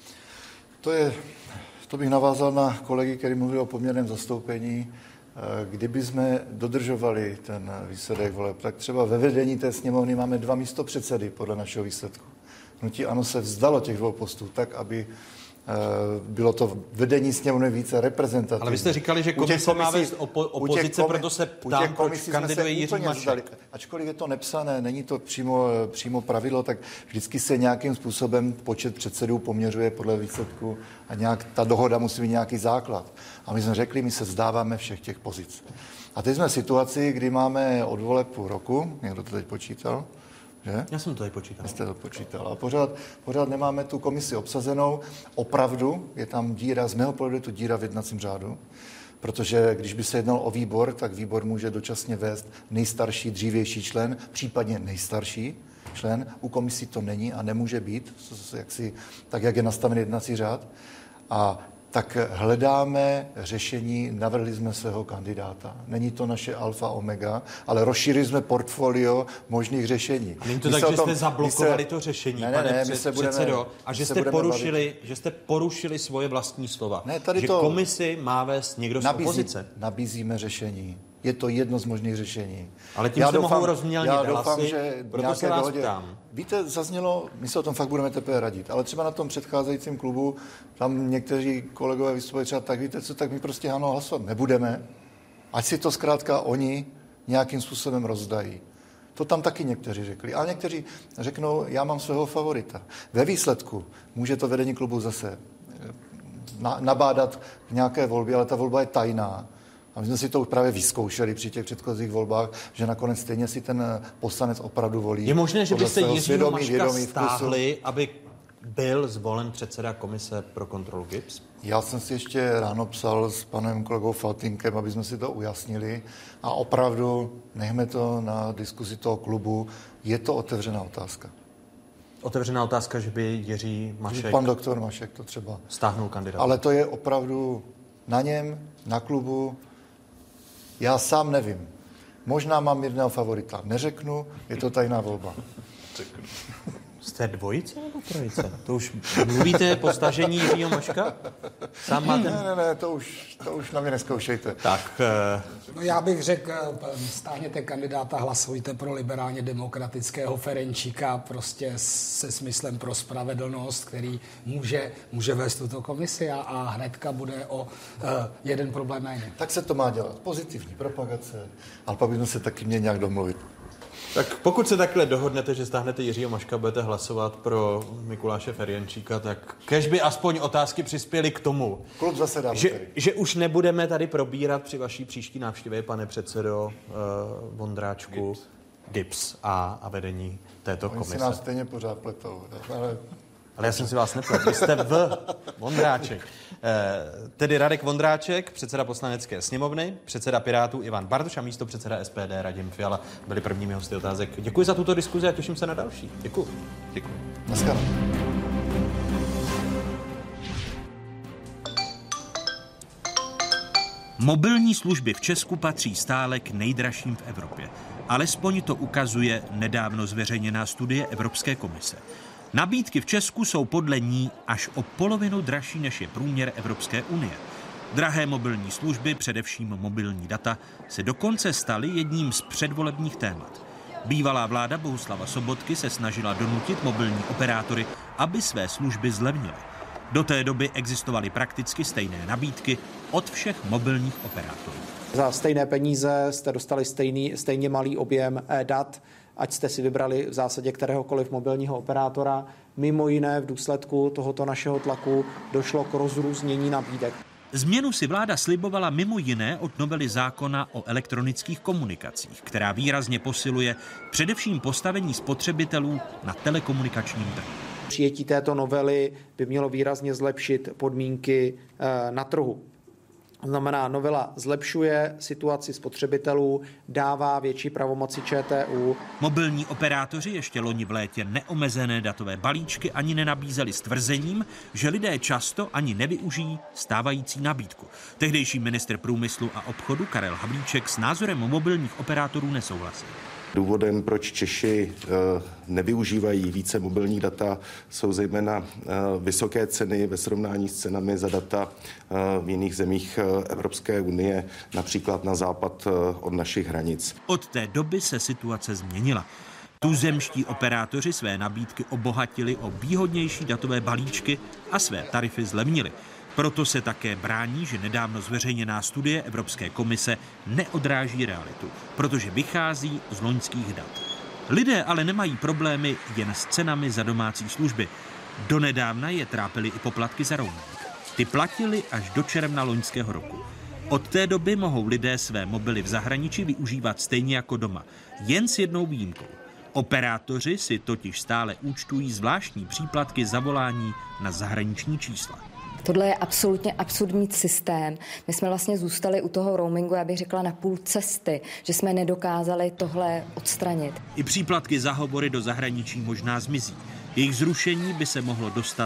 To bych navázal na kolegy, který mluvil o poměrném zastoupení. Kdyby jsme dodržovali ten výsledek voleb, tak třeba ve vedení té sněmovny máme 2 místopředsedy podle našeho výsledku. Hnutí ANO se vzdalo těch 2 postů tak, aby bylo to vedení sněmovny více reprezentativní. Ale vy jste říkali, že komise má vést opozice, proto se ptám, proč kandiduje Jiří Mašek. Ačkoliv je to nepsané, není to přímo pravidlo, tak vždycky se nějakým způsobem počet předsedů poměřuje podle výsledku a nějak ta dohoda musí být nějaký základ. A my jsme řekli, my se vzdáváme všech těch pozic. A teď jsme v situaci, kdy máme od voleb půl roku, někdo to teď počítal, že? Já jsem to tady počítal. Jste to počítal. A pořád nemáme tu komisi obsazenou. Opravdu je tam díra, z mého pohledu je to díra v jednacím řádu, protože když by se jednalo o výbor, tak výbor může dočasně vést nejstarší, dřívější člen, případně nejstarší člen. U komisí to není a nemůže být, tak jak je nastaven jednací řád. A tak hledáme řešení, navrhli jsme svého kandidáta. Není to naše alfa omega, ale rozšířili jsme portfolio možných řešení. Není to tak, že jste zablokovali to řešení, pane předsedo, a že jste porušili svoje vlastní slova. Ne, tady že to komisi má vést někdo z opozice. Nabízíme řešení. Je to jedno z možných řešení. Ale tím se mohou rozmělnit hlasy, že proto se vás ptám. Víte, zaznělo, my se o tom fakt budeme teprve radit, ale třeba na tom předcházejícím klubu, tam někteří kolegové vystupovali třeba, tak víte co, tak my prostě ano, hlasovat nebudeme, ať si to zkrátka oni nějakým způsobem rozdají. To tam taky někteří řekli. Ale někteří řeknou, já mám svého favorita. Ve výsledku může to vedení klubu zase nabádat k nějaké volbě, ale ta volba je tajná. A my jsme si to už právě vyzkoušeli při těch předchozích volbách, že nakonec stejně si ten poslanec opravdu volí. Je možné, že byste Jiřího Maška stáhli, aby byl zvolen předseda komise pro kontrolu GIBS? Já jsem si ještě ráno psal s panem kolegou Faltýnkem, aby jsme si to ujasnili. A opravdu nechme to na diskusi toho klubu. Je to otevřená otázka. Otevřená otázka, že by Jiří Mašek... Pan doktor Mašek to třeba... stáhnul kandidát. Ale to je opravdu na něm, na klubu. Já sám nevím. Možná mám jedného favorita. Neřeknu, je to tajná volba. Jste dvojice nebo trojice? To už mluvíte po stažení Jiřího Maška? Sám máte... Ne, to už na mě nezkoušejte. Tak... No já bych řekl, stáhněte kandidáta, hlasujte pro liberálně demokratického Ferenčíka, prostě se smyslem pro spravedlnost, který může vést tuto komisi a hnedka bude o jeden problém méně. Tak se to má dělat. Pozitivní propagace, ale pak bychom se taky měli nějak domluvit. Tak pokud se takhle dohodnete, že stáhnete Jiřího Maška, budete hlasovat pro Mikuláše Ferjenčíka, tak kéž by aspoň otázky přispěly k tomu, že už nebudeme tady probírat při vaší příští návštěvě, pane předsedo Vondráčku, GIBS a vedení této komise. Oni si nás stejně pořád pletou. Ale já jsem si vás nepletl. Vy jste Vondráček. Tedy Radek Vondráček, předseda Poslanecké sněmovny, předseda Pirátů Ivan Bartoš a místo předseda SPD Radim Fiala byli prvními hosty otázek. Děkuji za tuto diskuzi a těším se na další. Děkuji. Naschledanou. Mobilní služby v Česku patří stále k nejdražším v Evropě. Alespoň to ukazuje nedávno zveřejněná studie Evropské komise. Nabídky v Česku jsou podle ní až o polovinu dražší, než je průměr Evropské unie. Drahé mobilní služby, především mobilní data, se dokonce staly jedním z předvolebních témat. Bývalá vláda Bohuslava Sobotky se snažila donutit mobilní operátory, aby své služby zlevnily. Do té doby existovaly prakticky stejné nabídky od všech mobilních operátorů. Za stejné peníze jste dostali stejně malý objem dat, ať jste si vybrali v zásadě kteréhokoliv mobilního operátora. Mimo jiné v důsledku tohoto našeho tlaku došlo k rozrůznění nabídek. Změnu si vláda slibovala mimo jiné od novely zákona o elektronických komunikacích, která výrazně posiluje především postavení spotřebitelů na telekomunikačním trhu. Přijetí této novely by mělo výrazně zlepšit podmínky na trhu. Znamená, novela zlepšuje situaci spotřebitelů, dává větší pravomoci ČTÚ. Mobilní operátoři ještě loni v létě neomezené datové balíčky ani nenabízeli s tvrzením, že lidé často ani nevyužijí stávající nabídku. Tehdejší ministr průmyslu a obchodu Karel Havlíček s názorem mobilních operátorů nesouhlasil. Důvodem, proč Češi nevyužívají více mobilních data, jsou zejména vysoké ceny ve srovnání s cenami za data v jiných zemích Evropské unie, například na západ od našich hranic. Od té doby se situace změnila. Tuzemští operátoři své nabídky obohatili o výhodnější datové balíčky a své tarify zlevnili. Proto se také brání, že nedávno zveřejněná studie Evropské komise neodráží realitu, protože vychází z loňských dat. Lidé ale nemají problémy jen s cenami za domácí služby. Donedávna je trápily i poplatky za roaming. Ty platili až do června loňského roku. Od té doby mohou lidé své mobily v zahraničí využívat stejně jako doma, jen s jednou výjimkou. Operátoři si totiž stále účtují zvláštní příplatky za volání na zahraniční čísla. Tohle je absolutně absurdní systém. My jsme vlastně zůstali u toho roamingu, já bych řekla, na půl cesty, že jsme nedokázali tohle odstranit. I příplatky za hovory do zahraničí možná zmizí. Jejich zrušení by se mohlo dostat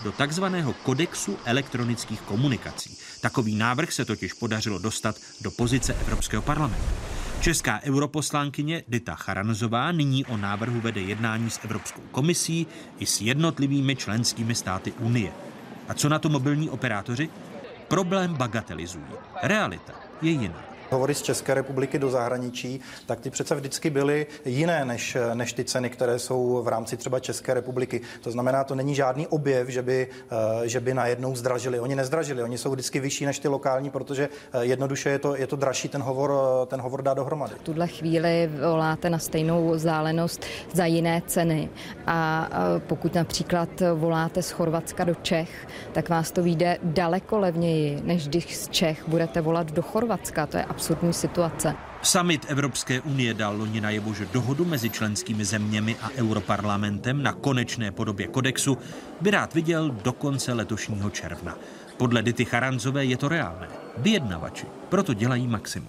do takzvaného kodexu elektronických komunikací. Takový návrh se totiž podařilo dostat do pozice Evropského parlamentu. Česká europoslankyně Dita Charanzová nyní o návrhu vede jednání s Evropskou komisí i s jednotlivými členskými státy Unie. A co na to mobilní operátoři? Problém bagatelizují. Realita je jiná. Hovory z České republiky do zahraničí, tak ty přece vždycky byly jiné než ty ceny, které jsou v rámci třeba České republiky. To znamená, to není žádný objev, že by najednou zdražili. Oni nezdražili, oni jsou vždycky vyšší než ty lokální, protože jednoduše je to dražší ten hovor dát dohromady. V tuhle chvíli voláte na stejnou vzdálenost za jiné ceny a pokud například voláte z Chorvatska do Čech, tak vás to vyjde daleko levněji, než když z Čech budete volat do Chorvatska. To je absurdní situace. Summit Evropské unie dal loni najevo, že dohodu mezi členskými zeměmi a Europarlamentem na konečné podobě kodexu by rád viděl do konce letošního června. Podle Dity Charanzové je to reálné. Vyjednavači proto dělají maximum.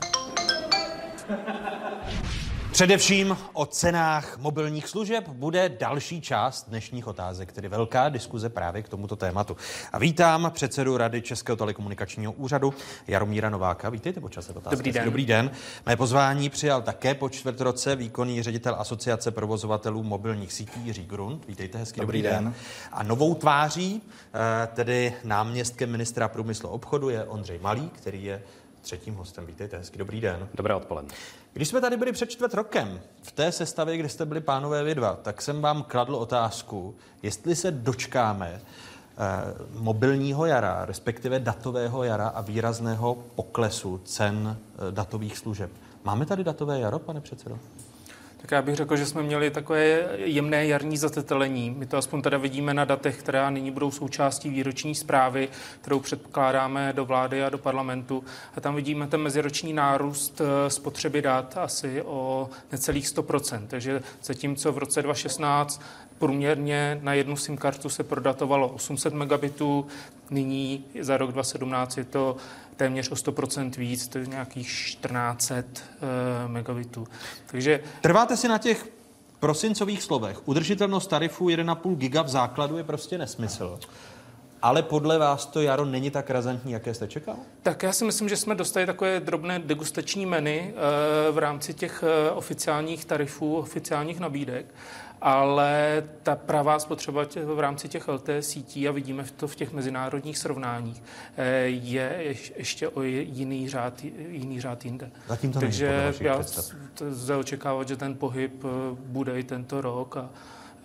Především o cenách mobilních služeb bude další část dnešních otázek, tedy velká diskuze právě k tomuto tématu. A vítám předsedu Rady Českého telekomunikačního úřadu Jaromíra Nováka. Vítejte po čase otázky. Dobrý den. Dobrý den. Mé pozvání přijal také po čtvrtroce výkonný ředitel Asociace provozovatelů mobilních sítí Jiří Grund. Vítejte, hezký dobrý den. A novou tváří, tedy náměstkem ministra průmyslu a obchodu, je Ondřej Malý, který je třetím hostem. Vítejte, hezký dobrý den. Dobré odpoledne. Když jsme tady byli před čtvrt rokem, v té sestavě, kde jste byli pánové vy dva, tak jsem vám kladl otázku, jestli se dočkáme mobilního jara, respektive datového jara a výrazného poklesu cen datových služeb. Máme tady datové jaro, pane předsedo? Tak já bych řekl, že jsme měli takové jemné jarní zatetelení. My to aspoň teda vidíme na datech, která nyní budou součástí výroční zprávy, kterou předkládáme do vlády a do parlamentu. A tam vidíme ten meziroční nárůst spotřeby dat asi o necelých 100%. Takže zatímco v roce 2016 průměrně na jednu SIM kartu se prodatovalo 800 megabitů, nyní za rok 2017 je to téměř o 100% víc, to je nějakých 1400 megabitů. Takže trváte si na těch prosincových slovech. Udržitelnost tarifu 1,5 giga v základu je prostě nesmysl. Ale podle vás to jaro není tak razantní, jaké jste čekal? Tak já si myslím, že jsme dostali takové drobné degustační menu v rámci těch oficiálních tarifů, oficiálních nabídek, ale ta pravá spotřeba v rámci těch LTE sítí, a vidíme to v těch mezinárodních srovnáních, je ještě o jiný řád jinde. Zatím to takže já lze očekávat, že ten pohyb bude i tento rok a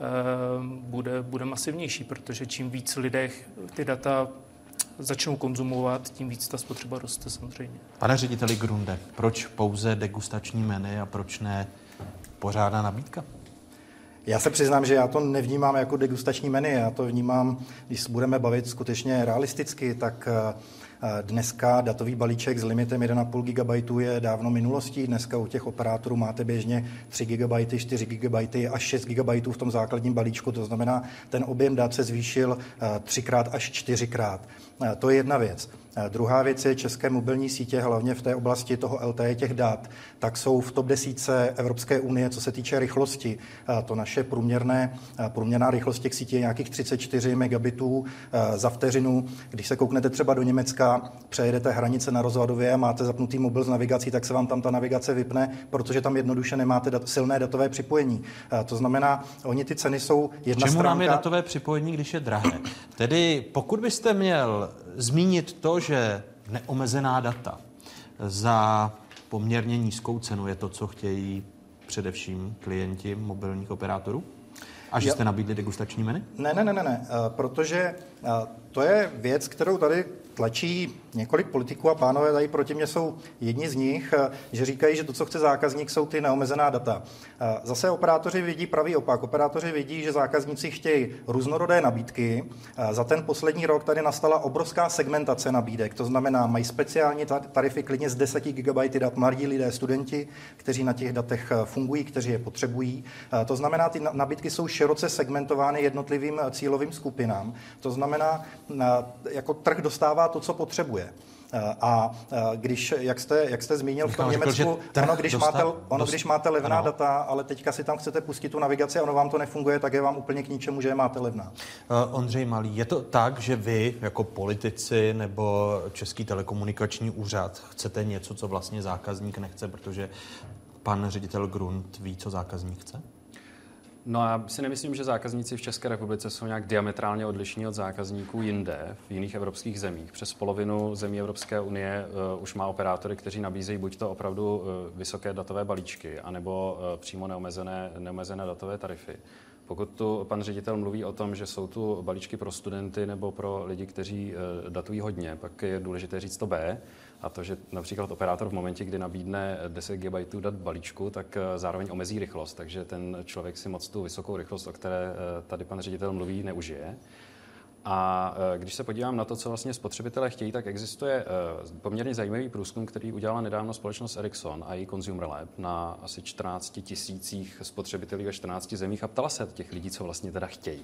bude masivnější, protože čím víc lidé ty data začnou konzumovat, tím víc ta spotřeba roste samozřejmě. Pane řediteli Grunde, proč pouze degustační menu a proč ne pořádná nabídka? Já se přiznám, že já to nevnímám jako degustační menu, já to vnímám, když budeme bavit skutečně realisticky, tak dneska datový balíček s limitem 1,5 GB je dávno minulostí. Dneska u těch operátorů máte běžně 3 GB, 4 GB až 6 GB v tom základním balíčku. To znamená, ten objem dat se zvýšil 3x až 4x. To je jedna věc. Druhá věc je české mobilní sítě, hlavně v té oblasti toho LTE těch dat, tak jsou v top 10 Evropské unie, co se týče rychlosti. To naše průměrná rychlost těch sítí je nějakých 34 megabitů za vteřinu. Když se kouknete třeba do Německa, přejedete hranice na Rozvadově a máte zapnutý mobil s navigací, tak se vám tam ta navigace vypne, protože tam jednoduše nemáte silné datové připojení. To znamená, oni ty ceny jsou jedna Čemu stránka. nám je datové připojení, když je drahé? Tedy pokud byste měl zmínit to, že neomezená data za poměrně nízkou cenu je to, co chtějí především klienti mobilních operátorů? A že jste nabídli degustační menu? Ne, protože to je věc, kterou tady tlačí několik politiků a pánové tady proti mě jsou jedni z nich, že říkají, že to, co chce zákazník, jsou ty neomezená data. Zase operátoři vidí pravý opak. Operátoři vidí, že zákazníci chtějí různorodé nabídky. Za ten poslední rok tady nastala obrovská segmentace nabídek. To znamená, mají speciální tarify klidně z 10 GB dat mladí lidé, studenti, kteří na těch datech fungují, kteří je potřebují. To znamená, ty nabídky jsou široce segmentovány jednotlivým cílovým skupinám. To znamená, jako trh dostává to, co potřebuje. Jak jste zmínil v tom Německu, když máte levná data, ale teďka si tam chcete pustit tu navigaci a ono vám to nefunguje, tak je vám úplně k ničemu, že je máte levná. Ondřej Malý, je to tak, že vy jako politici nebo Český telekomunikační úřad chcete něco, co vlastně zákazník nechce, protože pan ředitel Grund ví, co zákazník chce? No já si nemyslím, že zákazníci v České republice jsou nějak diametrálně odlišní od zákazníků jinde, v jiných evropských zemích. Přes polovinu zemí Evropské unie už má operátory, kteří nabízejí buď to opravdu vysoké datové balíčky, anebo přímo neomezené datové tarify. Pokud tu pan ředitel mluví o tom, že jsou tu balíčky pro studenty nebo pro lidi, kteří datují hodně, pak je důležité říct to B, a to, že například operátor v momentě, kdy nabídne 10 GB dat balíčku, tak zároveň omezí rychlost, takže ten člověk si moc tu vysokou rychlost, o které tady pan ředitel mluví, neužije. A když se podívám na to, co vlastně spotřebitelé chtějí, tak existuje poměrně zajímavý průzkum, který udělala nedávno společnost Ericsson a její Consumer Lab na asi 14 000 spotřebitelů ve 14 zemích a ptala se těch lidí, co vlastně teda chtějí.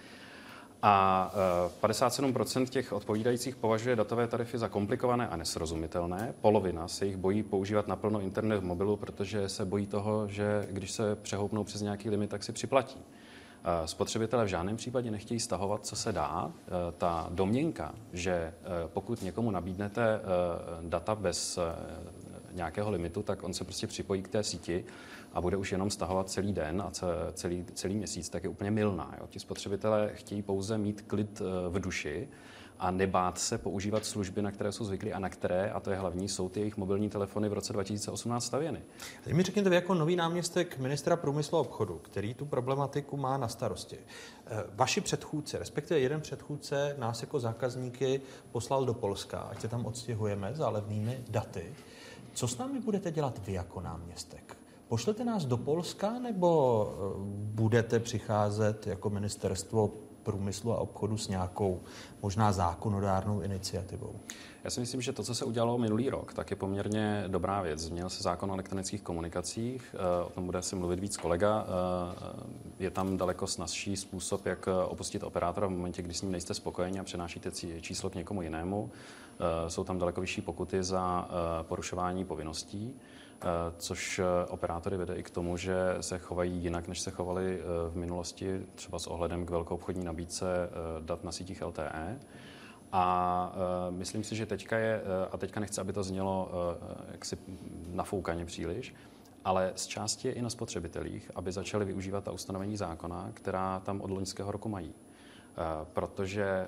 A 57% těch odpovídajících považuje datové tarify za komplikované a nesrozumitelné. Polovina se jich bojí používat naplno internet v mobilu, protože se bojí toho, že když se přehoupnou přes nějaký limit, tak si připlatí. Spotřebitelé v žádném případě nechtějí stahovat, co se dá. Ta domněnka, že pokud někomu nabídnete data bez nějakého limitu, tak on se prostě připojí k té síti a bude už jenom stahovat celý den a celý měsíc, tak je úplně mylná. Jo? Ti spotřebitelé chtějí pouze mít klid v duši a nebát se používat služby, na které jsou zvyklí a na které, a to je hlavní, jsou ty jejich mobilní telefony v roce 2018 stavěny. Teď mi řekněte, vy jako nový náměstek ministra průmyslu a obchodu, který tu problematiku má na starosti. Vaši předchůdci, respektive jeden předchůdce nás jako zákazníky poslal do Polska, ať se tam odstěhujeme za levnými daty. Co s námi budete dělat vy jako náměstek? Pošlete nás do Polska nebo budete přicházet jako ministerstvo průmyslu a obchodu s nějakou možná zákonodárnou iniciativou? Já si myslím, že to, co se udělalo minulý rok, tak je poměrně dobrá věc. Změnil se zákon o elektronických komunikacích, o tom bude si mluvit víc kolega. Je tam daleko snazší způsob, jak opustit operátora v momentě, kdy s ním nejste spokojeni a přenášíte číslo k někomu jinému. Jsou tam daleko vyšší pokuty za porušování povinností, což operátory vede i k tomu, že se chovají jinak, než se chovali v minulosti, třeba s ohledem k velkoobchodní nabídce dat na sítích LTE. A myslím si, že teďka nechci, aby to znělo jaksi nafoukaně příliš, ale z části je i na spotřebitelích, aby začali využívat ta ustanovení zákona, která tam od loňského roku mají. Protože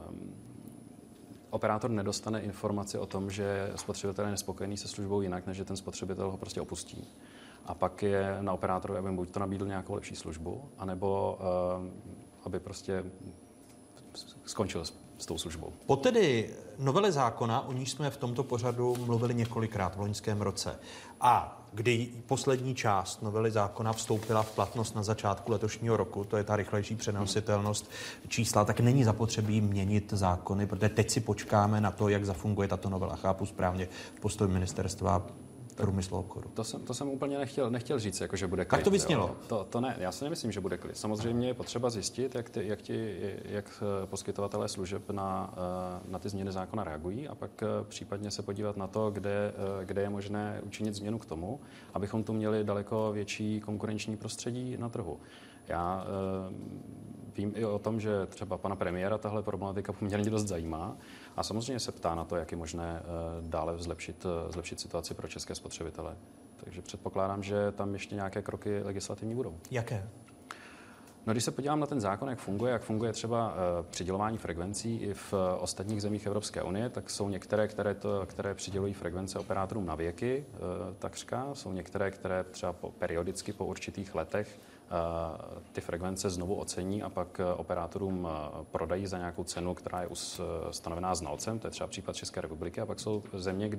operátor nedostane informaci o tom, že spotřebitel je nespokojený se službou jinak, než že ten spotřebitel ho prostě opustí. A pak je na operátorovi, aby buď to nabídl nějakou lepší službu, anebo aby prostě skončil s tou službou. Po tedy novely zákona, o níž jsme v tomto pořadu mluvili několikrát v loňském roce, a kdy poslední část novely zákona vstoupila v platnost na začátku letošního roku, to je ta rychlejší přenositelnost čísla, tak není zapotřebí měnit zákony, protože teď si počkáme na to, jak zafunguje tato novela. Chápu správně postoj ministerstva průmyslu a obchodu. To jsem úplně nechtěl říct, jako že bude klid. Tak to vysnělo. To ne, já si nemyslím, že bude klid. Samozřejmě je potřeba zjistit, jak poskytovatelé služeb na ty změny zákona reagují a pak případně se podívat na to, kde je možné učinit změnu k tomu, abychom tu měli daleko větší konkurenční prostředí na trhu. Já vím i o tom, že třeba pana premiéra tahle problematika poměrně dost zajímá a samozřejmě se ptá na to, jak je možné dále zlepšit situaci pro české spotřebitele. Takže předpokládám, že tam ještě nějaké kroky legislativní budou. Jaké? No, když se podívám na ten zákon, jak funguje třeba přidělování frekvencí i v ostatních zemích Evropské unie, tak jsou některé, které přidělují frekvence operátorům na věky, takřka. Jsou některé, které třeba periodicky po určitých letech ty frekvence znovu ocení a pak operátorům prodají za nějakou cenu, která je stanovená znalcem, to je třeba případ České republiky, a pak jsou země,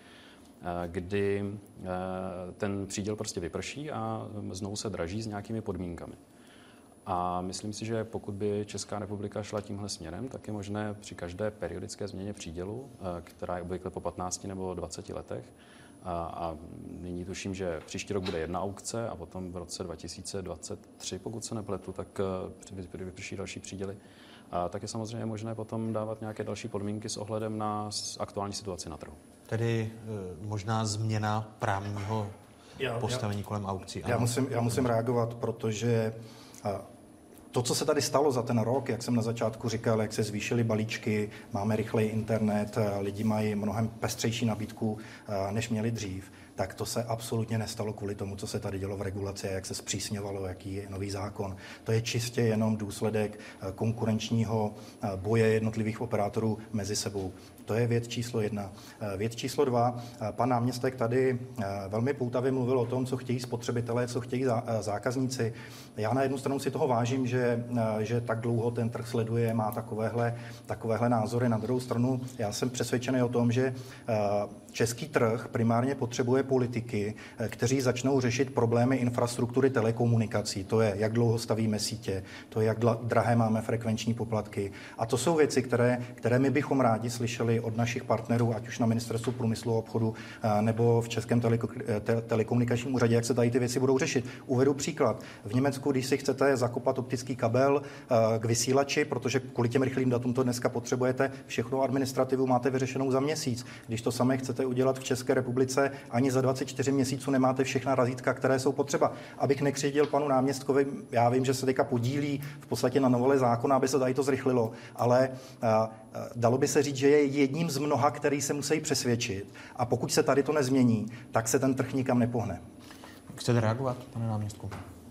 kdy ten příděl prostě vyprší a znovu se draží s nějakými podmínkami. A myslím si, že pokud by Česká republika šla tímhle směrem, tak je možné při každé periodické změně přídělu, která je obvykle po 15 nebo 20 letech, a nyní tuším, že příští rok bude jedna aukce a potom v roce 2023, pokud se nepletu, tak vyprší další příděly. tak je samozřejmě možné potom dávat nějaké další podmínky s ohledem na aktuální situaci na trhu. Tedy možná změna právního postavení kolem aukcí. Já musím reagovat, protože to, co se tady stalo za ten rok, jak jsem na začátku říkal, jak se zvýšily balíčky, máme rychlej internet, lidi mají mnohem pestřejší nabídku, než měli dřív, tak to se absolutně nestalo kvůli tomu, co se tady dělo v regulaci a jak se zpřísňovalo, jaký je nový zákon. To je čistě jenom důsledek konkurenčního boje jednotlivých operátorů mezi sebou. To je věc číslo 1. Věc číslo 2. Pan náměstek tady velmi poutavě mluvil o tom, co chtějí spotřebitelé, co chtějí zákazníci. Já na jednu stranu si toho vážím, že tak dlouho ten trh sleduje, má takovéhle názory. Na druhou stranu já jsem přesvědčený o tom, že český trh primárně potřebuje politiky, kteří začnou řešit problémy infrastruktury telekomunikací. To je, jak dlouho stavíme sítě, to je, jak drahé máme frekvenční poplatky. A to jsou věci, které my bychom rádi slyšeli od našich partnerů, ať už na Ministerstvu průmyslu a obchodu nebo v Českém telekomunikačním úřadě, jak se tady ty věci budou řešit. Uvedu příklad. V Německu, když si chcete zakopat optický kabel k vysílači, protože kvůli těm rychlým datům to dneska potřebujete, všechno administrativu máte vyřešenou za měsíc. Když to samé chcete udělat v České republice, ani za 24 měsíců nemáte všechna razítka, které jsou potřeba. Abych nekřivdil panu náměstkovi, já vím, že se teďka podílí v podstatě na novele zákona, aby se tady to zrychlilo, ale dalo by se říct, že je jedním z mnoha, který se musí přesvědčit. A pokud se tady to nezmění, tak se ten trh nikam nepohne. Chcete reagovat, pane náměstku?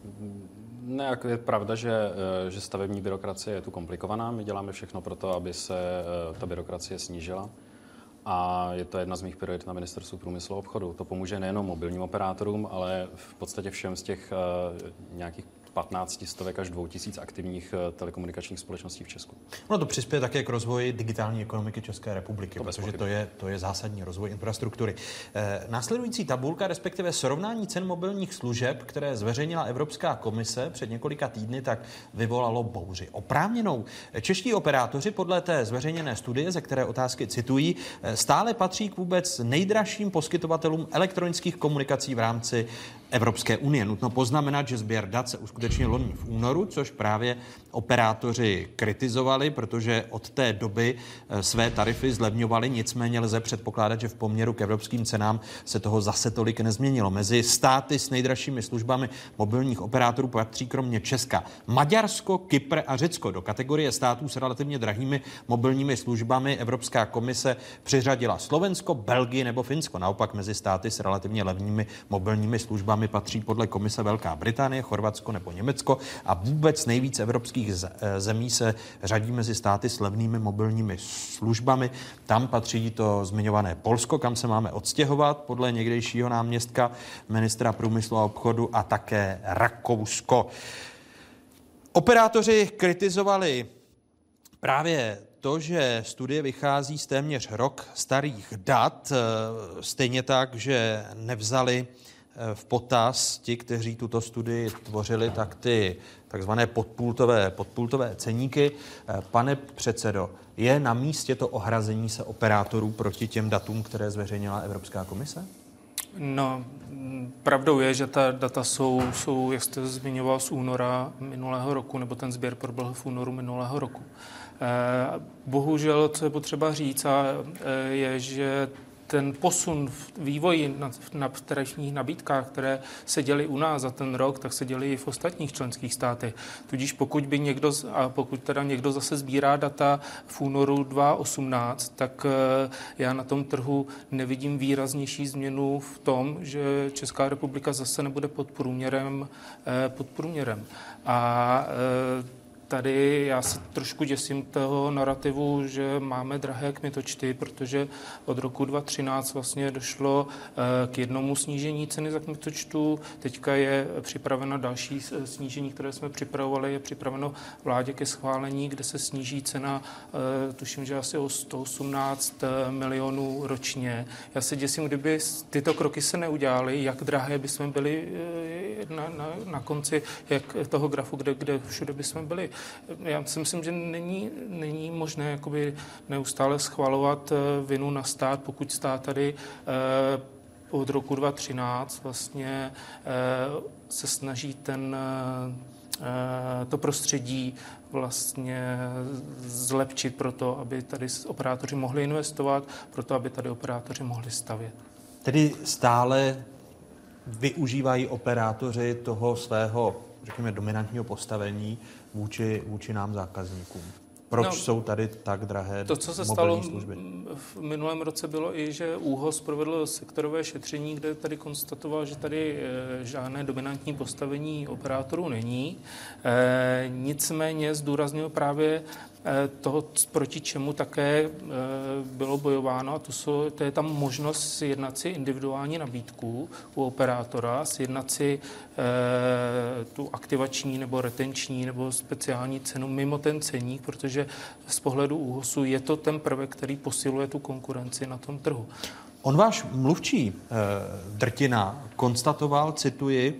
Ne, je pravda, že stavební byrokracie je tu komplikovaná. My děláme všechno pro to, aby se ta byrokracie snížila. A je to jedna z mých priorit na Ministerstvu průmyslu a obchodu. To pomůže nejenom mobilním operátorům, ale v podstatě všem z těch nějakých 15 stovek až 2000 aktivních telekomunikačních společností v Česku. No to přispěje také k rozvoji digitální ekonomiky České republiky, protože to je zásadní rozvoj infrastruktury. Následující tabulka, respektive srovnání cen mobilních služeb, které zveřejnila Evropská komise před několika týdny, tak vyvolalo bouři. Oprávněnou. Čeští operátoři podle té zveřejněné studie, ze které otázky citují, stále patří k vůbec nejdražším poskytovatelům elektronických komunikací v rámci Evropské unie. Nutno poznamenat, že sběr dat se uskutečnil loni v únoru, což právě operátoři kritizovali, protože od té doby své tarify zlevňovali, nicméně lze předpokládat, že v poměru k evropským cenám se toho zase tolik nezměnilo. Mezi státy s nejdražšími službami mobilních operátorů patří kromě Česka Maďarsko, Kypr a Řecko. Do kategorie států s relativně drahými mobilními službami Evropská komise přiřadila Slovensko, Belgii nebo Finsko. Naopak mezi státy s relativně levnými mobilními službami patří podle komise Velká Británie, Chorvatsko nebo Německo a vůbec nejvíc evropských zemí se řadí mezi státy s levnými mobilními službami. Tam patří to zmiňované Polsko, kam se máme odstěhovat podle někdejšího náměstka ministra průmyslu a obchodu, a také Rakousko. Operátoři kritizovali právě to, že studie vychází z téměř rok starých dat, stejně tak, že nevzali v potaz ti, kteří tuto studii tvořili, tak ty takzvané podpultové ceníky. Pane předsedo, je na místě to ohrazení se operátorů proti těm datům, které zveřejnila Evropská komise? No, pravdou je, že ta data jsou, jak jste zmiňoval, z února minulého roku, nebo ten sběr proběhl v únoru minulého roku. Bohužel, co je potřeba říct, je, že ten posun v vývoji na tržních nabídkách, které se děly u nás za ten rok, tak se děly i v ostatních členských státech. Tudíž pokud teda někdo zase sbírá data v únoru 2018, tak já na tom trhu nevidím výraznější změnu v tom, že Česká republika zase nebude pod průměrem. A tady já se trošku děsím toho narrativu, že máme drahé kmitočty, protože od roku 2013 vlastně došlo k jednomu snížení ceny za kmitočtu. Teďka je připraveno další snížení, které jsme připravovali, je připraveno vládě ke schválení, kde se sníží cena, tuším, že asi o 118 milionů ročně. Já se děsím, kdyby tyto kroky se neudělaly, jak drahé bychom byli na konci toho grafu, kde všude bychom byli. Já si myslím, že není možné jakoby neustále schvalovat vinu na stát, pokud stát tady od roku 2013 vlastně se snaží to prostředí vlastně zlepšit pro to, aby tady operátoři mohli investovat, pro to, aby tady operátoři mohli stavět. Tedy stále využívají operátoři toho svého, řekněme, dominantního postavení vůči nám zákazníkům. Proč jsou tady tak drahé to, co se mobilní stalo služby? v minulém roce, bylo i, že ÚHOS provedl sektorové šetření, kde tady konstatoval, že tady žádné dominantní postavení operátorů není. Nicméně zdůraznil právě toho, proti čemu také bylo bojováno, a to je tam možnost sjednat si individuální nabídku u operátora, sjednat si tu aktivační nebo retenční nebo speciální cenu mimo ten ceník, protože z pohledu ÚHOSu je to ten prvek, který posiluje tu konkurenci na tom trhu. On váš mluvčí Drtina konstatoval, cituji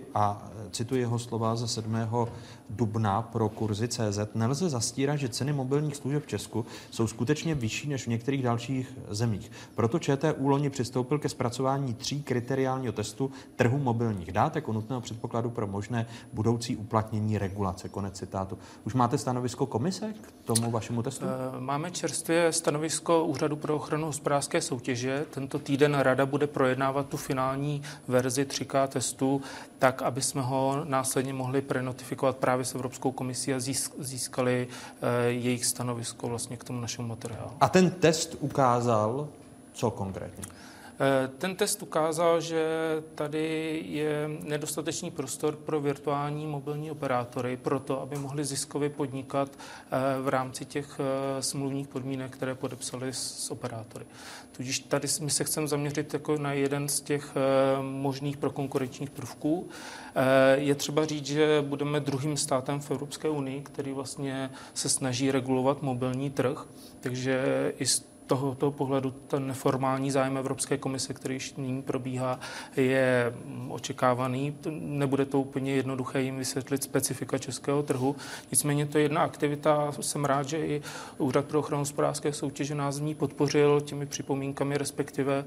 jeho slova ze 7. dubna pro Kurzy.cz, nelze zastírat, že ceny mobilních služeb v Česku jsou skutečně vyšší než v některých dalších zemích. Proto ČTÚ loni přistoupil ke zpracování 3 kriteriálního testu trhu mobilních dat jako nutného předpokladu pro možné budoucí uplatnění regulace. Konec citátu. Už máte stanovisko komise k tomu vašemu testu? Máme čerstvě stanovisko Úřadu pro ochranu hospodářské soutěže. Tento týden Rada bude projednávat tu finální verzi 3K testu, tak, aby jsme ho následně mohli prenotifikovat právě s Evropskou komisí a získali jejich stanovisko vlastně k tomu našemu materiálu. A ten test ukázal co konkrétně? Ten test ukázal, že tady je nedostatečný prostor pro virtuální mobilní operátory, proto aby mohli ziskově podnikat v rámci těch smluvních podmínek, které podepsali s operátory. Tudíž tady my se chceme zaměřit jako na jeden z těch možných prokonkurenčních prvků. Je třeba říct, že budeme druhým státem v Evropské unii, který vlastně se snaží regulovat mobilní trh, takže i z tohoto pohledu ten neformální zájem Evropské komise, který již nyní probíhá, je očekávaný. Nebude to úplně jednoduché jim vysvětlit specifika českého trhu. Nicméně to je jedna aktivita. Jsem rád, že i Úřad pro ochranu hospodářské soutěže nás v ní podpořil těmi připomínkami, respektive,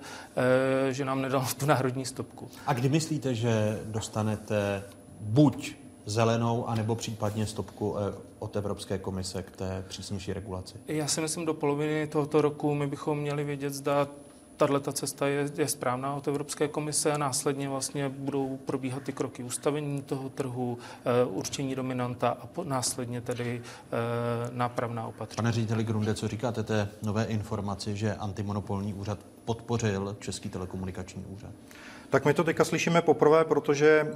že nám nedal tu národní stopku. A kdy myslíte, že dostanete buď zelenou, anebo případně stopku od Evropské komise k té přísnější regulaci? Já si myslím, do poloviny tohoto roku my bychom měli vědět, zda tato cesta je správná od Evropské komise a následně vlastně budou probíhat ty kroky ustavení toho trhu, určení dominanta a následně tedy nápravná opatření. Pane řediteli Grunde, co říkáte té nové informaci, že antimonopolní úřad podpořil Český telekomunikační úřad? Tak my to teďka slyšíme poprvé, protože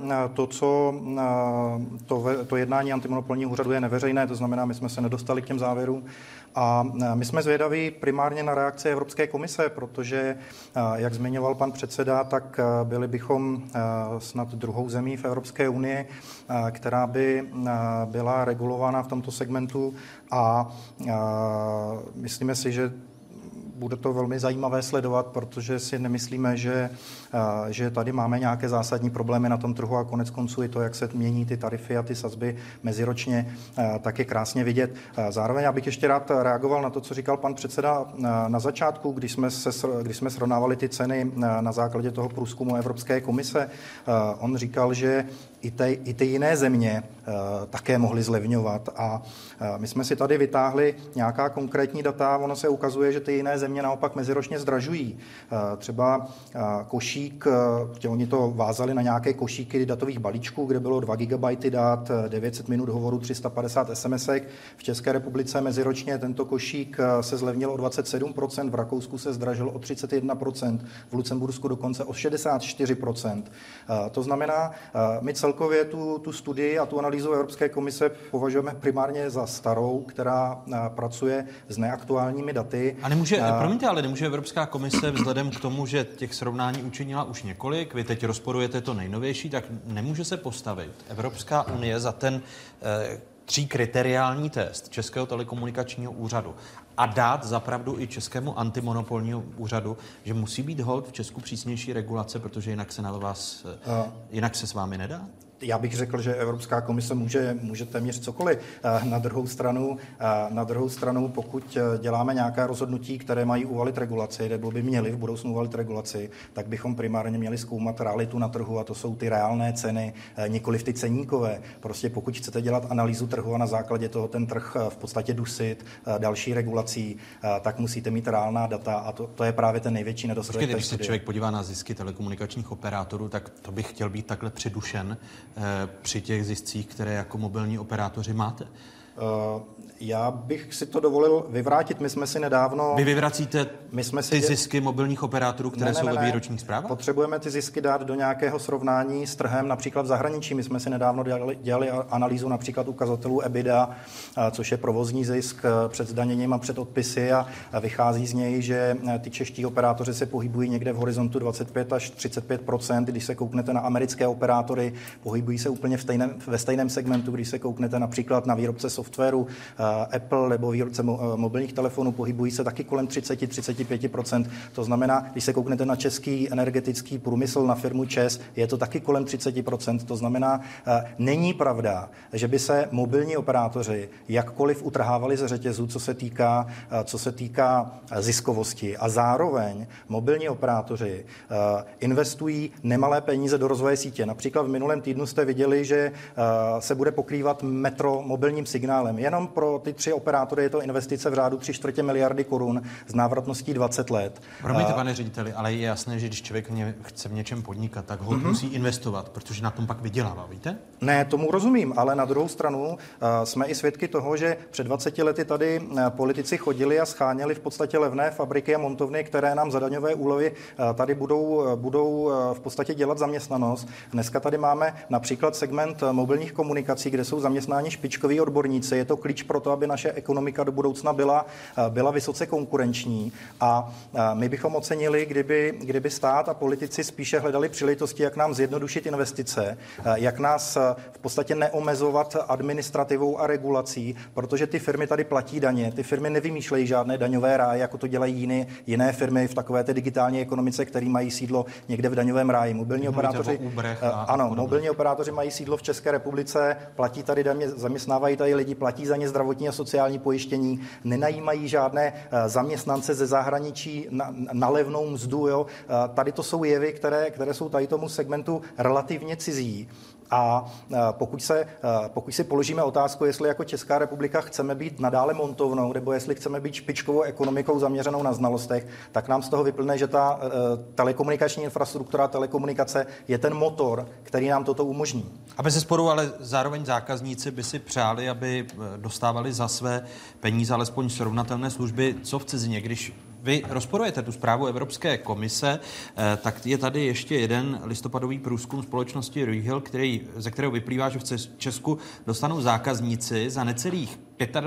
to jednání antimonopolního úřadu je neveřejné, to znamená, my jsme se nedostali k těm závěrům a my jsme zvědaví primárně na reakci Evropské komise, protože, jak zmiňoval pan předseda, tak byli bychom snad druhou zemí v Evropské unii, která by byla regulována v tomto segmentu a myslíme si, že bude to velmi zajímavé sledovat, protože si nemyslíme, že tady máme nějaké zásadní problémy na tom trhu a konec konců i to, jak se mění ty tarify a ty sazby meziročně, tak je krásně vidět. Zároveň abych ještě rád reagoval na to, co říkal pan předseda na začátku, když jsme srovnávali ty ceny na základě toho průzkumu Evropské komise. On říkal, že i ty jiné země také mohly zlevňovat a my jsme si tady vytáhli nějaká konkrétní data, ono se ukazuje, že ty jiné země naopak meziročně zdražují. Třeba košík, oni to vázali na nějaké košíky datových balíčků, kde bylo 2 GB dat, 900 minut hovoru, 350 SMSek. V České republice meziročně tento košík se zlevnil o 27%, v Rakousku se zdražil o 31%, v Lucembursku dokonce o 64%. To znamená, my celkově tu studii a tu analýzu Evropské komise považujeme primárně za starou, která pracuje s neaktuálními daty. A promiňte, ale nemůže Evropská komise vzhledem k tomu, že těch srovnání učinila už několik, vy teď rozporujete to nejnovější, tak nemůže se postavit Evropská unie za ten 3kriteriální test Českého telekomunikačního úřadu a dát zapravdu i Českému antimonopolnímu úřadu, že musí být holt v Česku přísnější regulace, protože jinak se s vámi nedá? Já bych řekl, že Evropská komise může téměř cokoliv. Na druhou stranu, pokud děláme nějaká rozhodnutí, které mají uvalit regulaci, nebo by měly v budoucnu uvalit regulaci, tak bychom primárně měli zkoumat realitu na trhu a to jsou ty reálné ceny, nikoliv ty ceníkové. Prostě pokud chcete dělat analýzu trhu a na základě toho ten trh v podstatě dusit další regulací, tak musíte mít reálná data a to je právě ten největší nedostatek. Počkejte, když se člověk podívá na zisky telekomunikačních operátorů, tak to bych chtěl být takhle přidušen při těch ziscích, které jako mobilní operátoři máte. Já bych si to dovolil vyvrátit. My jsme si nedávno... Vy vyvracíte ty zisky mobilních operátorů, které jsou ve výročních zprávách? Potřebujeme ty zisky dát do nějakého srovnání s trhem, například v zahraničí. My jsme si nedávno dělali analýzu například ukazatelů EBITDA, což je provozní zisk před zdaněním a před odpisy a vychází z něj, že ty čeští operátoři se pohybují někde v horizontu 25 až 35%. Když se kouknete na americké operátory, pohybují se úplně ve stejném segmentu. Když se kouknete například na výrobce softwaru Apple nebo výrobce mobilních telefonů, pohybují se taky kolem 30-35%. To znamená, když se kouknete na český energetický průmysl, na firmu ČEZ, je to taky kolem 30%. To znamená, není pravda, že by se mobilní operátoři jakkoliv utrhávali ze řetězu, co se týká ziskovosti. A zároveň mobilní operátoři investují nemalé peníze do rozvoje sítě. Například v minulém týdnu jste viděli, že se bude pokrývat metro mobilním signálem. Jenom pro ty 3 operátory je to investice v řádu 3/4 miliardy korun s návratností 20 let. Promiňte, pane řediteli, ale je jasné, že když člověk chce v něčem podnikat, tak ho musí investovat, protože na tom pak vydělává, víte? Ne, tomu rozumím, ale na druhou stranu jsme i svědky toho, že před 20 lety tady politici chodili a scháněli v podstatě levné fabriky a montovny, které nám za daňové úlevy tady budou v podstatě dělat zaměstnanost. Dneska tady máme například segment mobilních komunikací, kde jsou zaměstnáni špičkoví odborníci. Je to klíč pro to, aby naše ekonomika do budoucna byla vysoce konkurenční. A my bychom ocenili, kdyby stát a politici spíše hledali příležitosti, jak nám zjednodušit investice, jak nás v podstatě neomezovat administrativou a regulací, protože ty firmy tady platí daně. Ty firmy nevymýšlejí žádné daňové ráje, jako to dělají jiné firmy v takové té digitální ekonomice, které mají sídlo někde v daňovém ráji. Mobilní operátoři mají sídlo v České republice, platí tady daně, zaměstnávají tady lidi, platí za ně zdravotní a sociální pojištění, nenajímají žádné zaměstnance ze zahraničí na levnou mzdu. Jo. Tady to jsou jevy, které jsou tady tomu segmentu relativně cizí. A pokud si položíme otázku, jestli jako Česká republika chceme být nadále montovnou, nebo jestli chceme být špičkovou ekonomikou zaměřenou na znalostech, tak nám z toho vyplyne, že ta telekomunikační infrastruktura, telekomunikace je ten motor, který nám toto umožní. A bezesporu, ale zároveň zákazníci by si přáli, aby dostávali za své peníze alespoň srovnatelné služby, co v cizině. Když vy rozporujete tu zprávu Evropské komise, tak je tady ještě jeden listopadový průzkum společnosti Rehill, ze kterého vyplývá, že v Česku dostanou zákazníci za necelých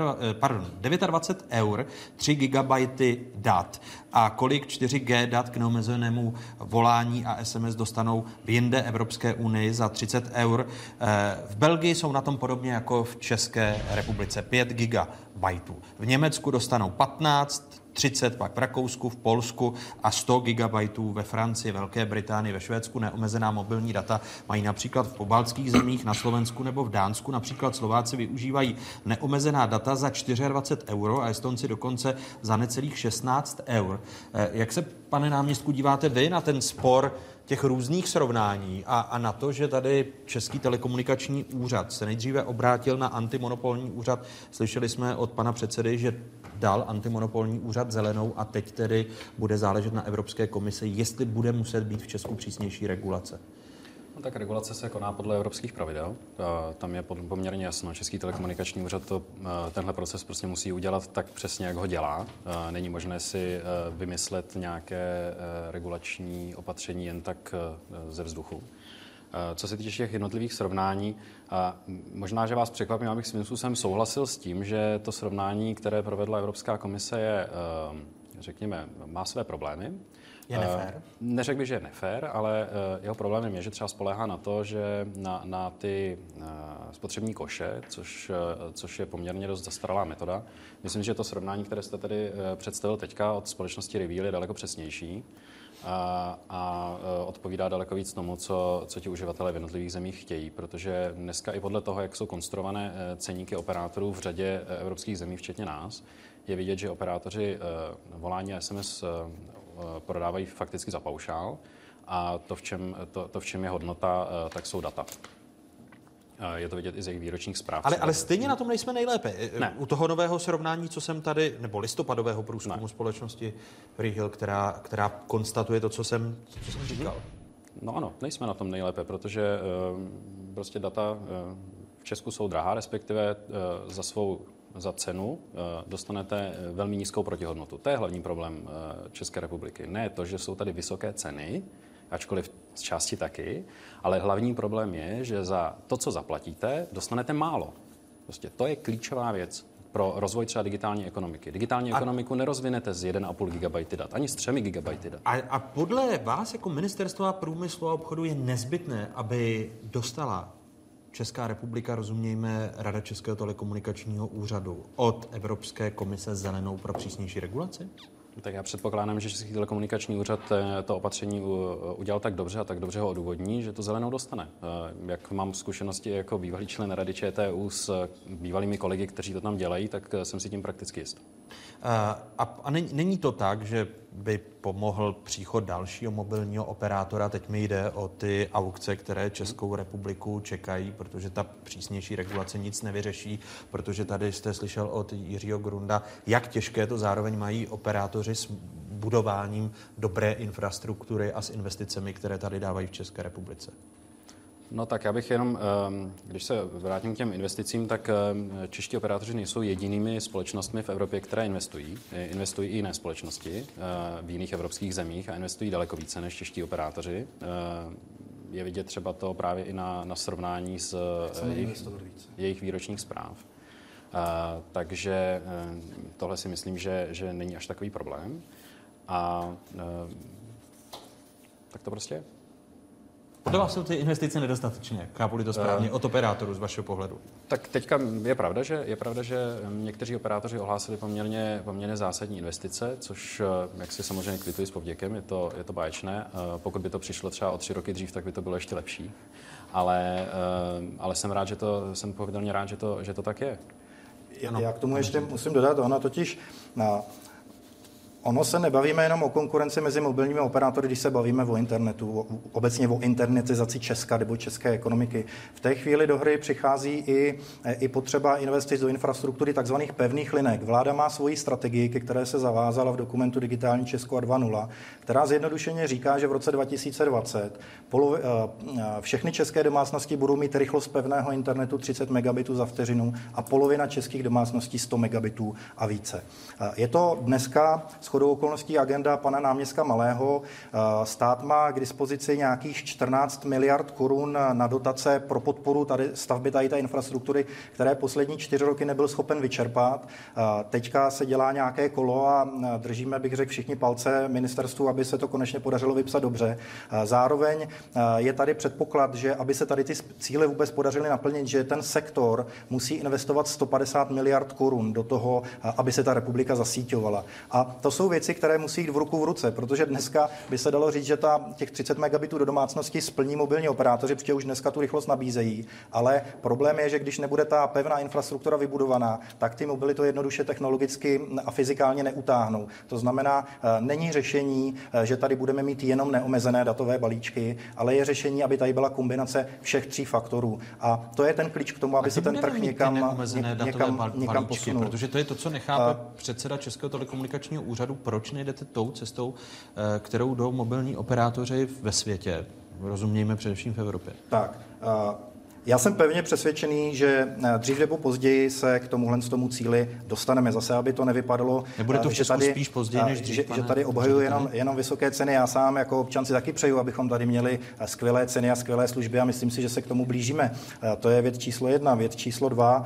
29 eur 3 gigabajty dat. A kolik 4G dat k neomezenému volání a SMS dostanou v jinde Evropské unii za 30 eur. V Belgii jsou na tom podobně jako v České republice 5 gigabajtů. V Německu dostanou 15, 30 pak v Rakousku, v Polsku a 100 gigabajtů ve Francii, Velké Británii, ve Švédsku. Neomezená mobilní data mají například v pobaltských zemích, na Slovensku nebo v Dánsku. Například Slováci využívají neomezená data za 24 euro a Estonci dokonce za necelých 16 eur. Jak se, pane náměstku, díváte vy na ten spor těch různých srovnání a na to, že tady Český telekomunikační úřad se nejdříve obrátil na antimonopolní úřad? Slyšeli jsme od pana předsedy, že dal antimonopolní úřad zelenou a teď tedy bude záležet na Evropské komisi, jestli bude muset být v Česku přísnější regulace. No, tak regulace se koná podle evropských pravidel. Tam je poměrně jasno. Český telekomunikační úřad tenhle proces prostě musí udělat tak přesně, jak ho dělá. Není možné si vymyslet nějaké regulační opatření jen tak ze vzduchu. Co se týče těch jednotlivých srovnání, možná, že vás překvapím, abych svým způsobem souhlasil s tím, že to srovnání, které provedla Evropská komise, je, řekněme, má své problémy. Je nefér? Neřekl bych, že je nefér, ale jeho problémem je, že třeba spoléhá na to, že na ty spotřební koše, což je poměrně dost zastaralá metoda. Myslím, že to srovnání, které jste tady představil teďka od společnosti Reveal, je daleko přesnější. a odpovídá daleko víc tomu, co ti uživatelé v jednotlivých zemích chtějí, protože dneska i podle toho, jak jsou konstruované ceníky operátorů v řadě evropských zemí, včetně nás, je vidět, že operátoři volání a SMS prodávají fakticky za paušál a to, v čem je hodnota, tak jsou data. Je to vidět i z jejich výročních zpráv. Ale stejně na tom nejsme nejlépe. Ne. U toho nového srovnání, co jsem tady, nebo listopadového průzkumu společnosti Rehill, která konstatuje to, co jsem říkal. No ano, nejsme na tom nejlépe, protože prostě data v Česku jsou drahá, respektive za cenu dostanete velmi nízkou protihodnotu. To je hlavní problém České republiky. Ne to, že jsou tady vysoké ceny, ačkoliv z části taky, ale hlavní problém je, že za to, co zaplatíte, dostanete málo. Prostě to je klíčová věc pro rozvoj třeba digitální ekonomiky. Digitální ekonomiku nerozvinete z 1,5 GB dat, ani z 3 GB dat. A podle vás jako Ministerstva průmyslu a obchodu je nezbytné, aby dostala Česká republika, rozumějme Rada Českého telekomunikačního úřadu, od Evropské komise zelenou pro přísnější regulaci? Tak já předpokládám, že Český telekomunikační úřad to opatření udělal tak dobře a tak dobře ho odůvodní, že to zelenou dostane. Jak mám zkušenosti jako bývalý člen Rady ČTÚ s bývalými kolegy, kteří to tam dělají, tak jsem si tím prakticky jist. A není to tak, že by pomohl příchod dalšího mobilního operátora? Teď mi jde o ty aukce, které Českou republiku čekají, protože ta přísnější regulace nic nevyřeší, protože tady jste slyšel od Jiřího Grunda, jak těžké to zároveň mají operátoři s budováním dobré infrastruktury a s investicemi, které tady dávají v České republice. No tak já bych jenom, když se vrátím k těm investicím, tak čeští operátoři nejsou jedinými společnostmi v Evropě, které investují. Investují i jiné společnosti v jiných evropských zemích a investují daleko více než čeští operátoři. Je vidět třeba to právě i na srovnání s jejich výročních zpráv. Takže tohle si myslím, že není až takový problém. A tak to prostě je. Podle vás jsou ty investice nedostatečné, chápu-li to správně, od operátorů z vašeho pohledu? Tak teďka je pravda, že někteří operátoři ohlásili poměrně zásadní investice, což jak si samozřejmě kvituji s povděkem, je to báječné. Pokud by to přišlo třeba o 3 roky dřív, tak by to bylo ještě lepší. Ale jsem pochopitelně rád, že to tak je. Já k tomu ještě musím dodat, ono se nebavíme jenom o konkurenci mezi mobilními operátory, když se bavíme o internetu, obecně o internetizaci Česka nebo české ekonomiky. V té chvíli do hry přichází i potřeba investic do infrastruktury takzvaných pevných linek. Vláda má svoji strategii, ke které se zavázala v dokumentu Digitální Česko 2.0, která zjednodušeně říká, že v roce 2020 všechny české domácnosti budou mít rychlost pevného internetu 30 megabitů za vteřinu a polovina českých domácností 100 megabitů a více. Je to dneska shodou okolností agenda pana náměstka Malého. Stát má k dispozici nějakých 14 miliard korun na dotace pro podporu stavby té infrastruktury, které poslední 4 roky nebyl schopen vyčerpat. Teďka se dělá nějaké kolo a držíme, bych řekl, všichni palce ministerstvu, aby se to konečně podařilo vypsat dobře. Zároveň je tady předpoklad, že aby se tady ty cíle vůbec podařily naplnit, že ten sektor musí investovat 150 miliard korun do toho, aby se ta republika zasíťovala. A to jsou věci, které musí jít v ruku v ruce, protože dneska by se dalo říct, že těch 30 megabitů do domácnosti splní mobilní operátoři, protože už dneska tu rychlost nabízejí, ale problém je, že když nebude ta pevná infrastruktura vybudovaná, tak ty mobily to jednoduše technologicky a fyzikálně neutáhnou. To znamená, není řešení, že tady budeme mít jenom neomezené datové balíčky, ale je řešení, aby tady byla kombinace všech 3 faktorů. A to je ten klíč k tomu, aby se ten trh někam posunul. Protože to je to, co nechápe předseda Českého telekomunikačního úřadu, proč nejdete tou cestou, kterou jdou mobilní operátoři ve světě, rozumějme především v Evropě. Tak, já jsem pevně přesvědčený, že dřív nebo později se k tomu cíli dostaneme. Zase, aby to nevypadalo, nebude to v Česku spíš později než dřív, že tady obhajuji jenom vysoké ceny. Já sám jako občan si taky přeju, abychom tady měli skvělé ceny a skvělé služby a myslím si, že se k tomu blížíme. To je věc číslo 1. Věc číslo 2,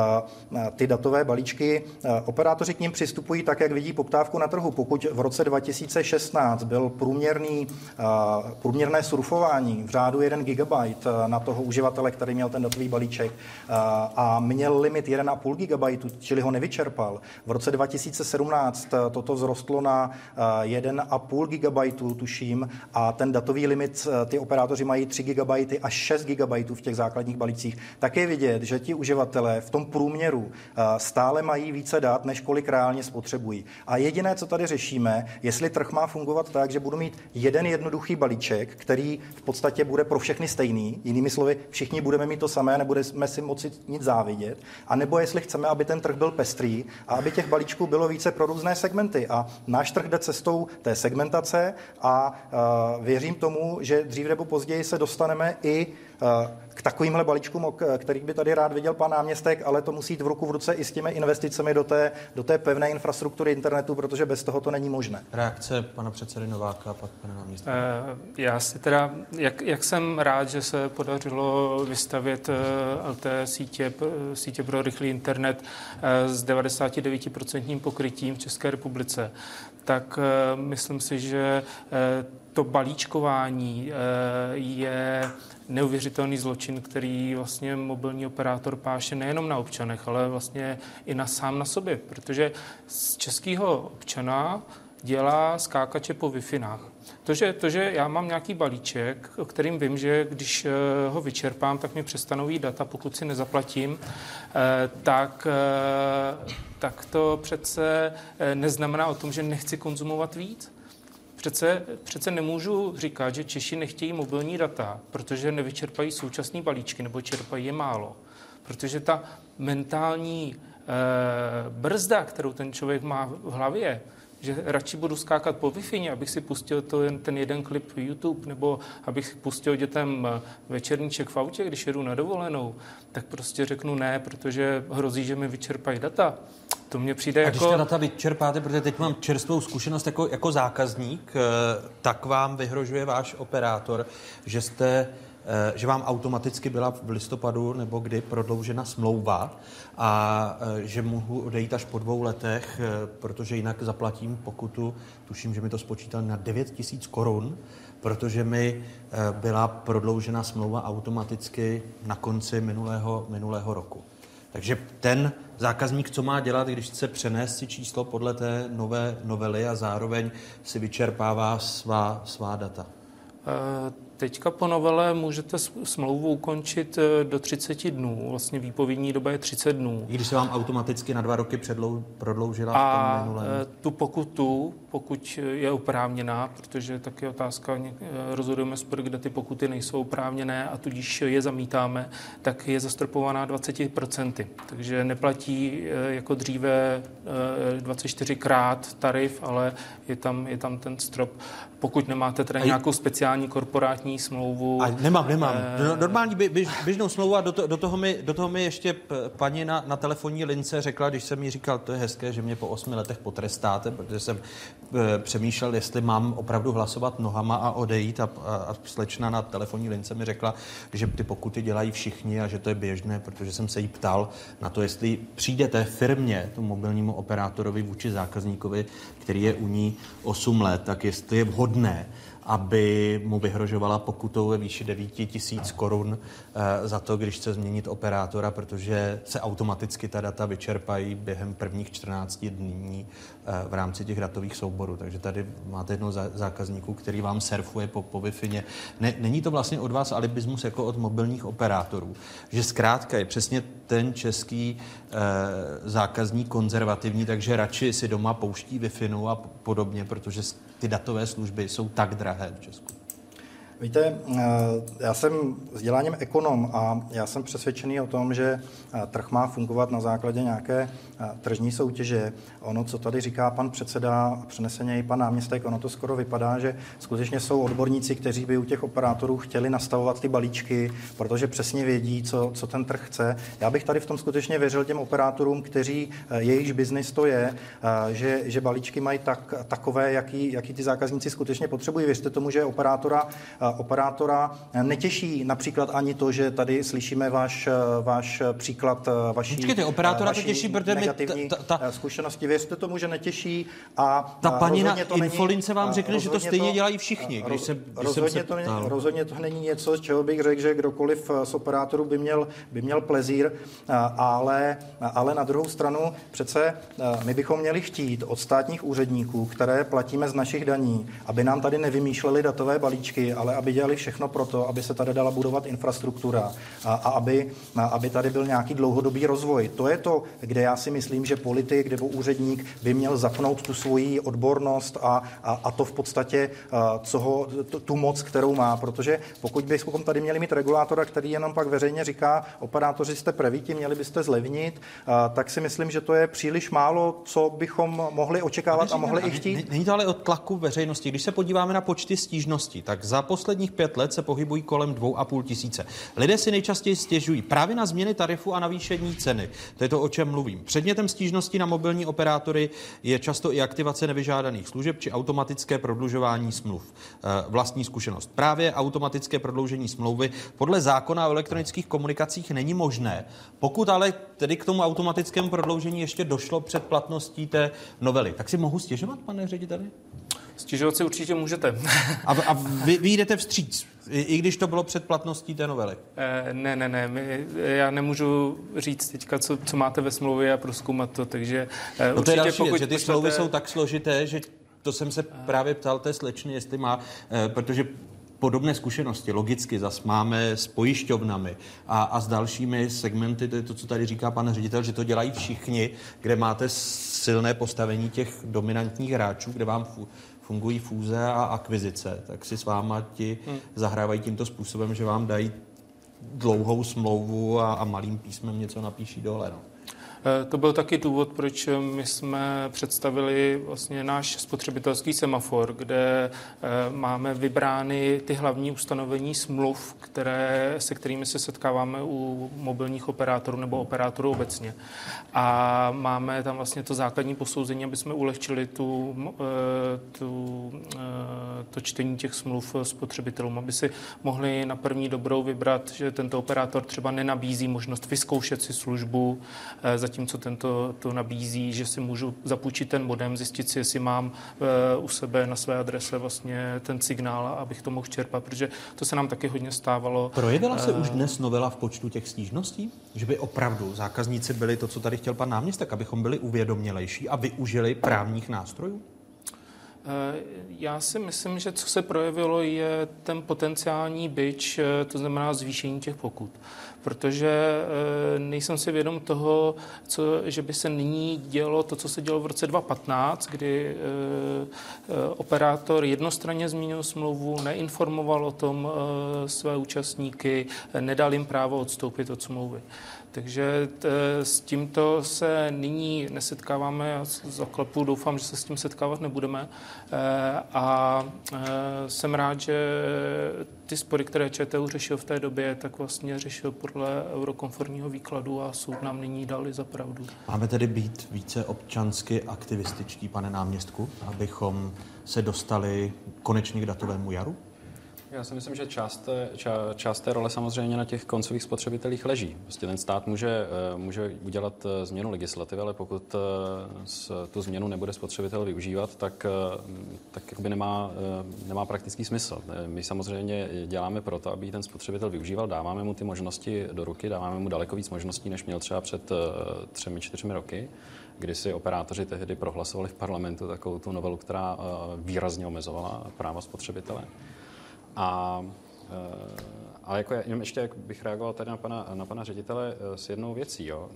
ty datové balíčky. Operátoři k nim přistupují tak, jak vidí poptávku na trhu. Pokud v roce 2016 byl průměrné surfování v řádu 1 GB na toho uživatele, který který měl ten datový balíček a měl limit 1,5 GB, čili ho nevyčerpal. V roce 2017 toto vzrostlo na 1,5 GB, tuším, a ten datový limit, ty operátoři mají 3 GB až 6 GB v těch základních balících. Tak je vidět, že ti uživatelé v tom průměru stále mají více dat, než kolik reálně spotřebují. A jediné, co tady řešíme, jestli trh má fungovat tak, že budu mít jeden jednoduchý balíček, který v podstatě bude pro všechny stejný, jinými slovy, všichni budeme mít to samé, nebudeme si moci nic závidět, a nebo jestli chceme, aby ten trh byl pestrý a aby těch balíčků bylo více pro různé segmenty. A náš trh jde cestou té segmentace a věřím tomu, že dřív nebo později se dostaneme i k takovýmhle balíčkům, kterých by tady rád viděl pan náměstek, ale to musí jít v ruku v ruce i s těmi investicemi do té pevné infrastruktury internetu, protože bez toho to není možné. Reakce pana předsedy Nováka a pak pana náměstka. Já si teda, jak jsem rád, že se podařilo vystavět LTE sítě pro rychlý internet s 99% pokrytím v České republice, tak myslím si, že to balíčkování je neuvěřitelný zločin, který vlastně mobilní operátor páše nejenom na občanech, ale vlastně i sám na sobě, protože z českého občana dělá skákače po Wi-Finách. To, že já mám nějaký balíček, o kterým vím, že když ho vyčerpám, tak mi přestanou jít data, pokud si nezaplatím, tak to přece neznamená o tom, že nechci konzumovat víc. Přece nemůžu říkat, že Češi nechtějí mobilní data, protože nevyčerpají současný balíčky nebo čerpají je málo. Protože ta mentální brzda, kterou ten člověk má v hlavě, že radši budu skákat po Wi-Fi, abych si pustil ten jeden klip YouTube, nebo abych pustil dětem večerníček v autě, když jedu na dovolenou, tak prostě řeknu ne, protože hrozí, že mi vyčerpají data. To mně přijde a když ta data vyčerpáte, protože teď mám čerstvou zkušenost jako zákazník, tak vám vyhrožuje váš operátor, že vám automaticky byla v listopadu nebo kdy prodloužena smlouva a že mohu odejít až po 2 letech, protože jinak zaplatím pokutu, tuším, že mi to spočítal na 9 000 korun, protože mi byla prodloužena smlouva automaticky na konci minulého roku. Takže ten zákazník, co má dělat, když chce přenést si číslo podle té nové novely a zároveň si vyčerpává svá data? Teďka po novele můžete smlouvu ukončit do 30 dnů. Vlastně výpovědní doba je 30 dnů. I když se vám automaticky na 2 roky prodloužila v tom minulém? Tu pokutu, pokud je oprávněná, protože tak je otázka, rozhodujeme spor, kde ty pokuty nejsou oprávněné a tudíž je zamítáme, tak je zastropovaná 20%. Takže neplatí jako dříve 24krát tarif, ale je tam ten strop. Pokud nemáte teda nějakou speciální korporátní smlouvu. A nemám. Normální běžnou smlouvu a do toho mi ještě paní na telefonní lince řekla, když jsem jí říkal, to je hezké, že mě po 8 letech potrestáte, protože jsem přemýšlel, jestli mám opravdu hlasovat nohama a odejít a slečna na telefonní lince mi řekla, že ty pokuty dělají všichni a že to je běžné, protože jsem se jí ptal na to, jestli přijde té firmě, tomu mobilnímu operátorovi vůči zákazníkovi, který je u ní 8 let, tak jestli je vhodné, aby mu vyhrožovala pokutou ve výši 9 000 korun za to, když chce změnit operátora, protože se automaticky ta data vyčerpají během prvních 14 dní v rámci těch datových souborů. Takže tady máte jednoho zákazníku, který vám surfuje po Wi-Fi. Není to vlastně od vás alibismus jako od mobilních operátorů, že zkrátka je přesně ten český zákazník konzervativní, takže radši si doma pouští Wi-Fi a podobně, protože ty datové služby jsou tak drahé v Česku. Víte, já jsem vzděláním ekonom a já jsem přesvědčený o tom, že trh má fungovat na základě nějaké tržní soutěže. Ono, co tady říká pan předseda a přeneseně i pan náměstek, ono to skoro vypadá, že skutečně jsou odborníci, kteří by u těch operátorů chtěli nastavovat ty balíčky, protože přesně vědí, co ten trh chce. Já bych tady v tom skutečně věřil těm operátorům, kteří jejichž biznis to je, že balíčky mají takové, jaký ty zákazníci skutečně potřebují. Věřte tomu, že operátora operátora. Netěší například ani to, že tady slyšíme váš příklad vaší Počkejte, operátora to těší, protože negativní zkušenosti. Věřte tomu, že netěší. A ta paní na infolince vám řekne, že to stejně dělají všichni. Rozhodně to není něco, z čeho bych řekl, že kdokoliv z operátorů by měl plezír, ale na druhou stranu přece my bychom měli chtít od státních úředníků, které platíme z našich daní, aby nám tady nevymýšleli datové balíčky, ale aby dělali všechno pro to, aby se tady dala budovat infrastruktura a aby tady byl nějaký dlouhodobý rozvoj. To je to, kde já si myslím, že politik nebo úředník by měl zapnout tu svoji odbornost a to v podstatě tu moc, kterou má, protože pokud bychom tady měli mít regulátora, který jenom pak veřejně říká, operátoři jste prevíti, měli byste zlevnit, tak si myslím, že to je příliš málo, co bychom mohli očekávat a mohli i chtít. Není to ale od tlaku veřejnosti. Když se podíváme na počty stížností, tak za posledních 5 let se pohybují kolem 2,5 tisíce. Lidé si nejčastěji stěžují právě na změny tarifu a navýšení ceny. To je to, o čem mluvím. Předmětem stížností na mobilní operátory je často i aktivace nevyžádaných služeb či automatické prodlužování smluv. Vlastní zkušenost. Právě automatické prodloužení smlouvy podle zákona o elektronických komunikacích není možné. Pokud ale tedy k tomu automatickému prodloužení ještě došlo před platností té novely, tak si mohu stěžovat, pane řediteli? Stěžovat si určitě můžete. A vy jdete vstříc, i když to bylo před platností té novely? Ne. Já nemůžu říct teďka, co máte ve smlouvě a prozkoumat to, takže no to je další věc, že ty smlouvy jsou tak složité, že to jsem se právě ptal té slečny, jestli má, protože podobné zkušenosti logicky zas máme s pojišťovnami a s dalšími segmenty, to je to, co tady říká pan ředitel, že to dělají všichni, kde máte silné postavení těch dominantních hráčů, kde vám fungují fúze a akvizice, tak si s váma ti zahrávají tímto způsobem, že vám dají dlouhou smlouvu a malým písmem něco napíší dole. No. To byl taky důvod, proč my jsme představili vlastně náš spotřebitelský semafor, kde máme vybrány ty hlavní ustanovení smluv, se kterými se setkáváme u mobilních operátorů nebo operátorů obecně. A máme tam vlastně to základní posouzení, aby jsme ulehčili to čtení těch smluv spotřebitelům, aby si mohli na první dobrou vybrat, že tento operátor třeba nenabízí možnost vyzkoušet si službu, zatímco tento to nabízí, že si můžu zapůjčit ten modem, zjistit si, jestli mám u sebe na své adrese vlastně ten signál, abych to mohl čerpat, protože to se nám taky hodně stávalo. Projevila se už dnes novela v počtu těch stížností? Že by opravdu zákazníci byli to, co tady chtěl pan náměstek, abychom byli uvědomělejší a využili právních nástrojů? Já si myslím, že co se projevilo, je ten potenciální bič, to znamená zvýšení těch pokut. Protože nejsem si vědom toho, že by se nyní dělo to, co se dělo v roce 2015, kdy operátor jednostranně změnil smlouvu, neinformoval o tom své účastníky, nedal jim právo odstoupit od smlouvy. Takže s tímto se nyní nesetkáváme, já zaklepu, doufám, že se s tím setkávat nebudeme a jsem rád, že ty spory, které ČTÚ řešil v té době, tak vlastně řešil podle eurokonformního výkladu a soud nám nyní dali za pravdu. Máme tedy být více občansky aktivističtí, pane náměstku, abychom se dostali konečně k datovému jaru? Já si myslím, že část té role samozřejmě na těch koncových spotřebitelích leží. Prostě ten stát může udělat změnu legislativy, ale pokud tu změnu nebude spotřebitel využívat, tak jakoby nemá praktický smysl. My samozřejmě děláme proto, aby ten spotřebitel využíval, dáváme mu ty možnosti do ruky, dáváme mu daleko víc možností, než měl třeba před 3-4 roky, kdy si operátoři tehdy prohlasovali v parlamentu takovou tu novelu, která výrazně omezovala práva spotřebitele. Ale jako jenom ještě bych reagoval tady na pana ředitele s jednou věcí, jo.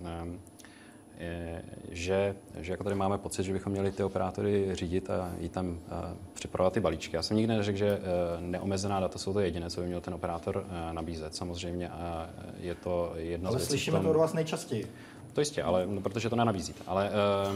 Že jako tady máme pocit, že bychom měli ty operátory řídit a jít tam připravovat ty balíčky. Já jsem nikdy neřekl, že neomezená data jsou to jediné, co by měl ten operátor nabízet. Samozřejmě je to jedna z věcí. Ale slyšíme to od vás nejčastěji. To jistě, ale protože to nenabízíte. Ale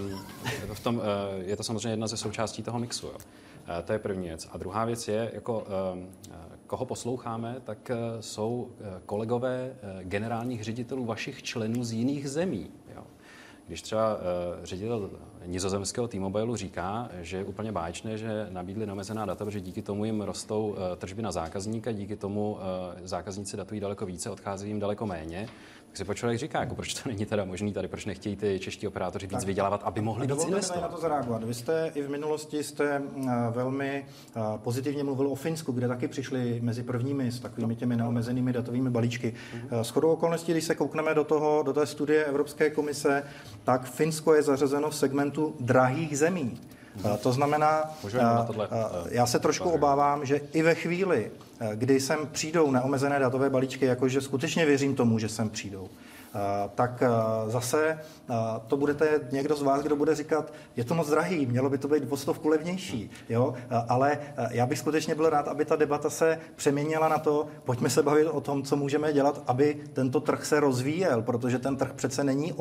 je to samozřejmě jedna ze součástí toho mixu. Jo. To je první věc. A druhá věc je, jako koho posloucháme, tak jsou kolegové generálních ředitelů vašich členů z jiných zemí. Jo. Když třeba ředitel nizozemského T-Mobile říká, že je úplně báječné, že nabídli neomezená data, protože díky tomu jim rostou tržby na zákazníka, díky tomu zákazníci datují daleko více, odchází jim daleko méně. Tak si člověk říká, jako proč to není teda možný tady, proč nechtějí ty čeští operátoři víc vydělávat, aby mohli víc investovat. Na to zareagovat. Vy jste i v minulosti velmi pozitivně mluvil o Finsku, kde taky přišli mezi prvními s takovými těmi neomezenými datovými balíčky. Shodou okolností, když se koukneme do té studie Evropské komise, tak Finsko je zařazeno v segmentu drahých zemí. To znamená, já se trošku obávám, že i ve chvíli, kdy sem přijdou neomezené datové balíčky, jakože skutečně věřím tomu, že sem přijdou, tak zase to budete někdo z vás, kdo bude říkat, je to moc drahý, mělo by to být o 100 levnější, jo? Ale já bych skutečně byl rád, aby ta debata se přeměnila na to, pojďme se bavit o tom, co můžeme dělat, aby tento trh se rozvíjel, protože ten trh přece není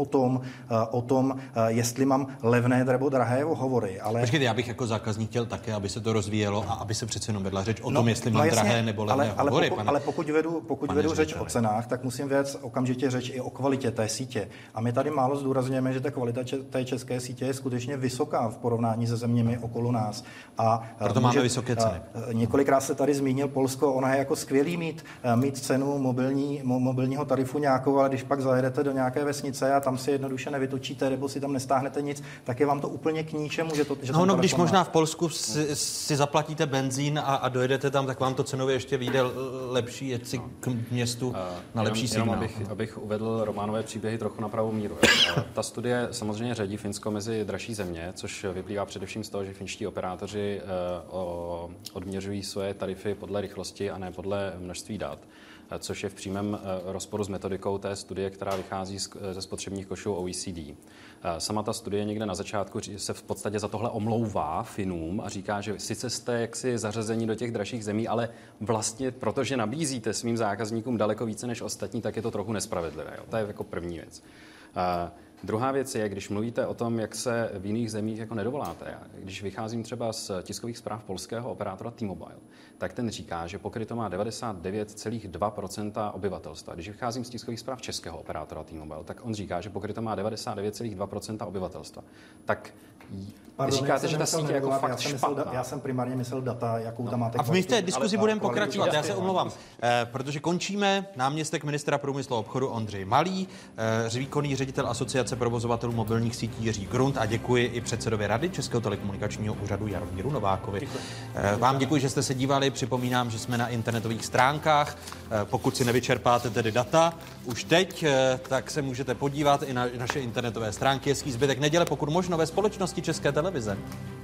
o tom, jestli mám levné nebo drahé hovory. Ale... Počkejte, já bych jako zákazník chtěl také, aby se to rozvíjelo a aby se přece jenom vedla řeč o tom, jestli mám drahé nebo levné hovory. Ale pokud vedu řeč o cenách, tak musím vést okamžitě řeč i o kvalitě té sítě. A my tady málo zdůrazňujeme, že ta kvalita té české sítě je skutečně vysoká v porovnání se zeměmi okolo nás. A proto máme vysoké ceny. Několikrát se tady zmínil Polsko, ona je jako skvělý mít cenu mobilního tarifu nějakou, ale když pak zajedete do nějaké vesnice a tam si jednoduše nevytočíte nebo si tam nestáhnete nic, tak je vám to úplně k ničemu, že když možná v Polsku si zaplatíte benzín a dojedete tam, tak vám to cenově ještě vyjde lepší, jet si k městu na lepší signál. Abych uvedl Románové příběhy trochu na pravou míru. Ta studie samozřejmě řadí Finsko mezi dražší země, což vyplývá především z toho, že finští operátoři odměřují svoje tarify podle rychlosti a ne podle množství dat, což je v přímém rozporu s metodikou té studie, která vychází ze spotřebních košů OECD. Sama ta studie někde na začátku se v podstatě za tohle omlouvá Finům a říká, že sice jste jaksi zařazení do těch dražších zemí, ale vlastně protože nabízíte svým zákazníkům daleko více než ostatní, tak je to trochu nespravedlivé. Jo? To je jako první věc. Druhá věc je, když mluvíte o tom, jak se v jiných zemích jako nedovoláte. Když vycházím třeba z tiskových zpráv polského operátora T-Mobile, tak ten říká, že pokryto má 99,2% obyvatelstva. Když vycházím z tiskových zpráv českého operátora T-Mobile, tak on říká, že pokryto má 99,2% obyvatelstva. Tak říkáte, že ta síť je jako fakt špatná. Já jsem primárně myslel data, jakou tam máte. A my v té diskuzi budeme pokračovat. Já se omlouvám, protože končíme. Náměstek ministra průmyslu a obchodu Ondřej Malý, výkonný ředitel Asociace provozovatelů mobilních sítí Jiří Grunt a děkuji i předsedovi Rady Českého telekomunikačního úřadu Jaromíru Novákovi. Vám děkuji, že jste se dívali. Připomínám, že jsme na internetových stránkách. Pokud si nevyčerpáte tedy data už teď, tak se můžete podívat i na naše internetové stránky. Hezký zbytek neděle, pokud možno ve společnosti České televize.